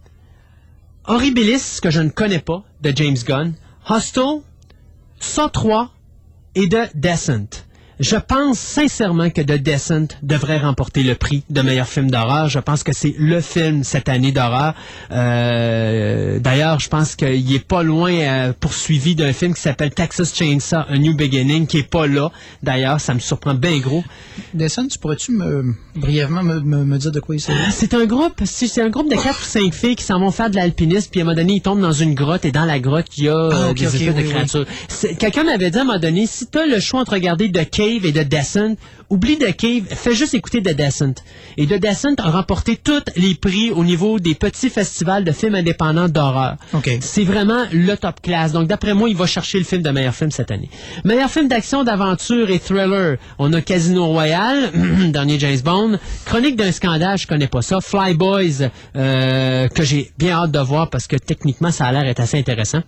Horribilis, que je ne connais pas, de James Gunn, Hostel, Saw 3 et The Descent. Je pense sincèrement que The Descent devrait remporter le prix de meilleur film d'horreur. Je pense que c'est le film cette année d'horreur. D'ailleurs, je pense qu'il est pas loin poursuivi d'un film qui s'appelle Texas Chainsaw, A New Beginning, qui est pas là. D'ailleurs, ça me surprend bien gros. Descent, pourrais-tu brièvement me dire de quoi il s'agit? C'est un groupe de 4 ou 5 filles qui s'en vont faire de l'alpinisme, puis à un moment donné, ils tombent dans une grotte, et dans la grotte, il y a des espèces de créatures. Quelqu'un m'avait dit à un moment donné, si tu as le choix entre regarder The Cave et The Descent, oublie The Cave, fais juste écouter The Descent. Et The Descent a remporté tous les prix au niveau des petits festivals de films indépendants d'horreur. C'est vraiment le top class. Donc, d'après moi, il va chercher le film de meilleur film cette année. Meilleur film d'action, d'aventure et thriller. On a Casino Royale, dernier James Bond. Chronique d'un scandale, je connais pas ça. Fly Boys, que j'ai bien hâte de voir parce que techniquement, ça a l'air être assez intéressant.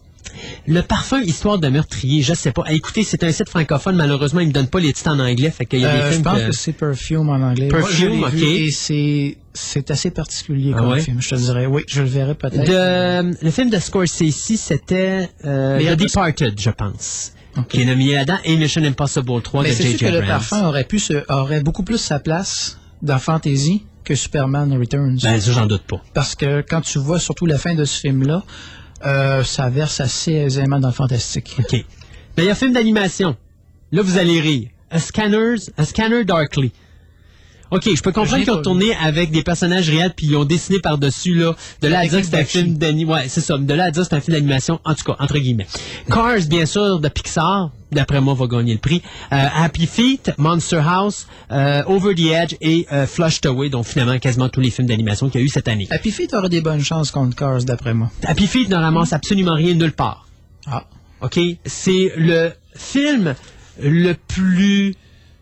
Le parfum Histoire de meurtrier, je sais pas. Écoutez, c'est un site francophone, malheureusement, il me donne pas les titres en anglais, fait qu'il y a des films. Je pense que c'est Perfume en anglais. Perfume, moi, ok. Et c'est assez particulier comme film, je te dirais. Oui, je le verrai peut-être. Le film de Scorsese, c'était The Departed, je pense. Qui est nommé là-dedans, et Mission Impossible 3 de J.J. Abrams. Mais c'est sûr que le parfum aurait beaucoup plus sa place dans Fantasy que Superman Returns. Ben, ça, j'en doute pas. Parce que quand tu vois surtout la fin de ce film-là, ça verse assez aisément dans le fantastique. OK. Meilleur film d'animation. Là, vous allez rire. A Scanner Darkly. OK, je peux comprendre qu'ils ont tourné avec des personnages réels puis ils ont dessiné par-dessus, là. De là à dire que c'est un film d'animation. Ouais, c'est ça. De là à dire que c'est un film d'animation, en tout cas, entre guillemets. Cars, bien sûr, de Pixar. D'après moi, va gagner le prix. Happy Feet, Monster House, Over the Edge et Flushed Away, donc finalement quasiment tous les films d'animation qu'il y a eu cette année. Happy Feet aurait des bonnes chances contre Cars, d'après moi. Happy Feet ne ramasse absolument rien nulle part. Ah. OK? C'est le film le plus...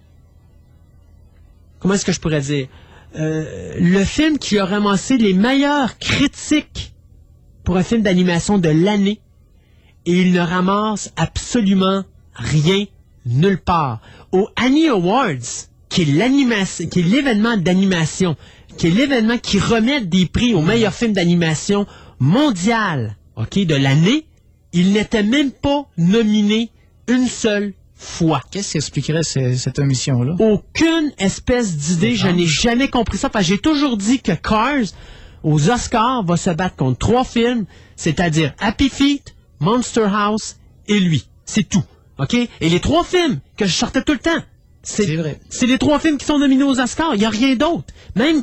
Comment est-ce que je pourrais dire? Le film qui a ramassé les meilleures critiques pour un film d'animation de l'année, et il ne ramasse absolument rien nulle part. Au Annie Awards, qui est l'événement d'animation, qui est l'événement qui remet des prix aux meilleurs films d'animation mondial, OK, de l'année, il n'était même pas nominé une seule fois. Qu'est-ce qui expliquerait cette omission-là? Aucune espèce d'idée. Je n'ai jamais compris ça, parce que j'ai toujours dit que Cars, aux Oscars, va se battre contre 3 films, c'est-à-dire Happy Feet, Monster House et lui. C'est tout. OK? Et les 3 films que je sortais tout le temps, c'est vrai. C'est les 3 films qui sont nominés aux Oscars. Il n'y a rien d'autre. Même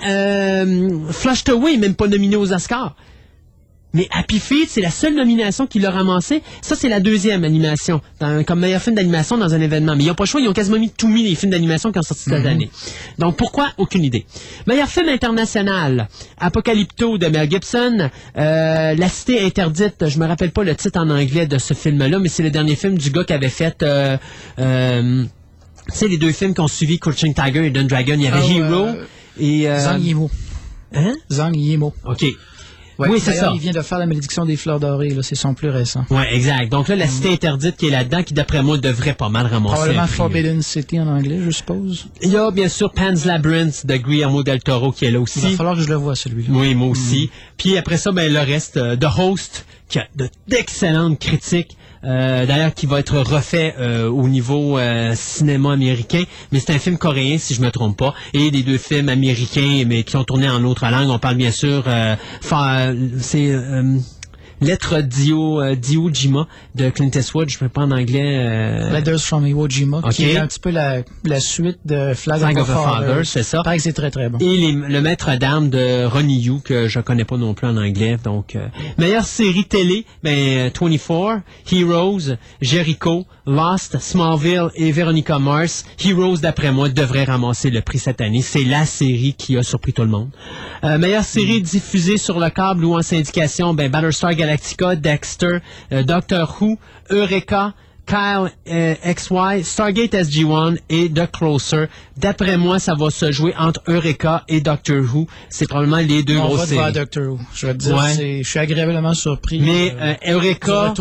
Flushed Away n'est même pas nominé aux Oscars. Mais Happy Feet, c'est la seule nomination qu'il a ramassée. Ça, c'est la 2e animation, comme meilleur film d'animation dans un événement. Mais ils n'ont pas le choix, ils ont quasiment mis les films d'animation qui ont sorti cette année. Donc, pourquoi? Aucune idée. Meilleur film international, Apocalypto de Mel Gibson, La Cité Interdite, je me rappelle pas le titre en anglais de ce film-là, mais c'est le dernier film du gars qui avait fait... tu sais, les 2 films qui ont suivi Crouching Tiger et Dungeon Dragon, il y avait Hero et... Zhang Yimou. Hein? Zhang Yimou. OK. Ouais, oui, c'est ça. Il vient de faire La Malédiction des Fleurs Dorées, là, c'est son plus récent. Oui, exact. Donc là, La Cité Interdite qui est là-dedans, qui d'après moi devrait pas mal ramasser. Probablement Forbidden City en anglais, je suppose. Il y a bien sûr Pan's Labyrinth de Guillermo del Toro qui est là aussi. Il va falloir que je le voie, celui-là. Oui, moi aussi. Puis après ça, ben, le reste, The Host, qui a d'excellentes critiques. D'ailleurs, qui va être refait au niveau cinéma américain, mais c'est un film coréen, si je me trompe pas, et des 2 films américains, mais qui ont tourné en autre langue. On parle bien sûr, c'est Lettre d'Iwo Jima de Clint Eastwood, je ne sais pas en anglais. Letters from Iwo Jima, qui est un petit peu la suite de Flag of a Father. C'est ça. Pareil que c'est très très bon. Et le maître d'armes de Ronnie Yu, que je connais pas non plus en anglais. Donc, meilleure série télé, 24, Heroes, Jericho, Lost, Smallville et Veronica Mars. Heroes, d'après moi, devrait ramasser le prix cette année. C'est la série qui a surpris tout le monde. Meilleure série diffusée sur le câble ou en syndication, Battlestar Galactica, Dexter, Doctor Who, Eureka, Kyle XY, Stargate SG-1 et The Closer. D'après moi, ça va se jouer entre Eureka et Doctor Who. C'est probablement les 2 grosses séries. On va Doctor Who. Je vais te dire, je suis agréablement surpris. Mais Eureka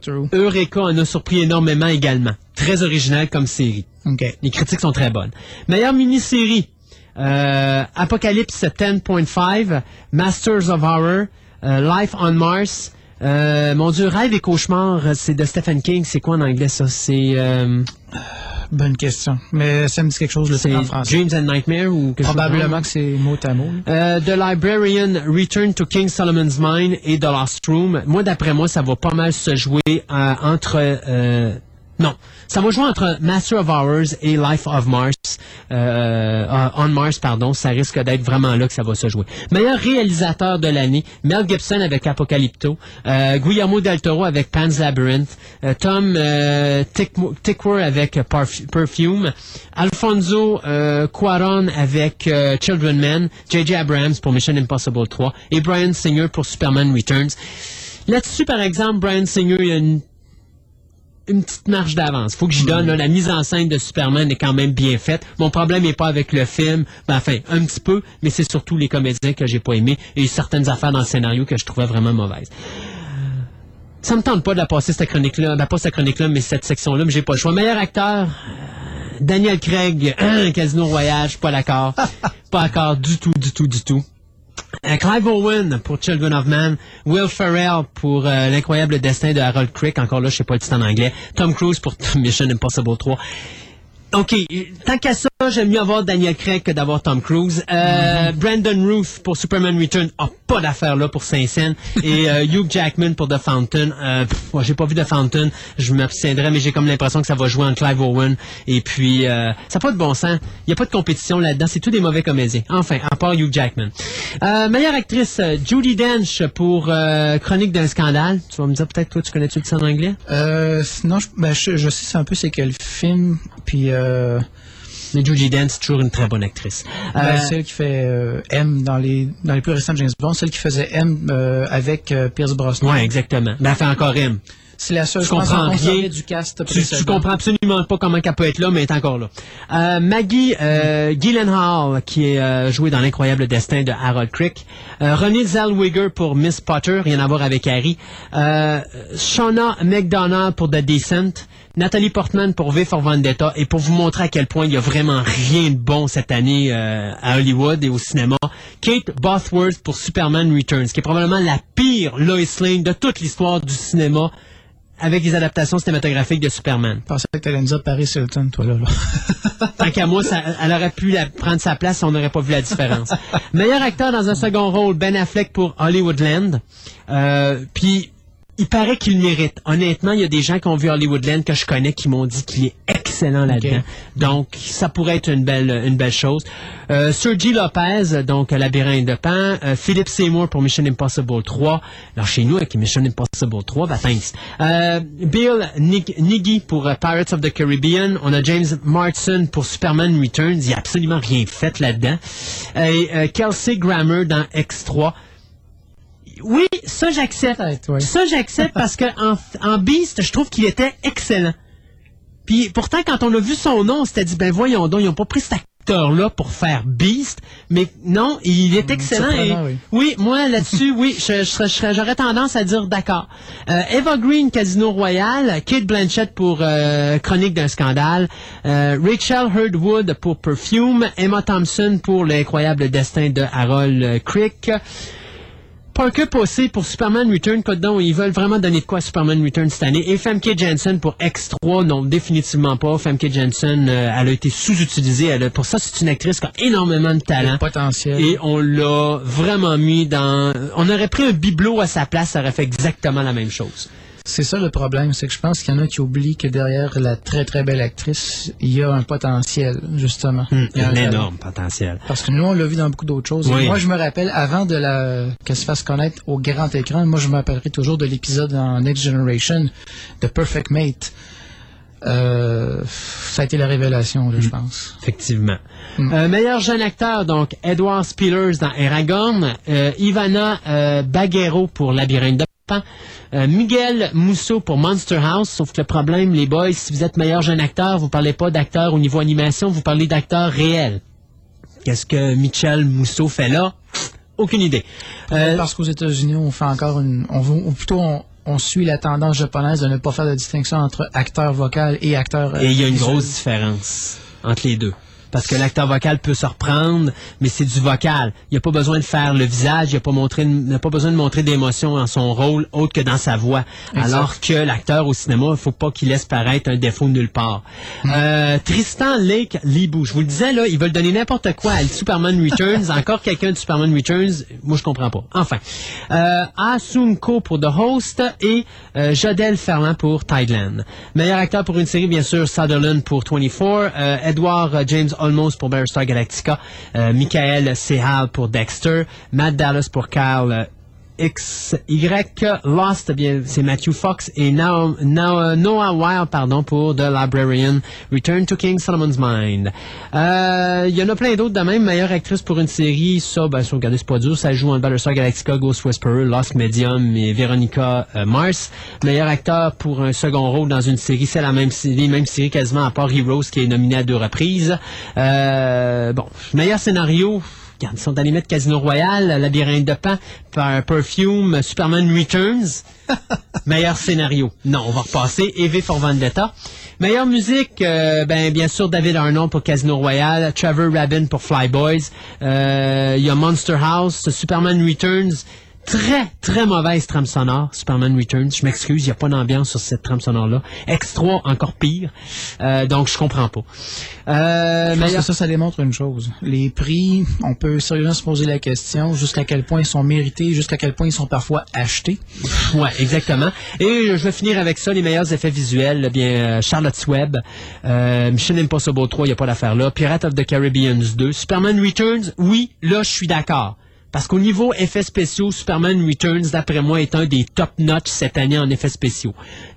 en a surpris énormément également. Très original comme série. Okay. Les critiques sont très bonnes. Meilleure mini-série, Apocalypse 10.5, Masters of Horror, Life on Mars. Mon Dieu, Rêve et Cauchemar, c'est de Stephen King. C'est quoi en anglais, ça? C'est... Bonne question. Mais ça me dit quelque chose, le titre en français. Dreams and Nightmares ou quelque chose. Probablement que c'est mot à mot. The Librarian, Return to King Solomon's Mine et The Lost Room. Moi, d'après moi, ça va pas mal se jouer entre... Non, ça va jouer entre Master of Horrors et Life of Mars, on Mars, pardon. Ça risque d'être vraiment là que ça va se jouer. Meilleur réalisateur de l'année, Mel Gibson avec Apocalypto, Guillermo del Toro avec Pan's Labyrinth, Tom Tykwer avec Perfume, Alfonso Cuarón avec Children Men, J.J. Abrams pour Mission Impossible 3 et Bryan Singer pour Superman Returns. Là-dessus, par exemple, Bryan Singer, il y a une petite marge d'avance. Faut que j'y donne. Là, la mise en scène de Superman est quand même bien faite. Mon problème n'est pas avec le film. Enfin, un petit peu, mais c'est surtout les comédiens que j'ai pas aimés et certaines affaires dans le scénario que je trouvais vraiment mauvaises. Ça me tente pas de la passer, cette chronique-là. Pas cette chronique-là, mais cette section-là, mais j'ai pas le choix. Meilleur acteur, Daniel Craig, Casino Royale, je suis pas d'accord. Pas d'accord du tout. Clive Owen pour Children of Man, Will Ferrell pour L'incroyable destin de Harold Crick, encore là je sais pas le titre en anglais, Tom Cruise pour Mission Impossible 3. OK, tant qu'à ça, j'aime mieux avoir Daniel Craig que d'avoir Tom Cruise. Brandon Routh pour Superman Return, pas d'affaire là pour Saint-Saëns. Et Hugh Jackman pour The Fountain. Moi, j'ai pas vu The Fountain, je m'abstiendrai, mais j'ai comme l'impression que ça va jouer entre Clive Owen. Et puis, ça n'a pas de bon sens. Il n'y a pas de compétition là-dedans. C'est tous des mauvais comédiens. Enfin, à part Hugh Jackman. Meilleure actrice, Judi Dench pour Chronique d'un scandale. Tu vas me dire peut-être, toi, tu connais-tu le titre en anglais? Non, je sais un peu c'est quel film, puis... Mais Judi Dench, c'est toujours une très bonne actrice. Celle qui fait M dans les plus récents James Bond, celle qui faisait M avec Pierce Brosnan. Oui, exactement. Elle fait encore M. C'est la seule, je comprends rien du cast. Tu comprends absolument pas comment elle peut être là, mais elle est encore là. Maggie Gyllenhaal, qui est jouée dans L'incroyable destin de Harold Crick. Renée Zellweger pour Miss Potter, rien à voir avec Harry. Shauna McDonald pour The Descent. Natalie Portman pour V for Vendetta. Et pour vous montrer à quel point il y a vraiment rien de bon cette année à Hollywood et au cinéma, Kate Bosworth pour Superman Returns, qui est probablement la pire Lois Lane de toute l'histoire du cinéma avec les adaptations cinématographiques de Superman. Je pensais que tu allais me dire Paris Hilton, toi, là. Tant qu'à moi, elle aurait pu prendre sa place, on n'aurait pas vu la différence. Meilleur acteur dans un second rôle, Ben Affleck pour Hollywoodland. Puis, il paraît qu'il le mérite. Honnêtement, il y a des gens qui ont vu Hollywoodland que je connais qui m'ont dit qu'il est excellent là-dedans. Okay. Donc, ça pourrait être une belle chose. Sergi Lopez, donc Labyrinthe de Pan. Philip Seymour pour Mission Impossible 3. Alors, chez nous, avec Mission Impossible 3, thanks. Bill Nighy pour Pirates of the Caribbean. On a James Marsden pour Superman Returns. Il n'y a absolument rien fait là-dedans. Et Kelsey Grammer dans X3. Oui, ça j'accepte. Ouais. Ça j'accepte parce que en Beast, je trouve qu'il était excellent. Puis pourtant, quand on a vu son nom, on s'était dit, ben voyons donc, ils n'ont pas pris cet acteur-là pour faire Beast. Mais non, il est excellent. Et, oui, moi là-dessus, oui, j'aurais tendance à dire d'accord. Eva Green, Casino Royale. Kate Blanchett pour Chronique d'un scandale. Rachel Hurd-Wood pour Perfume. Emma Thompson pour L'incroyable destin de Harold Crick. Parker Posey pour Superman Returns, donc ils veulent vraiment donner de quoi à Superman Returns cette année. Et Famke Janssen pour X3, non, définitivement pas. Famke Janssen, elle a été sous-utilisée. Pour ça, c'est une actrice qui a énormément de talent. Potentiel. Et on l'a vraiment mis dans... On aurait pris un bibelot à sa place, ça aurait fait exactement la même chose. C'est ça le problème, c'est que je pense qu'il y en a qui oublient que derrière la très très belle actrice, il y a un potentiel, justement. Un énorme potentiel. Parce que nous, on l'a vu dans beaucoup d'autres choses. Oui. Moi, je me rappelle, avant qu'elle se fasse connaître au grand écran, moi, je me rappellerai toujours de l'épisode dans Next Generation de Perfect Mate. Ça a été la révélation, là, je pense. Effectivement. Meilleur jeune acteur, donc, Edward Spillers dans Eragon, Ivana Baguero pour Labyrinthe de Pan, Miguel Musso pour Monster House, sauf que le problème, les boys, si vous êtes meilleur jeune acteur, vous parlez pas d'acteur au niveau animation, vous parlez d'acteur réel. Qu'est-ce que Michel Musso fait là? Aucune idée. Parce qu'aux États-Unis, on fait encore on suit la tendance japonaise de ne pas faire de distinction entre acteur vocal et acteur... Et il y a une grosse différence entre les deux. Parce que l'acteur vocal peut se reprendre, mais c'est du vocal. Il n'a pas besoin de faire le visage, il n'a pas besoin de montrer d'émotion dans son rôle, autre que dans sa voix. Exact. Alors que l'acteur au cinéma, il ne faut pas qu'il laisse paraître un défaut nulle part. Tristan Lake Libou, je vous le disais, là, ils veulent donner n'importe quoi à Superman Returns. Encore quelqu'un de Superman Returns, moi je comprends pas. Enfin, Asunko pour The Host et Jodel Ferland pour Tideland. Meilleur acteur pour une série, bien sûr, Sutherland pour 24, Edward James Olmos pour Battlestar Galactica, Michael Sehal pour Dexter, Matt Dallas pour Kyle XY, Lost, bien, c'est Matthew Fox, et Noah Wild, pour The Librarian, Return to King Solomon's Mind. Il y en a plein d'autres de même. Meilleure actrice pour une série, ça, regardez, c'est pas dur, ça joue en Battlestar Galactica, Ghost Whisperer, Lost Medium et Veronica Mars. Meilleur acteur pour un second rôle dans une série, c'est la même série quasiment, à part Heroes qui est nominé à 2 reprises. Meilleur scénario, ils sont allés mettre Casino Royale, Labyrinthe de Pan, Perfume, Superman Returns. Meilleur scénario. Non, on va repasser. Et V for Vendetta. Meilleure musique, bien sûr, David Arnold pour Casino Royale, Trevor Rabin pour Flyboys. Il y a Monster House, Superman Returns. Très, très mauvaise trame sonore, Superman Returns. Je m'excuse, il n'y a pas d'ambiance sur cette trame sonore-là. X3, encore pire. Donc, je comprends pas. Je pense que ça démontre une chose. Les prix, on peut sérieusement se poser la question jusqu'à quel point ils sont mérités, jusqu'à quel point ils sont parfois achetés. Ouais, exactement. Et je vais finir avec ça, les meilleurs effets visuels. Charlotte's Web, Mission Impossible 3, il n'y a pas d'affaire là. Pirates of the Caribbean 2, Superman Returns, oui, là, je suis d'accord. Parce qu'au niveau effets spéciaux, Superman Returns, d'après moi, est un des top-notch cette année en effets spéciaux.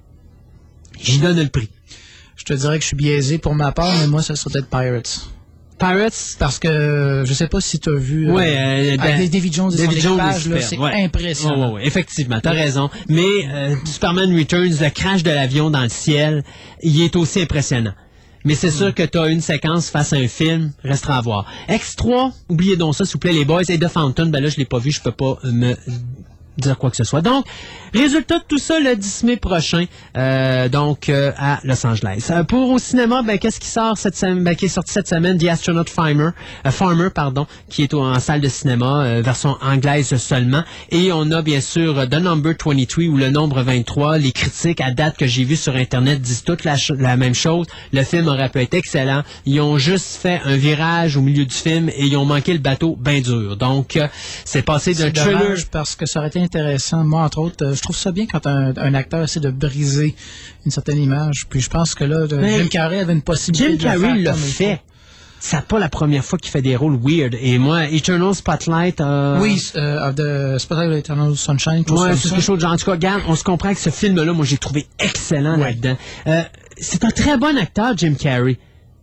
J'y donne le prix. Je te dirais que je suis biaisé pour ma part, mais moi, ça serait peut-être Pirates. Pirates? Parce que je sais pas si tu as vu David Jones et son équipage, là, c'est impressionnant. Ouais, effectivement, t'as raison. Mais Superman Returns, le crash de l'avion dans le ciel, il est aussi impressionnant. Mais c'est sûr que tu as une séquence face à un film, restera à voir. X3, oubliez donc ça, s'il vous plaît, les boys. Et The Fountain, là, je l'ai pas vu, je peux pas me dire quoi que ce soit. Donc, résultat de tout ça le 10 mai prochain, à Los Angeles. Pour au cinéma, qu'est-ce qui sort cette semaine, qui est sorti cette semaine? The Astronaut Farmer, qui est en salle de cinéma, version anglaise seulement. Et on a bien sûr The Number 23 ou le nombre 23. Les critiques à date que j'ai vues sur Internet disent toutes la même chose. Le film aurait pu être excellent. Ils ont juste fait un virage au milieu du film et ils ont manqué le bateau bien dur. Donc, c'est passé d'un thriller. Dommage parce que ça aurait été intéressant. Moi, entre autres, je trouve ça bien quand un acteur essaie de briser une certaine image. Puis je pense que là, Jim Carrey avait une possibilité Jim de le faire. Carrey l'a fait. C'est pas la première fois qu'il fait des rôles weird. Et moi, Eternal Spotlight... Oui, The Spotlight of Eternal Sunshine. Ouais, c'est quelque chose de genre. En tout cas, regarde, on se comprend que ce film-là, moi, j'ai trouvé excellent là-dedans. C'est un très bon acteur, Jim Carrey.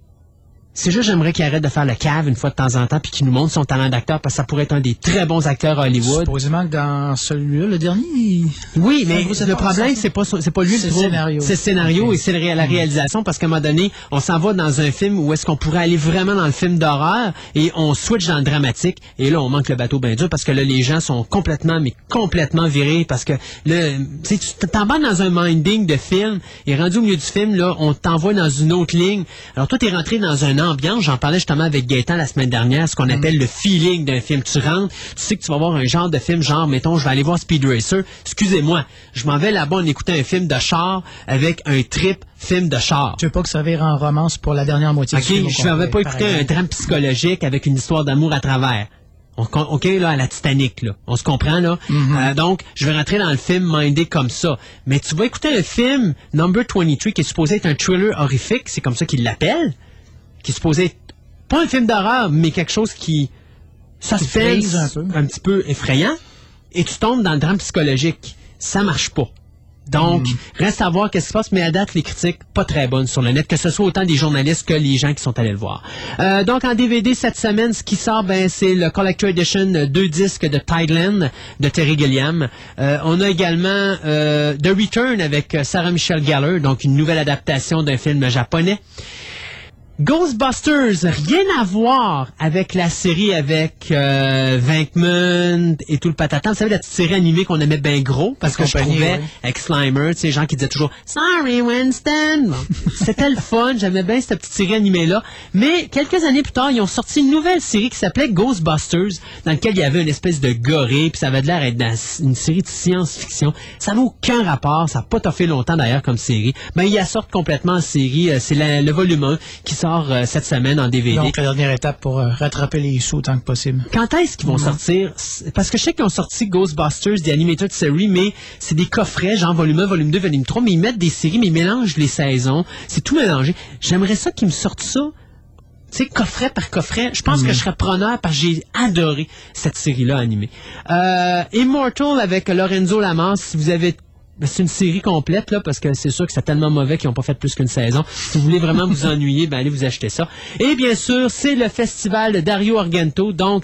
C'est juste, j'aimerais qu'il arrête de faire le cave une fois de temps en temps puis qu'il nous montre son talent d'acteur parce que ça pourrait être un des très bons acteurs à Hollywood. Supposément que dans celui-là, le dernier... Oui, mais le problème, c'est pas lui le scénario. C'est le scénario et c'est la réalisation parce qu'à un moment donné, on s'en va dans un film où est-ce qu'on pourrait aller vraiment dans le film d'horreur et on switch dans le dramatique et là, on manque le bateau bien dur parce que là, les gens sont complètement virés parce que là, tu t'embarques dans un minding de film et rendu au milieu du film, là, on t'envoie dans une autre ligne. Alors toi, t'es rentré dans un ambiance, j'en parlais justement avec Gaëtan la semaine dernière, ce qu'on appelle le feeling d'un film. Tu rentres, tu sais que tu vas voir un genre de film, genre, mettons, je vais aller voir Speed Racer, excusez-moi, je m'en vais là-bas en écoutant un film de char avec un trip film de char. Tu veux pas que ça vire en romance pour la dernière moitié du film? Ok, je m'en vais pas écouter un drame psychologique avec une histoire d'amour à travers. OK, là, à la Titanic, là. On se comprend, là? Donc, je vais rentrer dans le film mindé comme ça. Mais tu vas écouter un film, Number 23, qui est supposé être un thriller horrifique, c'est comme ça qu'ils l'appellent, qui est supposé être pas un film d'horreur, mais quelque chose qui suspense un petit peu effrayant, et tu tombes dans le drame psychologique. Ça marche pas. Donc, reste à voir qu'est-ce qui se passe, mais à date, les critiques, pas très bonnes sur le net, que ce soit autant des journalistes que les gens qui sont allés le voir. Donc, en DVD, cette semaine, ce qui sort, c'est le Collector Edition 2 disques de Tideland, de Terry Gilliam. On a également The Return avec Sarah Michelle Gellar, donc une nouvelle adaptation d'un film japonais. Ghostbusters, rien à voir avec la série avec Venkman et tout le patatan. Vous savez, la petite série animée qu'on aimait bien gros, parce que je trouvais avec Slimer, tu sais, gens qui disaient toujours « Sorry, Winston! Bon, » C'était le fun, j'aimais bien cette petite série animée-là. Mais quelques années plus tard, ils ont sorti une nouvelle série qui s'appelait Ghostbusters, dans laquelle il y avait une espèce de gorille, puis ça avait l'air d'être une série de science-fiction. Ça n'a aucun rapport, ça n'a pas toffé longtemps d'ailleurs comme série. Ben, ils la sortent complètement en série, c'est le volume 1 qui sort cette semaine en DVD. Donc, la dernière étape pour rattraper les sous autant que possible. Quand est-ce qu'ils vont sortir? Parce que je sais qu'ils ont sorti Ghostbusters, des Animated Series, mais c'est des coffrets, genre volume 1, volume 2, volume 3, mais ils mettent des séries, mais ils mélangent les saisons. C'est tout mélangé. J'aimerais ça qu'ils me sortent ça, tu sais, coffret par coffret. Je pense que je serais preneur parce que j'ai adoré cette série-là animée. Immortal avec Lorenzo Lamas, si vous avez... C'est une série complète, là, parce que c'est sûr que c'est tellement mauvais qu'ils n'ont pas fait plus qu'une saison. Si vous voulez vraiment vous ennuyer, allez vous acheter ça. Et bien sûr, c'est le festival de Dario Argento, donc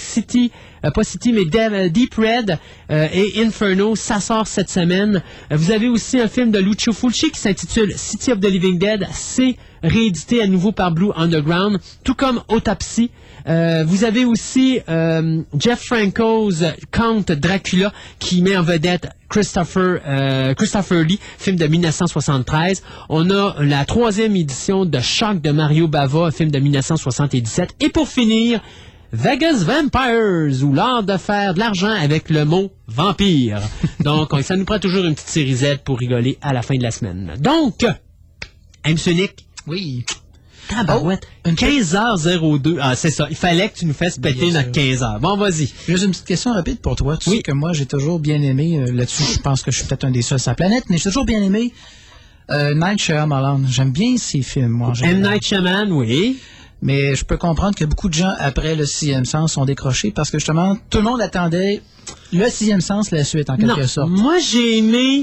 Deep Red et Inferno, ça sort cette semaine. Vous avez aussi un film de Lucio Fulci qui s'intitule City of the Living Dead. C'est réédité à nouveau par Blue Underground, tout comme Autopsy. Vous avez aussi Jeff Franco's Count Dracula qui met en vedette Christopher Lee, film de 1973. On a la 3e édition de Choc de Mario Bava, film de 1977. Et pour finir, Vegas Vampires, ou l'art de faire de l'argent avec le mot vampire. Donc, ça nous prend toujours une petite série Z pour rigoler à la fin de la semaine. Donc, M. Nick. Oui. Tabarouette. 15h02. Ah, c'est ça. Il fallait que tu nous fasses péter notre 15h. Bon, vas-y. Juste une petite question rapide pour toi. Tu sais que moi, j'ai toujours bien aimé, là-dessus, je pense que je suis peut-être un des seuls sur la planète, mais j'ai toujours bien aimé Night Shyamalan. J'aime bien ces films, moi. M. Night Shyamalan, oui. Mais je peux comprendre que beaucoup de gens, après le 6e sens, ont décroché parce que, justement, tout le monde attendait le 6e sens, la suite, en quelque sorte. Moi, j'ai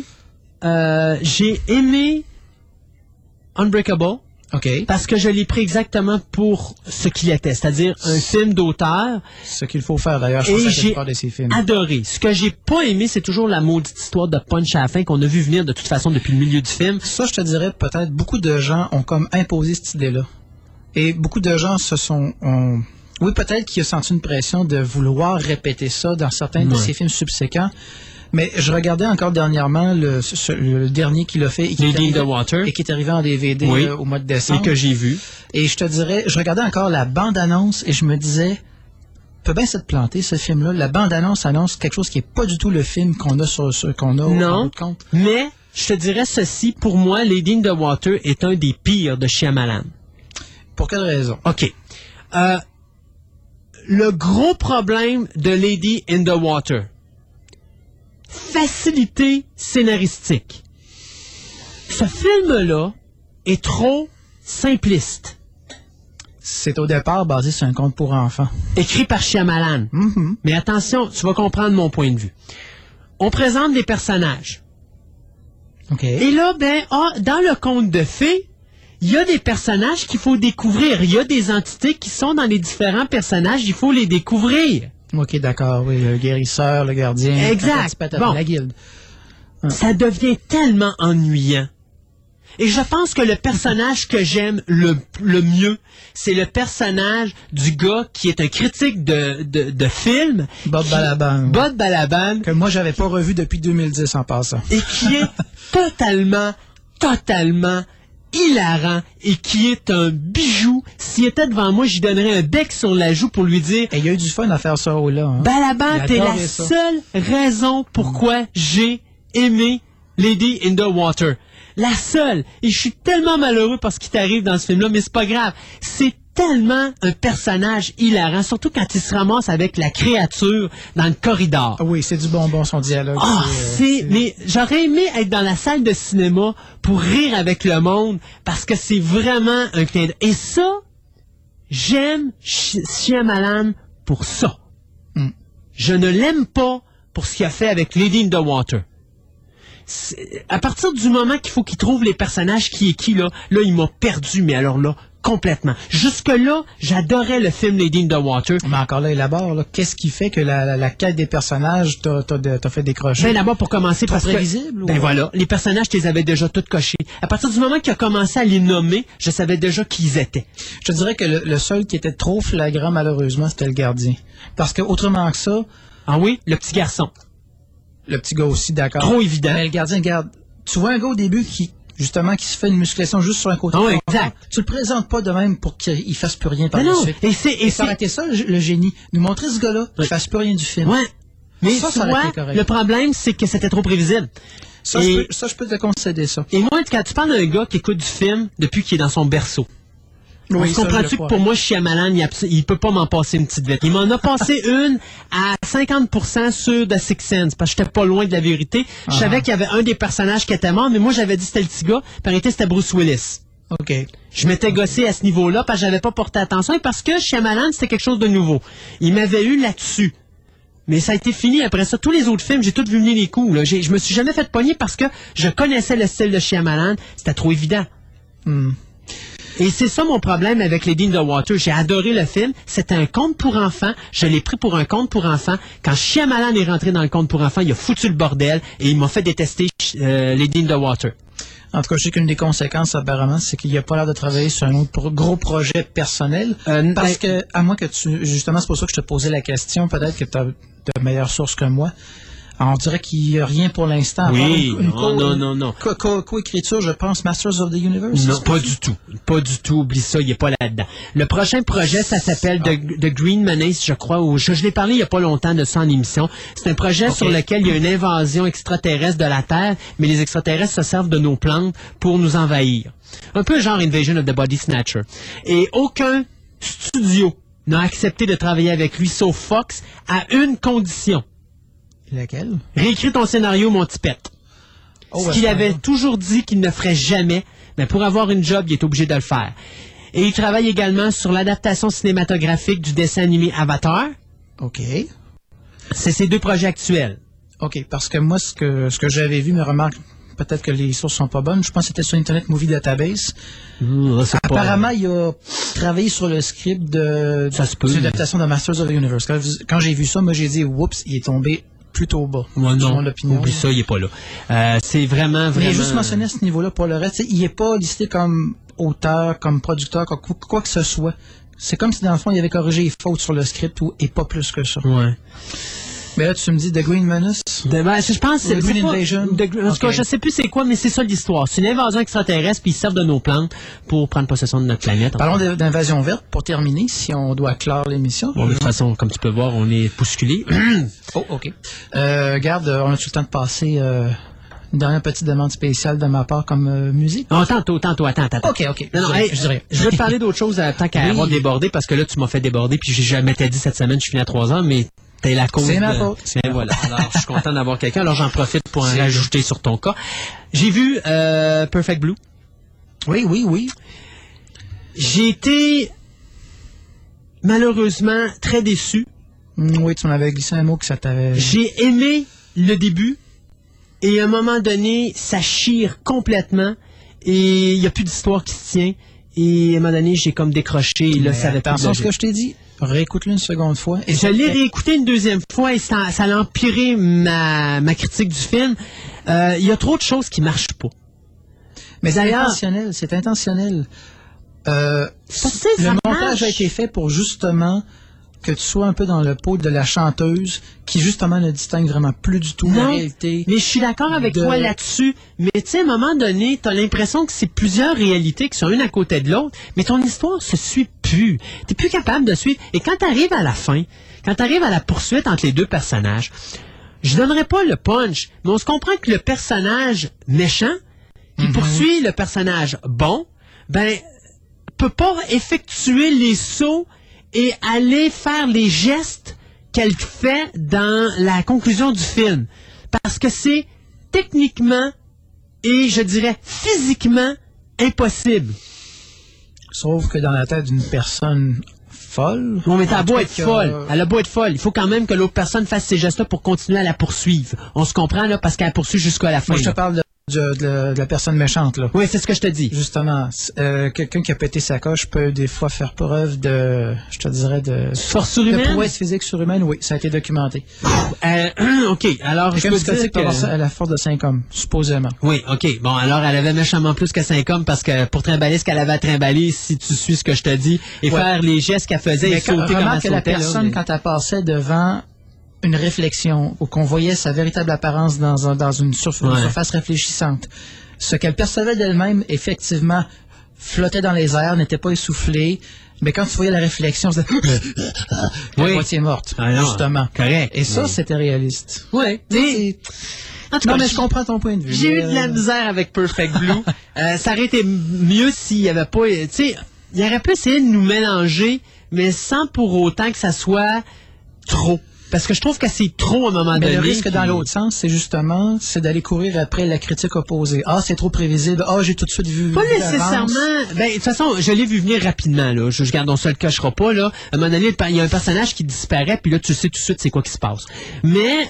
aimé Unbreakable. Okay. Parce que je l'ai pris exactement pour ce qu'il était, c'est-à-dire un film d'auteur. Ce qu'il faut faire d'ailleurs, je pense, à la plupart de ces films. Adoré. Ce que j'ai pas aimé, c'est toujours la maudite histoire de punch à la fin qu'on a vu venir de toute façon depuis le milieu du film. Ça, je te dirais, peut-être, beaucoup de gens ont comme imposé cette idée-là. Et beaucoup de gens oui, peut-être qu'il a senti une pression de vouloir répéter ça dans certains de ces films subséquents. Mais je regardais encore dernièrement le dernier qu'il a fait et qui est arrivé en DVD au mois de décembre. Et que j'ai vu. Et je te dirais, je regardais encore la bande-annonce et je me disais, peut bien se planter ce film-là. La bande-annonce annonce quelque chose qui n'est pas du tout le film qu'on a non, compte. Mais je te dirais ceci, pour moi, Lady in the Water est un des pires de Shyamalan. Pour quelle raison? OK. Le gros problème de Lady in the Water, facilité scénaristique. Ce film-là est trop simpliste. C'est au départ basé sur un conte pour enfants. Écrit par Shyamalan. Mm-hmm. Mais attention, tu vas comprendre mon point de vue. On présente des personnages. Okay. Et là, dans le conte de fées, il y a des personnages qu'il faut découvrir. Il y a des entités qui sont dans les différents personnages, il faut les découvrir. OK, d'accord, oui, le guérisseur, le gardien. Exact. Bon. La guilde. Ça devient tellement ennuyant. Et je pense que le personnage que j'aime le mieux, c'est le personnage du gars qui est un critique de film. Bob Balaban. Bob Balaban. Que moi, j'avais pas revu depuis 2010 en passant. Et qui est totalement hilarant et qui est un bijou. S'il était devant moi, j'y donnerais un bec sur la joue pour lui dire... Et il y a eu du fun à faire ça là. Hein? Balaban, t'es la seule raison pourquoi j'ai aimé Lady in the Water. La seule. Et je suis tellement malheureux parce qu'il t'arrive dans ce film-là, mais c'est pas grave. C'est tellement un personnage hilarant, surtout quand il se ramasse avec la créature dans le corridor. Oui, c'est du bonbon son dialogue. Mais j'aurais aimé être dans la salle de cinéma pour rire avec le monde parce que c'est vraiment un clin d'œil. Et ça, j'aime Shyamalan pour ça. Je ne l'aime pas pour ce qu'il a fait avec Lady in the Water. À partir du moment qu'il faut qu'il trouve les personnages qui est qui, là, il m'a perdu, mais alors là, complètement. Jusque-là, j'adorais le film Lady in the Water. Mais encore là, élabore, là, qu'est-ce qui fait que la quête des personnages t'a fait décrocher? Ben d'abord, pour commencer, parce prévisible, que... voilà, les personnages, je les avais déjà tous cochés. À partir du moment qu'il a commencé à les nommer, je savais déjà qui ils étaient. Je te dirais que le seul qui était trop flagrant, malheureusement, c'était le gardien. Parce que autrement que ça... Ah oui? Le petit garçon. Le petit gars aussi, d'accord. Trop évident. Mais le gardien, regarde, tu vois un gars au début qui se fait une musculation juste sur un côté. Ah oui, exact. Tu le présentes pas de même pour qu'il fasse plus rien par la suite. Et ça aurait été ça, le génie. Nous montrer ce gars-là, qu'il fasse plus rien du film. Ouais. Mais ça aurait été correct. Le problème, c'est que c'était trop prévisible. Je peux te concéder ça. Et moi, quand tu parles d'un gars qui écoute du film depuis qu'il est dans son berceau, oui, comprends-tu que pour moi, Shyamalan, il peut pas m'en passer une petite vite. Il m'en a passé une à 50% sur The Sixth Sense, parce que j'étais pas loin de la vérité. Je savais qu'il y avait un des personnages qui était mort, mais moi, j'avais dit c'était le petit gars, par été, c'était Bruce Willis. OK. Je m'étais gossé à ce niveau-là, parce que j'avais pas porté attention, et parce que Shyamalan, c'était quelque chose de nouveau. Il m'avait eu là-dessus. Mais ça a été fini. Après ça, tous les autres films, j'ai tout vu venir les coups, là. Je me suis jamais fait pogner parce que je connaissais le style de Shyamalan. C'était trop évident. Et c'est ça mon problème avec Lady in the Water. J'ai adoré le film. C'était un conte pour enfants. Je l'ai pris pour un conte pour enfants. Quand Shyamalan est rentré dans le conte pour enfants, il a foutu le bordel et il m'a fait détester Lady in the Water. En tout cas, je sais qu'une des conséquences, apparemment, c'est qu'il n'y a pas l'air de travailler sur un autre gros projet personnel. Parce que, à moins que justement, c'est pour ça que je te posais la question, peut-être que tu as de meilleures sources que moi. Alors, on dirait qu'il n'y a rien pour l'instant. Oui, non. Co-écriture, je pense, Masters of the Universe. Non, pas du tout. Pas du tout. Oublie ça, il n'est pas là-dedans. Le prochain projet, ça s'appelle The Green Menace, je crois. Je l'ai parlé il n'y a pas longtemps de ça en émission. C'est un projet sur lequel il y a une invasion extraterrestre de la Terre, mais les extraterrestres se servent de nos plantes pour nous envahir. Un peu genre Invasion of the Body Snatcher. Et aucun studio n'a accepté de travailler avec lui, sauf Fox, à une condition. Laquelle? Réécris ton scénario, mon petit pet. Ce qu'il avait toujours dit qu'il ne ferait jamais, mais pour avoir une job, il est obligé de le faire. Et il travaille également sur l'adaptation cinématographique du dessin animé Avatar. OK. C'est ses deux projets actuels. OK, parce que moi, ce que j'avais vu, me remarque, peut-être que les sources sont pas bonnes, je pense que c'était sur Internet Movie Database. Apparemment, il a travaillé sur le script de l'adaptation de Masters of the Universe. Quand j'ai vu ça, moi, j'ai dit, oups, il est tombé plutôt bas. Ouais, non, oublie ça, il n'est pas là. C'est vraiment... Mais juste mentionné à ce niveau-là, pour le reste, il n'est pas listé comme auteur, comme producteur, quoi que ce soit. C'est comme si, dans le fond, il avait corrigé les fautes sur le script et pas plus que ça. Ouais. Mais là, tu me dis The Green Menace? Je pense que c'est Green Invasion. En tout cas, je sais plus c'est quoi, mais c'est ça l'histoire. C'est une invasion extraterrestre, puis ils servent de nos plantes pour prendre possession de notre planète. Parlons d'invasion verte pour terminer, si on doit clore l'émission. Bon, de toute façon, comme tu peux voir, on est bousculé. Oh, OK. Garde, on a tout le temps de passer une dernière petite demande spéciale de ma part comme musique. Non, tantôt, attends. OK. Non, je veux te parler d'autre chose tant qu'à avoir débordé, parce que là, tu m'as fait déborder, puis j'ai jamais t'ai dit cette semaine, je finis à 3 heures, mais t'es la cause. C'est ma faute. Mais voilà. Alors, je suis content d'avoir quelqu'un. Alors, j'en profite pour en rajouter sur ton cas. J'ai vu Perfect Blue. Oui. J'ai été malheureusement très déçu. Oui, tu m'avais glissé un mot que ça t'avait... J'ai aimé le début et à un moment donné, ça chire complètement et il n'y a plus d'histoire qui se tient. Et à un moment donné, j'ai comme décroché et là, ça avait pas attention, ce que je t'ai dit, réécoute-le une seconde fois. Et je l'ai réécouté une deuxième fois et ça a empiré ma critique du film. Il y a trop de choses qui marchent pas. Mais c'est intentionnel. Le montage a été fait pour justement que tu sois un peu dans le pot de la chanteuse qui justement ne distingue vraiment plus du tout la réalité. Mais je suis d'accord avec toi là-dessus. Mais tu sais, à un moment donné, tu as l'impression que c'est plusieurs réalités qui sont une à côté de l'autre, mais ton histoire se suit plus. Tu n'es plus capable de suivre. Et quand tu arrives à la fin, quand tu arrives à la poursuite entre les deux personnages, je donnerai pas le punch, mais on se comprend que le personnage méchant qui poursuit le personnage bon, peut pas effectuer les sauts et aller faire les gestes qu'elle fait dans la conclusion du film. Parce que c'est techniquement et je dirais physiquement impossible. Sauf que dans la tête d'une personne folle... Non, mais elle a beau être folle. Elle a beau être folle. Il faut quand même que l'autre personne fasse ces gestes-là pour continuer à la poursuivre. On se comprend, là, parce qu'elle poursuit jusqu'à la fin. Moi, je te parle de la personne méchante, là. Oui, c'est ce que je te dis. Justement, quelqu'un qui a pété sa coche peut des fois faire preuve de, je te dirais, de force surhumaine, de prouesse physique surhumaine. Oui, ça a été documenté. OK, alors je peux dire que à la force de 5 hommes, supposément. Oui, OK. Bon, alors elle avait méchamment plus que 5 hommes parce que pour trimballer ce qu'elle avait à trimballer, si tu suis ce que je te dis, et faire les gestes qu'elle faisait et sauter comme elle sautait. La personne, quand elle passait devant une réflexion, ou qu'on voyait sa véritable apparence dans une surface réfléchissante. Ce qu'elle percevait d'elle-même, effectivement, flottait dans les airs, n'était pas essoufflé, mais quand tu voyais la réflexion, c'était la moitié morte, justement. Correct. Et ça, c'était réaliste. Oui. Non, mais je comprends ton point de vue. J'ai eu de la misère avec Perfect Blue. Ça aurait été mieux s'il n'y avait pas... Tu sais, il aurait pu essayer de nous mélanger, mais sans pour autant que ça soit trop. Parce que je trouve que c'est trop à un moment donné. Mais le risque dans l'autre sens, c'est d'aller courir après la critique opposée. Ah, c'est trop prévisible. Ah, j'ai tout de suite vu. Pas nécessairement. De toute façon, je l'ai vu venir rapidement, là. Je garde, on se le cachera pas, là. À un moment donné, il y a un personnage qui disparaît, puis là, tu sais tout de suite c'est quoi qui se passe. Mais,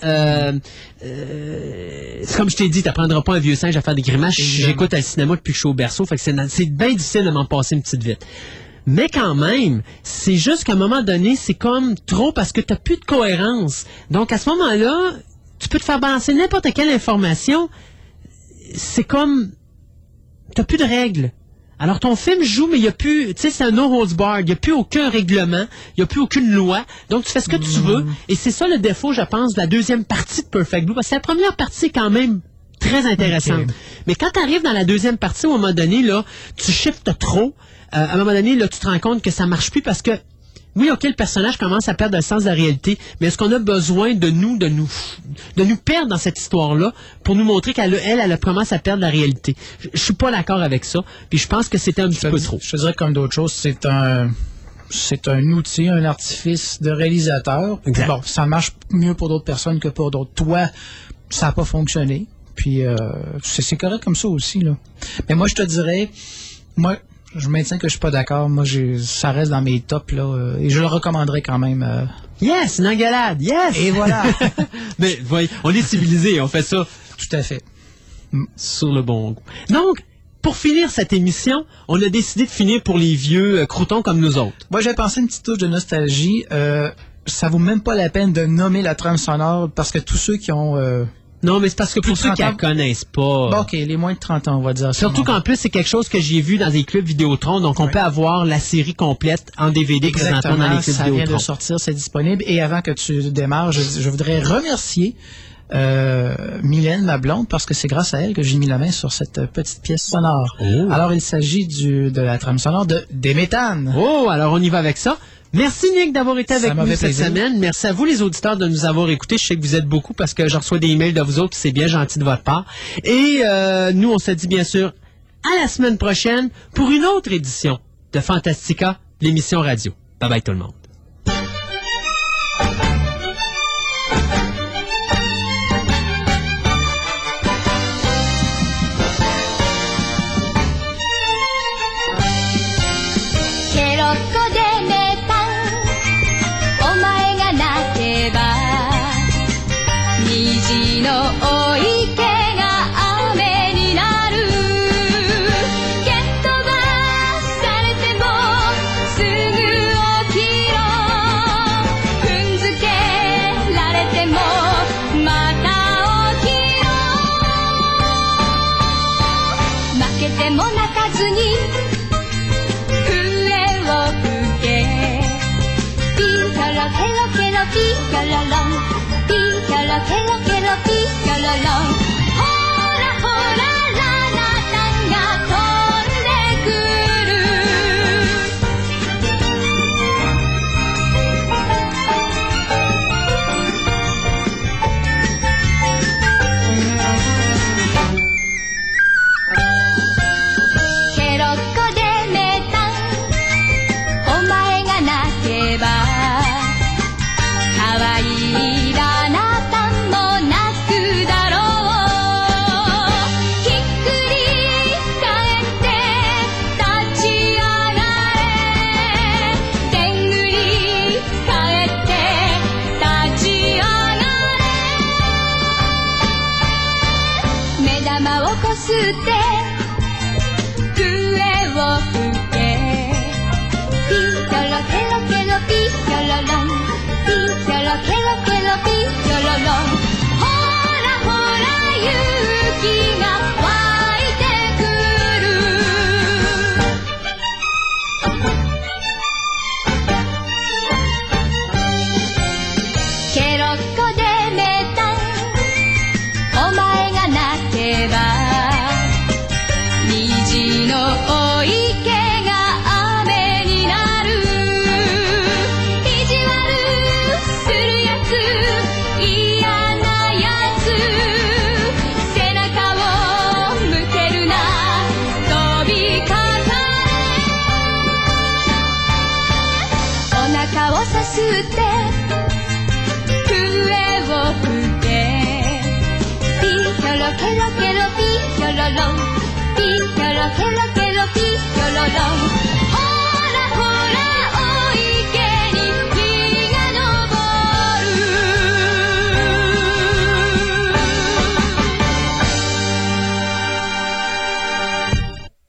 comme je t'ai dit, t'apprendras pas un vieux singe à faire des grimaces. J'écoute le cinéma depuis que je suis au berceau, fait que c'est bien difficile de m'en passer une petite vite. Mais quand même, c'est juste qu'à un moment donné, c'est comme trop parce que tu n'as plus de cohérence. Donc, à ce moment-là, tu peux te faire balancer n'importe quelle information. C'est comme... Tu n'as plus de règles. Alors, ton film joue, mais il n'y a plus... Tu sais, c'est un no holds barred. Il n'y a plus aucun règlement. Il n'y a plus aucune loi. Donc, tu fais ce que tu veux. Et c'est ça le défaut, je pense, de la deuxième partie de Perfect Blue. Parce que la première partie est quand même très intéressante. Okay. Mais quand tu arrives dans la deuxième partie, à un moment donné, là, tu shiftes trop. À un moment donné, là, tu te rends compte que ça marche plus parce que, oui, OK, le personnage commence à perdre le sens de la réalité, mais est-ce qu'on a besoin de nous perdre dans cette histoire-là pour nous montrer qu'elle commence à perdre la réalité? Je suis pas d'accord avec ça, puis je pense que c'était un petit peu trop. Je te dirais comme d'autres choses, c'est un outil, un artifice de réalisateur. Exact. Bon, ça marche mieux pour d'autres personnes que pour d'autres. Toi, ça n'a pas fonctionné, puis c'est correct comme ça aussi, là. Mais moi, je te dirais, je maintiens que je suis pas d'accord. Moi, ça reste dans mes tops, là. Et je le recommanderais quand même. Yes, une engueulade, yes! Et voilà! Mais, voyez, on est civilisés, on fait ça. Tout à fait. Sur le bon goût. Donc, pour finir cette émission, on a décidé de finir pour les vieux croutons comme nous autres. Moi, j'ai pensé une petite touche de nostalgie. Ça vaut même pas la peine de nommer la trame sonore parce que tous ceux qui ont Non, mais c'est parce que pour ceux qui la connaissent pas... Bon, OK, les moins de 30 ans, on va dire. Surtout qu'en plus, c'est quelque chose que j'ai vu dans des clubs Vidéotron, donc on peut avoir la série complète en DVD présentement dans les clubs ça Vidéotron. Vient de sortir, c'est disponible. Et avant que tu démarres, je voudrais remercier Mylène, ma blonde, parce que c'est grâce à elle que j'ai mis la main sur cette petite pièce sonore. Oh. Alors, il s'agit de la trame sonore de Des Méthanes. Oh, alors on y va avec ça. Merci Nick d'avoir été avec nous cette plaisir. semaine. Merci à vous les auditeurs de nous avoir écoutés. Je sais que vous êtes beaucoup parce que je reçois des emails de vous autres. C'est bien gentil de votre part. Et nous, on se dit bien sûr à la semaine prochaine pour une autre édition de Fantastica, l'émission radio. Bye bye tout le monde. ケロケロピーキョロロンピーキョロケロケロ